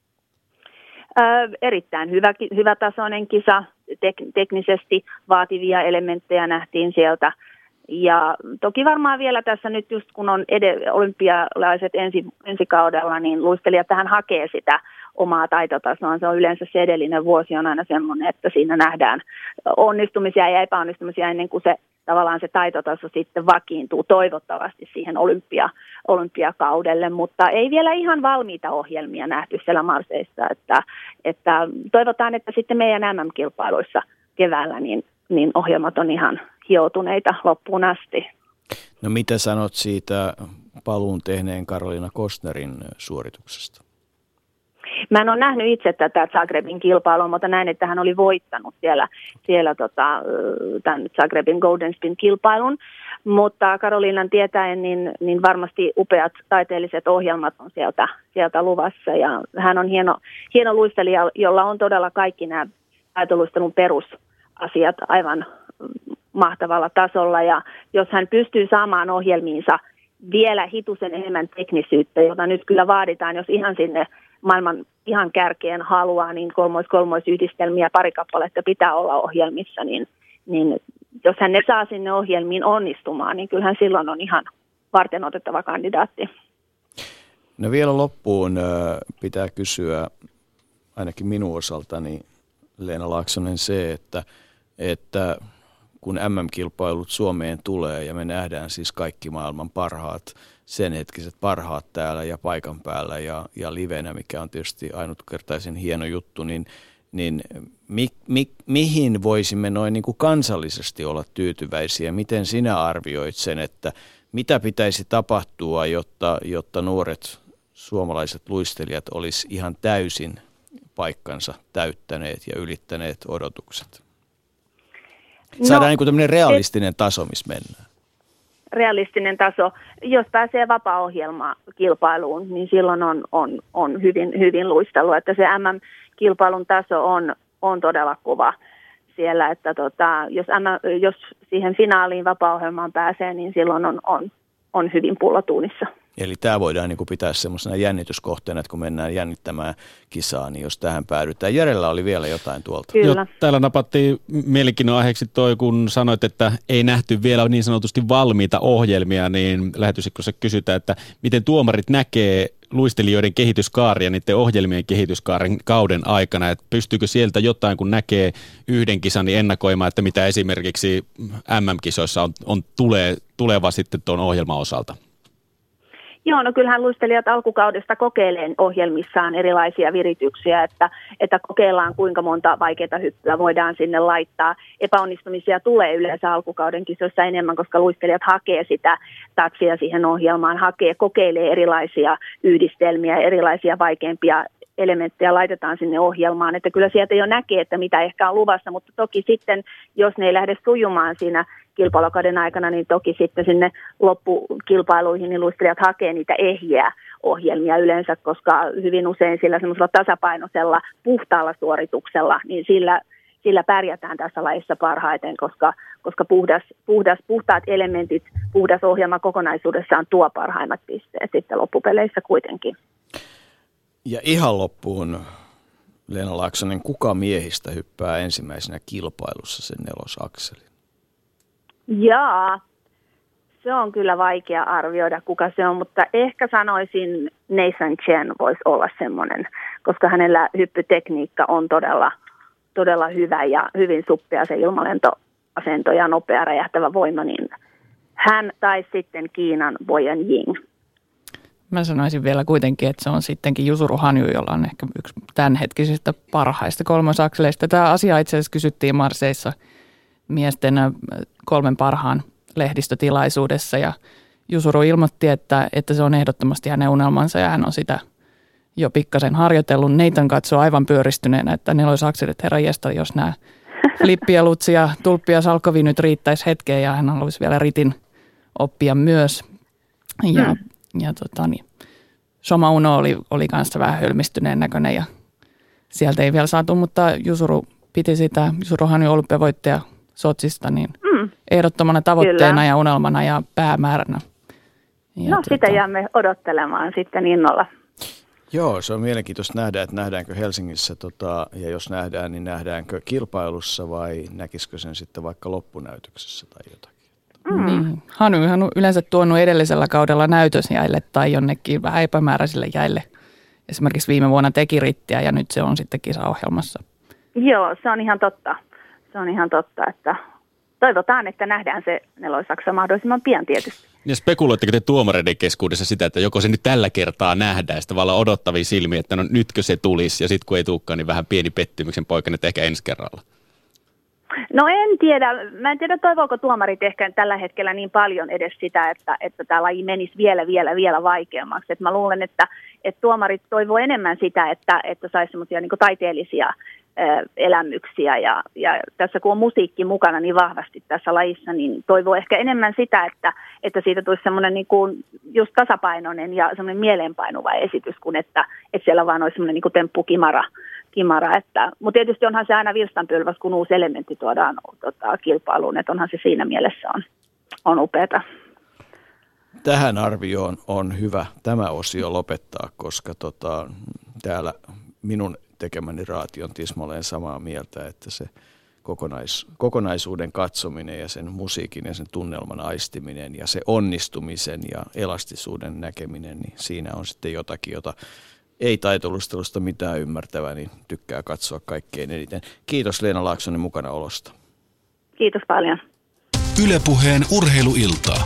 Speaker 10: Erittäin hyvätasoinen kisa, teknisesti vaativia elementtejä nähtiin sieltä. Ja toki varmaan vielä tässä nyt just kun on olympialaiset ensi kaudella, niin luistelijat tähän hakee sitä omaa taitotasoa. Se on yleensä se edellinen vuosi on aina semmoinen, että siinä nähdään onnistumisia ja epäonnistumisia ennen kuin tavallaan se taitotaso sitten vakiintuu toivottavasti siihen olympiakaudelle, mutta ei vielä ihan valmiita ohjelmia nähty siellä Marseissa, että toivotaan, että sitten meidän MM-kilpailuissa keväällä niin ohjelmat on ihan hioutuneita loppuun asti.
Speaker 2: No mitä sanot siitä paluun tehneen Karolina Kostnerin suorituksesta?
Speaker 10: Mä en ole nähnyt itse tätä Zagrebin kilpailua, mutta näin, että hän oli voittanut siellä tämän Zagrebin Golden Spin-kilpailun. Mutta Karolinan tietäen, niin varmasti upeat taiteelliset ohjelmat on sieltä luvassa. Ja hän on hieno luistelija, jolla on todella kaikki nämä taitoluistelun perusasiat aivan mahtavalla tasolla. Ja jos hän pystyy saamaan ohjelmiinsa vielä hitusen enemmän teknisyyttä, jota nyt kyllä vaaditaan, jos ihan sinne maailman ihan kärkeen haluaa, niin kolmoisyhdistelmiä pari kappaletta pitää olla ohjelmissa, niin jos hän ne saa sinne ohjelmiin onnistumaan, niin kyllähän silloin on ihan varten otettava kandidaatti.
Speaker 2: No vielä loppuun pitää kysyä, ainakin minun osaltani, Leena Laaksonen, se, että kun MM-kilpailut Suomeen tulee ja me nähdään siis kaikki maailman parhaat, sen hetkiset parhaat täällä ja paikan päällä ja livenä, mikä on tietysti ainutkertaisen hieno juttu, niin mihin voisimme noin niin kuin kansallisesti olla tyytyväisiä? Miten sinä arvioit sen, että mitä pitäisi tapahtua, jotta nuoret suomalaiset luistelijat olisi ihan täysin paikkansa täyttäneet ja ylittäneet odotukset? Saadaan niin kuin tämmöinen realistinen taso, missä mennään.
Speaker 10: Realistinen taso. Jos pääsee vapaa-ohjelmakilpailuun, niin silloin on hyvin luistelu. Että se MM-kilpailun taso on todella kova siellä. Että jos siihen finaaliin vapaa-ohjelmaan pääsee, niin silloin on hyvin pullotuunissa.
Speaker 2: Eli tämä voidaan niin kuin pitää semmoisena jännityskohteena, että kun mennään jännittämään kisaa, niin jos tähän päädytään. Järellä oli vielä jotain tuolta.
Speaker 10: Kyllä.
Speaker 5: Täällä napattiin mielenkiinnon aiheeksi toi, kun sanoit, että ei nähty vielä niin sanotusti valmiita ohjelmia, niin lähetysikkössä kysytään, että miten tuomarit näkee luistelijoiden kehityskaari ja niiden ohjelmien kehityskaaren kauden aikana, että pystyykö sieltä jotain, kun näkee yhden kisan, niin ennakoimaan, että mitä esimerkiksi MM-kisoissa on tuleva sitten tuon ohjelman osalta?
Speaker 10: Joo, no kyllähän luistelijat alkukaudesta kokeilee ohjelmissaan erilaisia virityksiä, että kokeillaan kuinka monta vaikeaa hyppyä voidaan sinne laittaa. Epäonnistumisia tulee yleensä alkukauden kisoissa enemmän, koska luistelijat hakee sitä tatsia siihen ohjelmaan, kokeilee erilaisia yhdistelmiä, erilaisia vaikeampia elementtejä laitetaan sinne ohjelmaan, että kyllä sieltä jo näkee, että mitä ehkä on luvassa, mutta toki sitten, jos ne ei lähde sujumaan siinä kilpailukauden aikana, niin toki sitten sinne loppukilpailuihin niin luistelijat hakee niitä ehjiä ohjelmia yleensä, koska hyvin usein sillä semmoisella tasapainoisella, puhtaalla suorituksella, niin sillä pärjätään tässä lajissa parhaiten, koska puhtaat elementit, puhdas ohjelma kokonaisuudessaan tuo parhaimmat pisteet sitten loppupeleissä kuitenkin.
Speaker 2: Ja ihan loppuun, Leena Laaksonen, kuka miehistä hyppää ensimmäisenä kilpailussa sen nelosakselin?
Speaker 10: Jaa, se on kyllä vaikea arvioida, kuka se on, mutta ehkä sanoisin Nathan Chen voisi olla semmoinen, koska hänellä hyppytekniikka on todella hyvä ja hyvin suppea se ilmalentoasento ja nopea räjähtävä voima, niin hän tai sitten Kiinan Boyan Ying.
Speaker 4: Mä sanoisin vielä kuitenkin, että se on sittenkin Yusuru Hanyu, jolla on ehkä yksi tämänhetkisistä parhaista kolmosakseleista. Tämä asia itse asiassa kysyttiin Marseissa miesten 3 parhaan lehdistötilaisuudessa ja Yusuru ilmoitti, että se on ehdottomasti hänen unelmansa ja hän on sitä jo pikkasen harjoitellut. Nathan katsoo aivan pyöristyneenä, että nelosakselit herranjesta, jos nämä Flippi ja Lutsi ja Tulppi ja Salkovi nyt riittäisi hetkeen ja hän haluaisi vielä ritin oppia myös. Soma Uno oli kanssa vähän hölmistyneen näköinen ja sieltä ei vielä saatu, mutta Yusuru piti sitä, Yusuru Hanyu olympiavoittaja Sotsista, niin ehdottomana tavoitteena kyllä. Ja unelmana ja päämääränä. Ja
Speaker 10: sitä jäämme odottelemaan sitten innolla.
Speaker 2: Joo, se on mielenkiintoista nähdä, että nähdäänkö Helsingissä, ja jos nähdään, niin nähdäänkö kilpailussa vai näkisikö sen sitten vaikka loppunäytöksessä tai jotakin.
Speaker 4: Niin. Hanyu on yleensä tuonut edellisellä kaudella näytösjäille tai jonnekin vähän epämääräisille jäille. Esimerkiksi viime vuonna teki rittiä ja nyt se on sitten kisaohjelmassa.
Speaker 10: Joo, se on ihan totta. Se on ihan totta, että toivotaan, että nähdään se nelosaksa mahdollisimman pian tietysti.
Speaker 5: Ja spekuloitteko te tuomareiden keskuudessa sitä, että joko se nyt tällä kertaa nähdään, sitä tavallaan odottavia silmiä, että no nytkö se tulisi ja sitten kun ei tulekaan, niin vähän pieni pettymyksen poikana, että ehkä ensi kerralla?
Speaker 10: No en tiedä. Mä en tiedä, toivooko tuomarit ehkä tällä hetkellä niin paljon edes sitä, että tämä laji menisi vielä vaikeammaksi. Et mä luulen, että tuomarit toivoo enemmän sitä, että saisi semmoisia niin kuin taiteellisia elämyksiä. Ja tässä kun on musiikki mukana niin vahvasti tässä lajissa, niin toivoo ehkä enemmän sitä, että siitä tulisi semmoinen niin kuin just tasapainoinen ja semmoinen mieleenpainuva esitys, kun että siellä vaan olisi semmoinen niin kuin temppukimara. Mutta tietysti onhan se aina virstanpylväs, kun uusi elementti tuodaan kilpailuun, että onhan se siinä mielessä on upeata.
Speaker 2: Tähän arvioon on hyvä tämä osio lopettaa, koska täällä minun tekemäni raati on tismalleen samaa mieltä, että se kokonaisuuden katsominen ja sen musiikin ja sen tunnelman aistiminen ja se onnistumisen ja elastisuuden näkeminen, niin siinä on sitten jotakin, jota ei taitolustelusta mitään ymmärtävä, niin tykkää katsoa kaikkein eniten. Kiitos Leena Laaksonen mukana olosta.
Speaker 10: Kiitos paljon.
Speaker 1: Yle Puheen urheiluiltaa.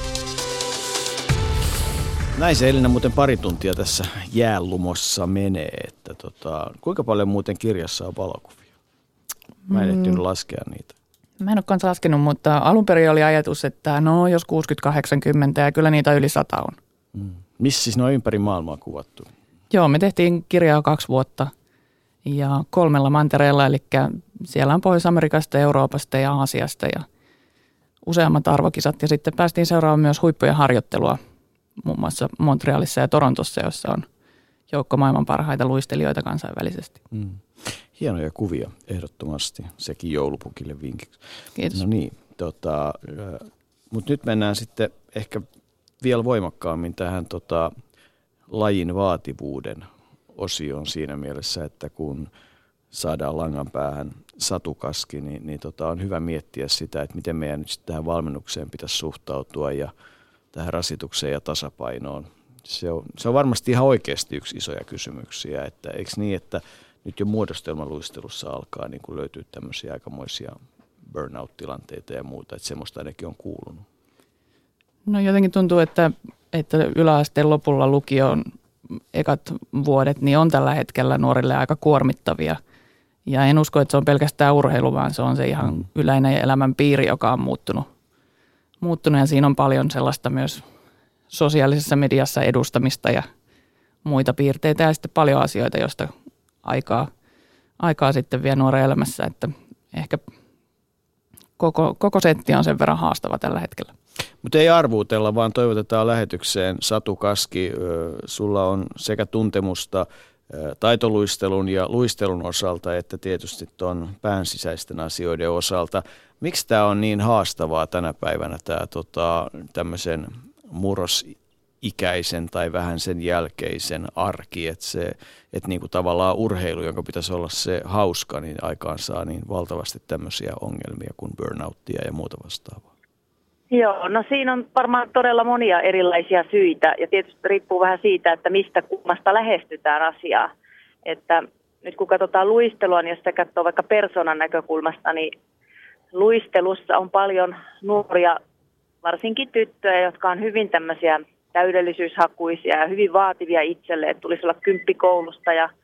Speaker 2: Näin se Elina muuten pari tuntia tässä jäälumossa menee, että kuinka paljon muuten kirjassa on valokuvia? Mä en ehtinyt laskea niitä.
Speaker 4: Mä en ole kanssa laskenut, mutta alun perin oli ajatus, että jos 60-80 ja kyllä niitä yli 100 on.
Speaker 2: Missä siis ne on ympäri maailmaa kuvattu?
Speaker 4: Joo, me tehtiin kirjaa 2 vuotta ja 3 mantereella, eli siellä on Pohjois-Amerikasta, Euroopasta ja Aasiasta ja useammat arvokisat. Ja sitten päästiin seuraamaan myös huippujen harjoittelua muun muassa Montrealissa ja Torontossa, jossa on joukko maailman parhaita luistelijoita kansainvälisesti.
Speaker 2: Hienoja kuvia, ehdottomasti. Sekin joulupukille vinkiksi.
Speaker 4: Kiitos.
Speaker 2: No niin, mutta nyt mennään sitten ehkä vielä voimakkaammin tähän lajin vaativuuden osioon siinä mielessä, että kun saadaan langan päähän satukaski, niin on hyvä miettiä sitä, että miten meidän nyt sitten tähän valmennukseen pitäisi suhtautua ja tähän rasitukseen ja tasapainoon. Se on varmasti ihan oikeasti yksi isoja kysymyksiä, että eikö niin, että nyt jo muodostelmaluistelussa alkaa niin kun löytyy tämmöisiä aikamoisia burnout-tilanteita ja muuta, että semmoista ainakin on kuulunut.
Speaker 4: No jotenkin tuntuu, että yläasteen lopulla lukion ekat vuodet niin on tällä hetkellä nuorille aika kuormittavia. Ja en usko, että se on pelkästään urheilu, vaan se on se ihan yleinen elämän piiri, joka on muuttunut. Ja siinä on paljon sellaista myös sosiaalisessa mediassa edustamista ja muita piirteitä ja sitten paljon asioita, joista aikaa sitten vie nuoren elämässä, että ehkä koko setti on sen verran haastava tällä hetkellä.
Speaker 2: Mutta ei arvuutella, vaan toivotetaan lähetykseen. Satu Kaski, sulla on sekä tuntemusta taitoluistelun ja luistelun osalta, että tietysti tuon pään sisäisten asioiden osalta. Miksi tämä on niin haastavaa tänä päivänä, tämä tämmöisen ikäisen tai vähän sen jälkeisen arki, että niin kuin tavallaan urheilu, jonka pitäisi olla se hauska, niin aikaan saa niin valtavasti tämmöisiä ongelmia kuin burnouttia ja muuta vastaavaa.
Speaker 8: Joo, no siinä on varmaan todella monia erilaisia syitä ja tietysti riippuu vähän siitä, että mistä kulmasta lähestytään asiaa. Että nyt kun katsotaan luistelua, niin jos sitä katsoo vaikka persoonan näkökulmasta, niin luistelussa on paljon nuoria, varsinkin tyttöjä, jotka on hyvin tämmöisiä täydellisyyshakuisia ja hyvin vaativia itselle, että tulisi olla 10 koulusta ja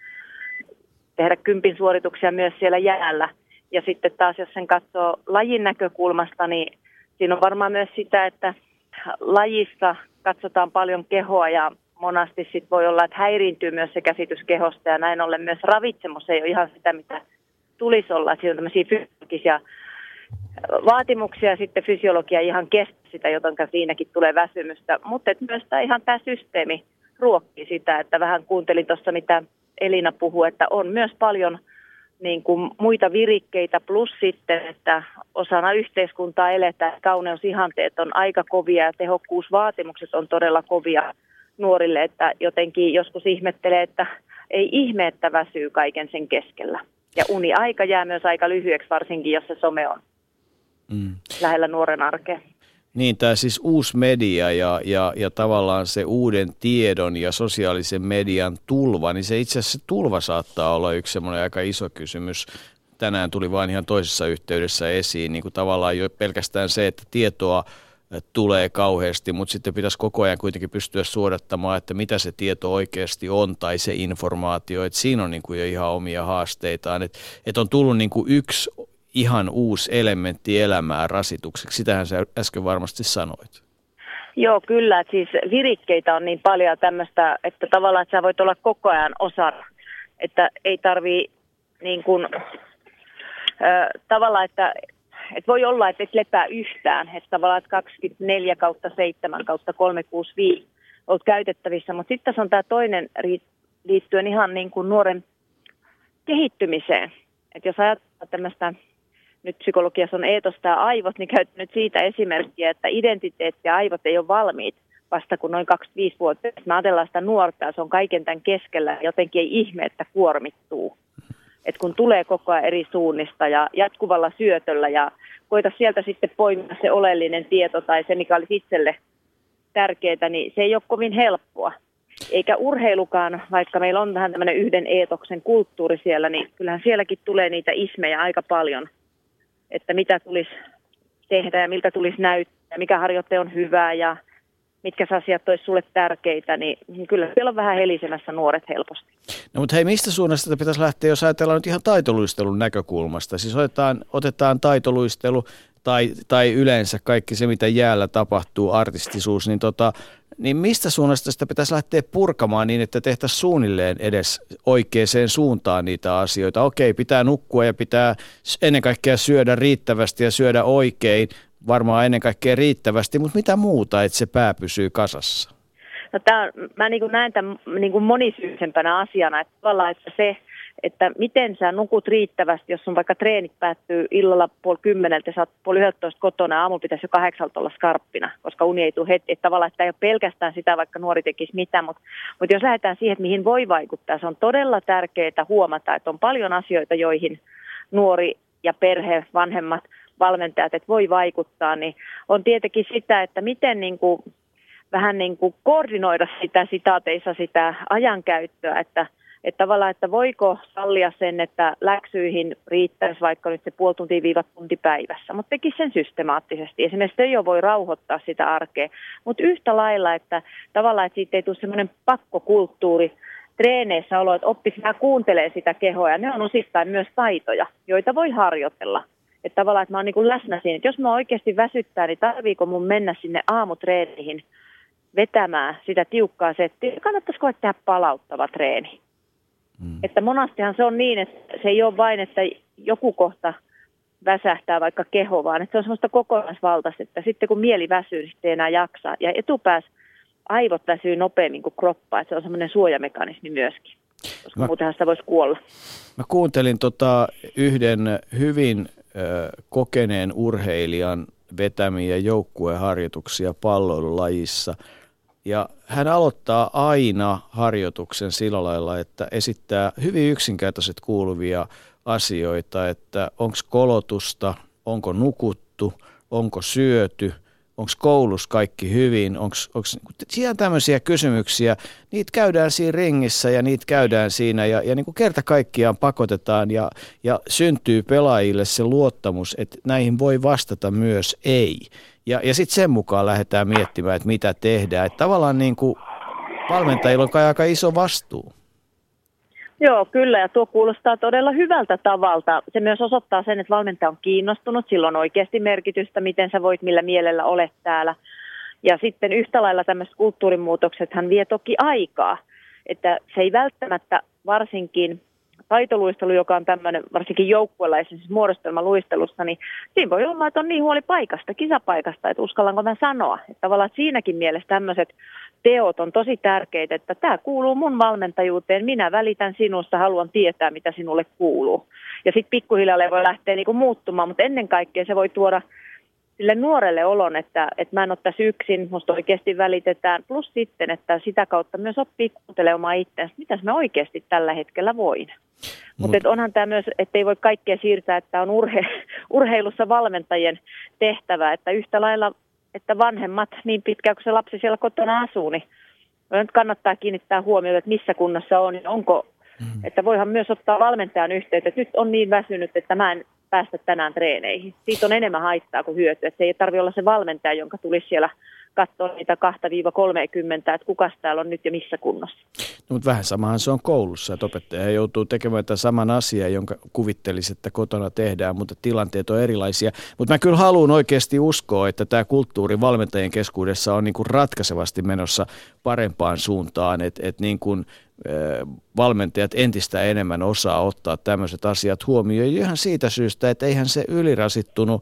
Speaker 8: tehdä 10 suorituksia myös siellä jäällä. Ja sitten taas, jos sen katsoo lajin näkökulmasta, niin siinä on varmaan myös sitä, että lajissa katsotaan paljon kehoa ja monasti sitten voi olla, että häiriintyy myös se käsitys kehosta ja näin ollen myös ravitsemus ei ole ihan sitä, mitä tulisi olla. Siinä on tämmöisiä fysiologisia vaatimuksia ja sitten fysiologia ihan kestä sitä, joten siinäkin tulee väsymystä. Mutta myös tämä systeemi ruokkii sitä, että vähän kuuntelin tuossa, mitä Elina puhui, että on myös paljon niin kuin muita virikkeitä plus sitten, että osana yhteiskuntaa eletään, kauneusihanteet on aika kovia ja tehokkuusvaatimukset on todella kovia nuorille, että jotenkin joskus ihmettelee, että ei ihme, että väsyy kaiken sen keskellä. Ja uniaika jää myös aika lyhyeksi, varsinkin jos se some on lähellä nuoren arkea.
Speaker 2: Niin, tämä siis uusi media ja tavallaan se uuden tiedon ja sosiaalisen median tulva, niin se itse asiassa tulva saattaa olla yksi semmoinen aika iso kysymys. Tänään tuli vain ihan toisessa yhteydessä esiin, niin kuin tavallaan jo pelkästään se, että tietoa tulee kauheasti, mutta sitten pitäisi koko ajan kuitenkin pystyä suodattamaan, että mitä se tieto oikeasti on tai se informaatio, että siinä on niin kuin jo ihan omia haasteitaan, että on tullut niin kuin yksi ihan uusi elementti elämää rasitukseksi. Sitähän sä äsken varmasti sanoit.
Speaker 8: Joo, kyllä. Että siis virikkeitä on niin paljon tämmöistä, että tavallaan että sä voit olla koko ajan osana. Että ei tarvii niin kuin, tavallaan, että voi olla, että et lepää yhtään. Että tavallaan että 24/7/365 olet käytettävissä. Mutta sitten tässä on tämä toinen liittyen ihan niin kuin nuoren kehittymiseen. Että jos ajatellaan tämmöistä, nyt psykologiassa on eetosta ja aivot, niin käytän nyt siitä esimerkkiä, että identiteetti ja aivot ei ole valmiit vasta kun noin 25-vuotiaat. Me ajatellaan sitä nuorta ja se on kaiken tämän keskellä, jotenkin ei ihme, että kuormittuu. Että kun tulee koko ajan eri suunnista ja jatkuvalla syötöllä ja koita sieltä sitten poimia se oleellinen tieto tai se, mikä olisi itselle tärkeää, niin se ei ole kovin helppoa. Eikä urheilukaan, vaikka meillä on vähän tämmöinen yhden eetoksen kulttuuri siellä, niin kyllähän sielläkin tulee niitä ismejä aika paljon, että mitä tulisi tehdä ja miltä tulisi näyttää, mikä harjoitte on hyvää ja mitkä asiat olisi sulle tärkeitä, niin kyllä siellä on vähän helisemässä nuoret helposti.
Speaker 2: No mutta hei, mistä suunnasta pitäisi lähteä, jos ajatellaan nyt ihan taitoluistelun näkökulmasta? Siis otetaan taitoluistelu tai yleensä kaikki se, mitä jäällä tapahtuu, artistisuus, niin mistä suunnasta sitä pitäisi lähteä purkamaan niin, että tehtäisiin suunnilleen edes oikeaan suuntaan niitä asioita? Okei, pitää nukkua ja pitää ennen kaikkea syödä riittävästi ja syödä oikein, varmaan ennen kaikkea riittävästi, mutta mitä muuta, että se pää pysyy kasassa?
Speaker 8: No mä näen tämän monisyisempänä asiana, että tavallaan, että se, että miten sä nukut riittävästi, jos sun vaikka treenit päättyy illalla 10:30 ja sä oot 11:30 kotona ja aamulla pitäisi jo 8 olla skarppina, koska uni ei tule heti. Että tavallaan, että ei ole pelkästään sitä, vaikka nuori tekisi mitä, mutta jos lähdetään siihen, että mihin voi vaikuttaa, se on todella tärkeää huomata, että on paljon asioita, joihin nuori ja perhe, vanhemmat, valmentajat, että voi vaikuttaa, niin on tietenkin sitä, että miten vähän koordinoida sitä sitaateissa sitä ajankäyttöä, että tavallaan, että voiko sallia sen, että läksyihin riittäisi vaikka nyt se puoli tuntia - tunti päivässä, mutta tekisi sen systemaattisesti. Esimerkiksi jo voi rauhoittaa sitä arkea, mutta yhtä lailla, että tavallaan, että siitä ei tule semmoinen pakkokulttuuri treeneissä olo, että oppisi vähän kuuntelemaan sitä kehoa, ja ne on osittain myös taitoja, joita voi harjoitella. Että tavallaan, että mä oon läsnä siinä, että jos mä oikeasti väsyttää, niin tarviiko mun mennä sinne aamutreeniin vetämään sitä tiukkaa settiä, kannattaisiko tehdä palauttava treeni. Että monastihan se on niin, että se ei ole vain, että joku kohta väsähtää vaikka keho, vaan että se on semmoista kokonaisvaltaista, että sitten kun mieli väsyy, niin sitten ei enää jaksaa. Ja etupäässä aivot väsyy nopeammin kuin kroppa, että se on semmoinen suojamekanismi myöskin, koska muutenhan sitä voisi kuolla.
Speaker 2: Mä kuuntelin yhden hyvin kokeneen urheilijan vetämiä joukkueharjoituksia palloilulajissa. Ja hän aloittaa aina harjoituksen sillä lailla, että esittää hyvin yksinkertaiset kuuluvia asioita, että onko kolotusta, onko nukuttu, onko syöty, onko koulussa kaikki hyvin, onko siellä tämmöisiä kysymyksiä, niitä käydään siinä ringissä ja niitä käydään siinä ja niin kuin kerta kaikkiaan pakotetaan ja syntyy pelaajille se luottamus, että näihin voi vastata myös ei. Ja sitten sen mukaan lähdetään miettimään, että mitä tehdään. Että tavallaan niin kuin valmentajilla on aika iso vastuu.
Speaker 8: Joo, kyllä, ja tuo kuulostaa todella hyvältä tavalta. Se myös osoittaa sen, että valmentaja on kiinnostunut, sillä on oikeasti merkitystä, miten sä voit, millä mielellä olet täällä. Ja sitten yhtä lailla tämmöiset kulttuurimuutoksethan vie toki aikaa, että se ei välttämättä varsinkin taitoluistelu, joka on tämmöinen varsinkin joukkueella, esimerkiksi muodostelmaluistelussa, niin siinä voi olla, että on niin huoli paikasta, kisapaikasta, että uskallanko mä sanoa. Että tavallaan siinäkin mielessä tämmöiset teot on tosi tärkeitä, että tämä kuuluu mun valmentajuuteen, minä välitän sinusta, haluan tietää, mitä sinulle kuuluu. Ja sitten pikkuhiljaa voi lähteä niinku muuttumaan, mutta ennen kaikkea se voi tuoda sille nuorelle olon, että mä en ole tässä yksin, musta oikeasti välitetään. Plus sitten, että sitä kautta myös oppii kuuntelemaan itseänsä, mitä mä oikeasti tällä hetkellä voin. Mutta onhan tämä myös, että ei voi kaikkea siirtää, että on urheilussa valmentajien tehtävä, että yhtä lailla, että vanhemmat niin pitkään kuin se lapsi siellä kotona asuu, niin nyt kannattaa kiinnittää huomioon, että missä kunnossa on ja onko, että voihan myös ottaa valmentajan yhteyttä, että nyt on niin väsynyt, että mä en päästä tänään treeneihin. Siitä on enemmän haittaa kuin hyötyä, että se ei tarvitse olla se valmentaja, jonka tulisi siellä katsoa niitä 2-30, että kukas täällä on nyt ja missä kunnossa.
Speaker 2: No, mutta vähän samahan se on koulussa, että opettaja joutuu tekemään tämän saman asian, jonka kuvittelisi, että kotona tehdään, mutta tilanteet on erilaisia. Mutta mä kyllä haluan oikeasti uskoa, että tämä kulttuuri valmentajien keskuudessa on niin kuin ratkaisevasti menossa parempaan suuntaan, että niin kuin valmentajat entistä enemmän osaa ottaa tämmöiset asiat huomioon. Ihan siitä syystä, että eihän se ylirasittunut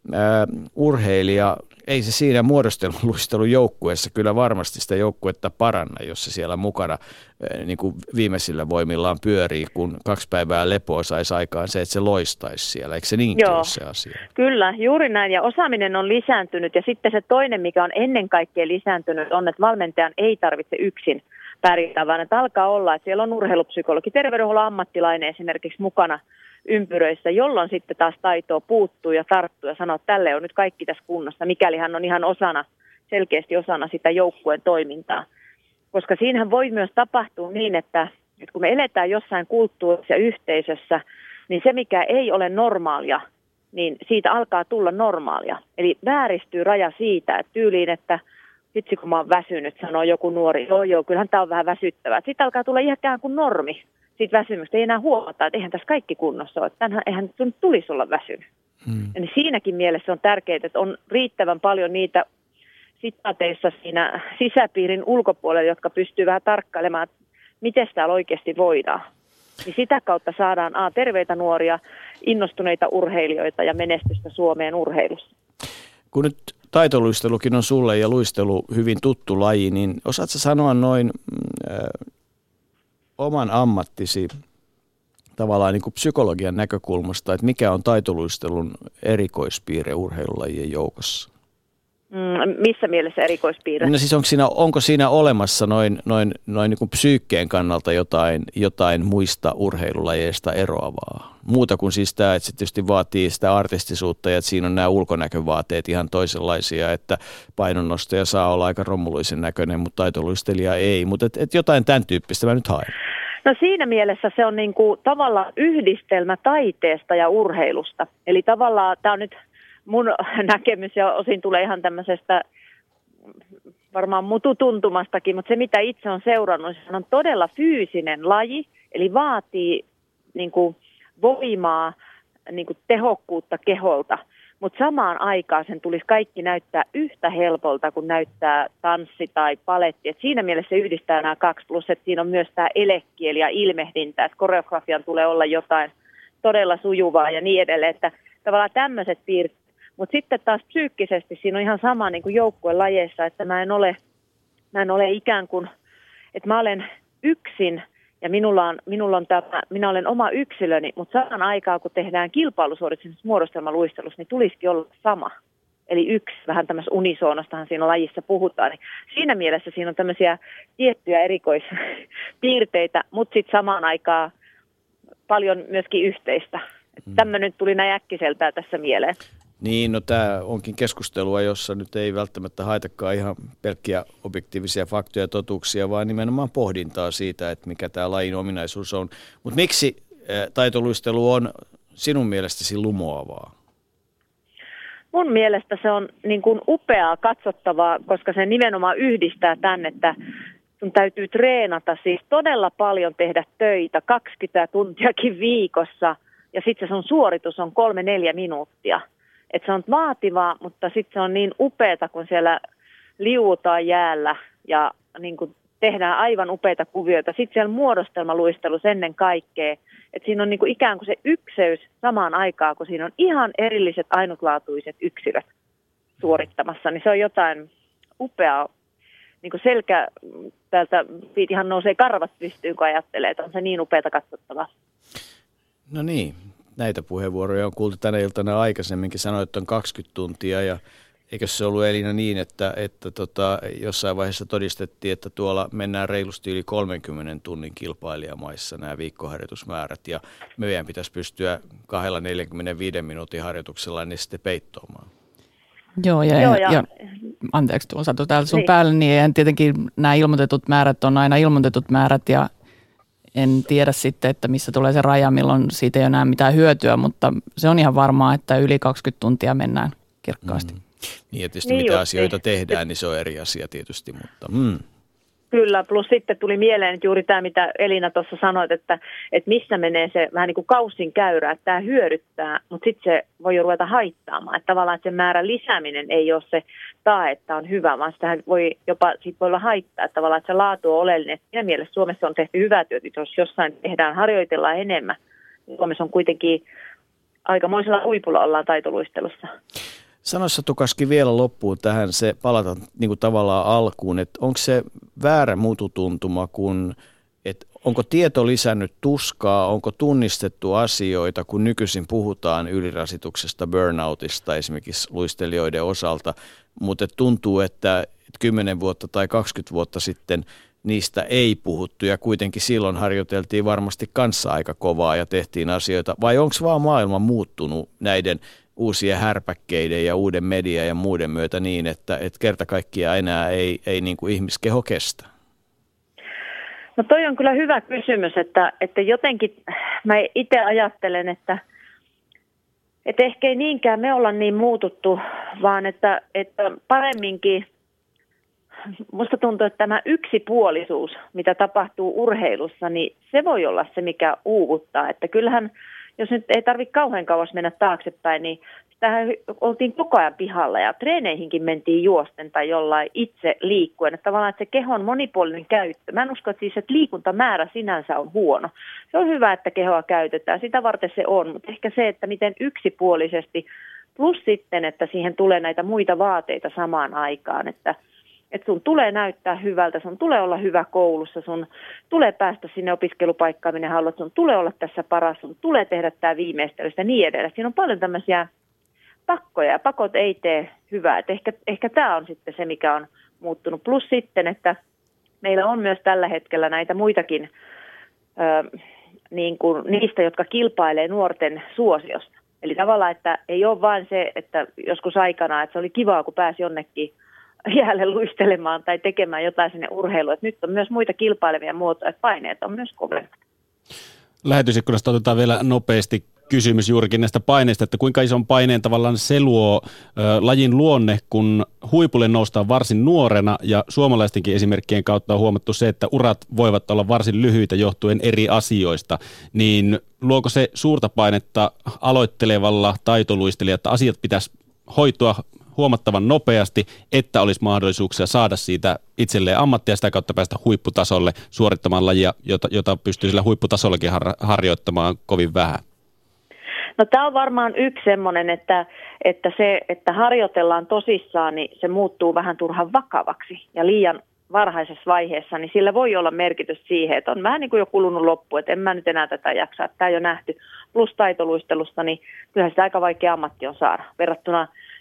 Speaker 2: urheilija, ei se siinä muodosteluluistelun joukkueessa kyllä varmasti sitä joukkuetta paranna, jos se siellä mukana niin kuin viimeisillä voimillaan pyörii, kun 2 päivää lepoa saisi aikaan se, että se loistaisi siellä. Eikö se niinkin ole se asia?
Speaker 8: Kyllä, juuri näin. Ja osaaminen on lisääntynyt. Ja sitten se toinen, mikä on ennen kaikkea lisääntynyt, on, että valmentajan ei tarvitse yksin pärjätä, vaan että alkaa olla, että siellä on urheilupsykologi, terveydenhuollon ammattilainen esimerkiksi mukana ympyröissä, jolloin sitten taas taitoa puuttuu ja tarttuu ja sanoo, että tälle on nyt kaikki tässä kunnossa, mikäli hän on ihan selkeästi osana sitä joukkueen toimintaa. Koska siinähän voi myös tapahtua niin, että kun me eletään jossain kulttuurissa ja yhteisössä, niin se mikä ei ole normaalia, niin siitä alkaa tulla normaalia. Eli vääristyy raja siitä, että tyyliin, että vitsi kun mä oon väsynyt, sanoo joku nuori, joo, kyllähän tää on vähän väsyttävää. Sitten alkaa tulla ikään kuin normi. Siitä väsymystä ei enää huomata, että eihän tässä kaikki kunnossa ole. Eihän sun tulisi olla väsynyt. Eli siinäkin mielessä on tärkeää, että on riittävän paljon niitä sitaateissa siinä sisäpiirin ulkopuolella, jotka pystyy vähän tarkkailemaan, että miten täällä oikeasti voidaan. Niin sitä kautta saadaan terveitä nuoria, innostuneita urheilijoita ja menestystä Suomeen urheilussa.
Speaker 2: Kun nyt taitoluistelukin on sulle ja luistelu hyvin tuttu laji, niin osaatko sanoa noin oman ammattisi tavallaan niin kuin psykologian näkökulmasta, että mikä on taitoluistelun erikoispiirre urheilulajien joukossa?
Speaker 8: Missä mielessä erikoispiirre?
Speaker 2: No siis onko siinä olemassa noin niin kuin psyykkeen kannalta jotain muista urheilulajeista eroavaa? Muuta kuin siis tämä, että se tietysti vaatii sitä artistisuutta ja että siinä on nämä ulkonäkövaateet ihan toisenlaisia, että painonnostaja saa olla aika rommuluisen näköinen, mutta taitoluistelija ei. Mutta et jotain tämän tyyppistä mä nyt haen.
Speaker 8: No siinä mielessä se on niin kuin tavallaan yhdistelmä taiteesta ja urheilusta. Eli tavallaan tämä on nyt mun näkemys ja osin tulee ihan tämmöisestä varmaan mututuntumastakin, mutta se mitä itse on seurannut, se on todella fyysinen laji, eli vaatii niin kuin voimaa, niin kuin tehokkuutta keholta, mutta samaan aikaan sen tulisi kaikki näyttää yhtä helpolta kuin näyttää tanssi tai paletti. Et siinä mielessä se yhdistää nämä 2, plus että siinä on myös tämä elekieli ja ilmehdintä, että koreografian tulee olla jotain todella sujuvaa ja niin edelleen, että tavallaan tämmöiset piirteet. Mutta sitten taas psyykkisesti siinä on ihan sama niin kuin joukkuelajeissa, että mä en ole ikään kuin, että mä olen yksin ja minä olen oma yksilöni, mutta samaan aikaan kun tehdään kilpailusuoritus muodostelmaluistelussa, niin tulisikin olla sama. eli yksi, vähän tämmöistä unisoonostahan siinä lajissa puhutaan, niin siinä mielessä siinä on tämmöisiä tiettyjä erikoispiirteitä, mutta sitten samaan aikaan paljon myöskin yhteistä. Tämmöinen tuli näin äkkiseltään tässä mieleen.
Speaker 2: Niin, no tämä onkin keskustelua, jossa nyt ei välttämättä haitakaan ihan pelkkiä objektiivisia faktoja ja totuuksia, vaan nimenomaan pohdintaa siitä, että mikä tämä lajin ominaisuus on. Mutta miksi taitoluistelu on sinun mielestäsi lumoavaa?
Speaker 8: Mun mielestä se on niin kuin upeaa katsottavaa, koska se nimenomaan yhdistää tämän, että sun täytyy treenata, siis todella paljon tehdä töitä, 20 tuntiakin viikossa, ja sitten se sun suoritus on 3-4 minuuttia. Että se on vaativaa, mutta sitten se on niin upeata, kun siellä liuutaan jäällä ja niin kuin tehdään aivan upeita kuvioita. Sitten siellä muodostelmaluistelussa ennen kaikkea, että siinä on niin kuin ikään kuin se ykseys samaan aikaan, kun siinä on ihan erilliset ainutlaatuiset yksilöt suorittamassa, niin se on jotain upeaa. Niin kuin selkä täältä ihan nousee karvat pystyyn, kun ajattelee, että on se niin upeata katsottavaa.
Speaker 2: No niin, näitä puheenvuoroja on kuultu tänä iltana aikaisemminkin. Sanoit, että on 20 tuntia ja eikö se ollut Elina niin, että jossain vaiheessa todistettiin, että tuolla mennään reilusti yli 30 tunnin kilpailijamaissa nämä viikkoharjoitusmäärät ja meidän pitäisi pystyä 2-45 minuutin harjoituksella ne sitten peittoamaan.
Speaker 4: Joo, ja anteeksi tuolla Satu täällä sun päällä, niin tietenkin nämä ilmoitetut määrät on aina ilmoitetut määrät ja en tiedä sitten, että missä tulee se raja, milloin siitä ei ole enää mitään hyötyä, mutta se on ihan varmaa, että yli 20 tuntia mennään kirkkaasti.
Speaker 2: Niin, ja tietysti mitä asioita tehdään, niin se on eri asia tietysti, mutta...
Speaker 8: Kyllä, plus sitten tuli mieleen juuri tämä, mitä Elina tuossa sanoit, että missä menee se vähän niin kuin kaussin käyrä, että tämä hyödyttää, mutta sitten se voi jo ruveta haittaamaan. Että tavallaan se määrän lisääminen ei ole se tae, että on hyvä, vaan sitähän voi jopa siitä voi olla haittaa. Että tavallaan että se laatu on oleellinen. Siinä mielessä Suomessa on tehty hyvää työtä, jos jossain tehdään, harjoitellaan enemmän. Suomessa on kuitenkin aikamoisella huipulla ollaan taitoluistelussa.
Speaker 2: Sanoissa Tukaski vielä loppuun tähän se palata niin kuin tavallaan alkuun, että onko se väärä mututuntuma, että onko tieto lisännyt tuskaa, onko tunnistettu asioita, kun nykyisin puhutaan ylirasituksesta, burnoutista esimerkiksi luistelijoiden osalta, mutta tuntuu, että 10 vuotta tai 20 vuotta sitten niistä ei puhuttu ja kuitenkin silloin harjoiteltiin varmasti kanssa aika kovaa ja tehtiin asioita, vai onko vaan maailma muuttunut näiden uusien härpäkkeiden ja uuden median ja muuden myötä niin, että kerta kaikkiaan enää ei niin kuin ihmiskeho kestä?
Speaker 8: No toi on kyllä hyvä kysymys, että jotenkin mä itse ajattelen, että ehkä ei niinkään me olla niin muututtu, vaan että paremminkin musta tuntuu, että tämä yksipuolisuus, mitä tapahtuu urheilussa, niin se voi olla se, mikä uuvuttaa, että kyllähän jos nyt ei tarvitse kauhean kauas mennä taaksepäin, niin tähän oltiin koko ajan pihalla ja treeneihinkin mentiin juosten tai jollain itse liikkuen. Että tavallaan että se kehon monipuolinen käyttö. Mä en usko, että liikuntamäärä sinänsä on huono. Se on hyvä, että kehoa käytetään. Sitä varten se on, mutta ehkä se, että miten yksipuolisesti plus sitten, että siihen tulee näitä muita vaateita samaan aikaan, että sun tulee näyttää hyvältä, sun tulee olla hyvä koulussa, sun tulee päästä sinne opiskelupaikkaan, minne haluat, sun tulee olla tässä paras, sun tulee tehdä tämä viimeistely ja niin edelleen. Siinä on paljon tämmöisiä pakkoja ja pakot ei tee hyvää. Et ehkä tämä on sitten se, mikä on muuttunut. Plus sitten, että meillä on myös tällä hetkellä näitä muitakin niin kuin niistä, jotka kilpailee nuorten suosiosta. Eli tavallaan, että ei ole vain se, että joskus aikanaan, että se oli kivaa, kun pääsi jonnekin jäälle luistelemaan tai tekemään jotain sinne urheiluun. Että nyt on myös muita kilpailevia muotoja, että paineet on myös kovemmat.
Speaker 5: Lähetysikkunasta otetaan vielä nopeasti kysymys juurikin näistä paineista, että kuinka ison paineen tavallaan se luo lajin luonne, kun huipulle noustaan varsin nuorena ja suomalaistenkin esimerkkien kautta on huomattu se, että urat voivat olla varsin lyhyitä johtuen eri asioista, niin luoko se suurta painetta aloittelevalla taitoluistelijalla, että asiat pitäisi hoitua huomattavan nopeasti, että olisi mahdollisuuksia saada siitä itselleen ammattia ja sitä kautta päästä huipputasolle suorittamaan lajia, jota pystyy sillä huipputasollakin harjoittamaan kovin vähän?
Speaker 8: No tämä on varmaan yksi semmoinen, että se, että harjoitellaan tosissaan, niin se muuttuu vähän turhan vakavaksi ja liian varhaisessa vaiheessa, niin sillä voi olla merkitys siihen, että on vähän niin kuin jo kulunut loppu, että en mä nyt enää tätä jaksaa, että tämä on jo nähty. Plus taitoluistelusta, niin kyllähän sitä aika vaikea ammatti on saada verrattuna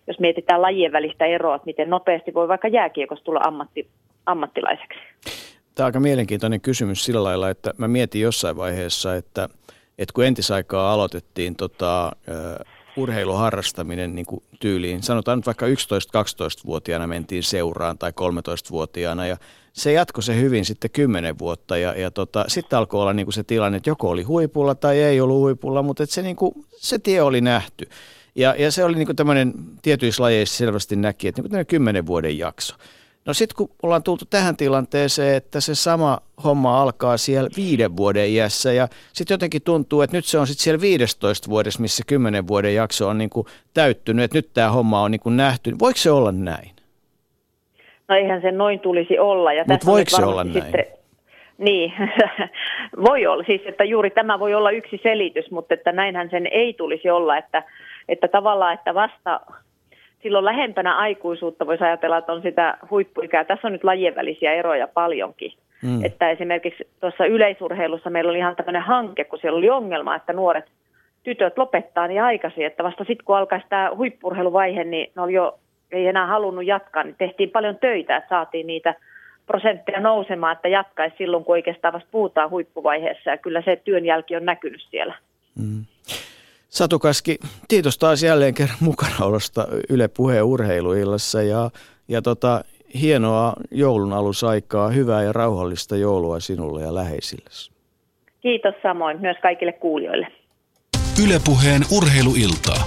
Speaker 8: jos mietitään lajien välistä eroa, että miten nopeasti voi vaikka jääkiekossa tulla ammattilaiseksi.
Speaker 2: Tämä on aika mielenkiintoinen kysymys sillä lailla, että mä mietin jossain vaiheessa, että kun entisaikaa aloitettiin urheiluharrastaminen niin kuin tyyliin, sanotaan nyt vaikka 11-12-vuotiaana mentiin seuraan tai 13-vuotiaana ja se jatkoi se hyvin sitten 10 vuotta ja sitten alkoi olla niin kuin se tilanne, että joko oli huipulla tai ei ollut huipulla, mutta että se tie oli nähty. Ja se oli niin kuin tämmöinen, tietyissä lajeissa selvästi näki, että niin kuin 10 vuoden jakso. No sitten kun ollaan tultu tähän tilanteeseen, että se sama homma alkaa siellä 5 vuoden iässä ja sitten jotenkin tuntuu, että nyt se on sitten siellä 15 vuodessa, missä 10 vuoden jakso on niin kuin täyttynyt, että nyt tämä homma on niin kuin nähty. Voiko se olla näin?
Speaker 8: No eihän se noin tulisi olla.
Speaker 2: Mutta voiko se olla näin?
Speaker 8: Sitten, niin, voi olla. Siis, että juuri tämä voi olla yksi selitys, mutta että näinhän sen ei tulisi olla, että tavallaan, että vasta silloin lähempänä aikuisuutta voisi ajatella, että on sitä huippuikää. Tässä on nyt lajien välisiä eroja paljonkin. Että esimerkiksi tuossa yleisurheilussa meillä oli ihan tämmöinen hanke, kun siellä oli ongelma, että nuoret tytöt lopettaa niin aikaisin, että vasta sitten kun alkaisi tämä huippu-urheiluvaihe, niin ne oli jo, ei enää halunnut jatkaa, niin tehtiin paljon töitä, että saatiin niitä prosentteja nousemaan, että jatkaisi silloin, kun oikeastaan vasta puhutaan huippuvaiheessa, ja kyllä se työn jälki on näkynyt siellä.
Speaker 2: Satu Kaski, kiitos taas jälleen kerran mukanaolosta Yle Puheen urheiluillassa ja hienoa joulun alusaikaa, hyvää ja rauhallista joulua sinulle ja läheisillesi.
Speaker 8: Kiitos samoin myös kaikille kuulijoille.
Speaker 1: Yle Puheen urheiluiltaa.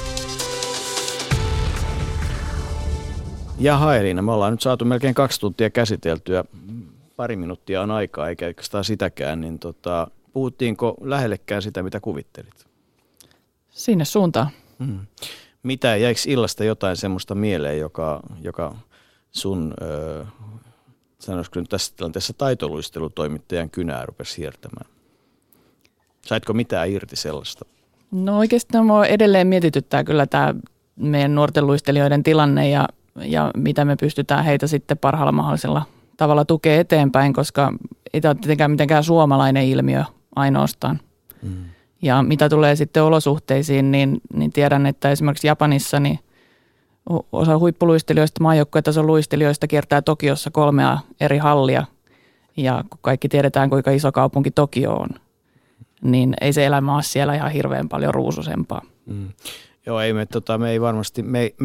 Speaker 2: Jaha Elina, me ollaan nyt saatu melkein 2 tuntia käsiteltyä. Pari minuuttia on aikaa, eikä oikeastaan sitäkään. Niin puhuttiinko lähellekään sitä, mitä kuvittelit?
Speaker 4: Sinne suuntaan.
Speaker 2: Mitä, jäikö illasta jotain semmoista mieleen, joka sun, sanoisiko nyt tässä tilanteessa taitoluistelutoimittajan kynää rupesi hiertämään? Saitko mitään irti sellaista?
Speaker 4: No oikeastaan mua edelleen mietityttää kyllä tämä meidän nuorten luistelijoiden tilanne ja mitä me pystytään heitä sitten parhaalla mahdollisella tavalla tukea eteenpäin, koska ei tämä ole tietenkään mitenkään suomalainen ilmiö ainoastaan. Ja mitä tulee sitten olosuhteisiin, niin tiedän, että esimerkiksi Japanissa niin osa huippuluistelijoista, maajoukkuetason luistelijoista kiertää Tokiossa 3 eri hallia. Ja kun kaikki tiedetään, kuinka iso kaupunki Tokio on, niin ei se elämä ole siellä ihan hirveän paljon ruususempaa.
Speaker 2: Joo, ei me ei varmasti,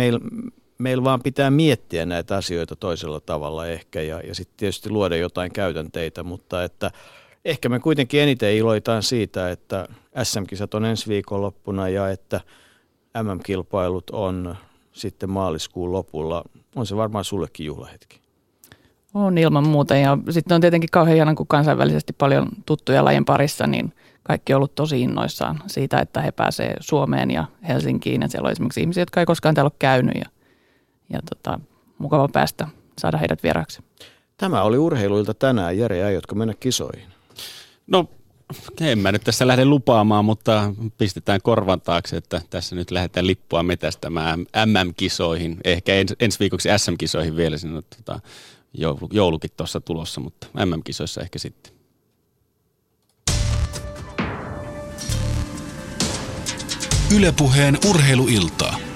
Speaker 2: meillä vaan pitää miettiä näitä asioita toisella tavalla ehkä ja sitten tietysti luoda jotain käytänteitä, mutta että ehkä me kuitenkin eniten iloitaan siitä, että SM-kisat on ensi viikonloppuna ja että MM-kilpailut on sitten maaliskuun lopulla. On se varmaan sullekin juhlahetki.
Speaker 4: On ilman muuta ja sitten on tietenkin kauhean hienoa, kun kansainvälisesti paljon tuttuja lajien parissa, niin kaikki on ollut tosi innoissaan siitä, että he pääsevät Suomeen ja Helsinkiin. Ja siellä on esimerkiksi ihmisiä, jotka ei koskaan täällä ole käynyt ja mukava päästä saada heidät vieraaksi.
Speaker 2: Tämä oli urheiluilta tänään. Jere, aiotko mennä kisoihin?
Speaker 5: No, en mä nyt tässä lähde lupaamaan, mutta pistetään korvan taakse, että tässä nyt lähdetään lippua metästämään MM-kisoihin. Ehkä ensi viikoksi SM-kisoihin vielä, siinä on joulukin tuossa tulossa, mutta MM-kisoissa ehkä sitten.
Speaker 1: Yle Puheen urheiluiltaa.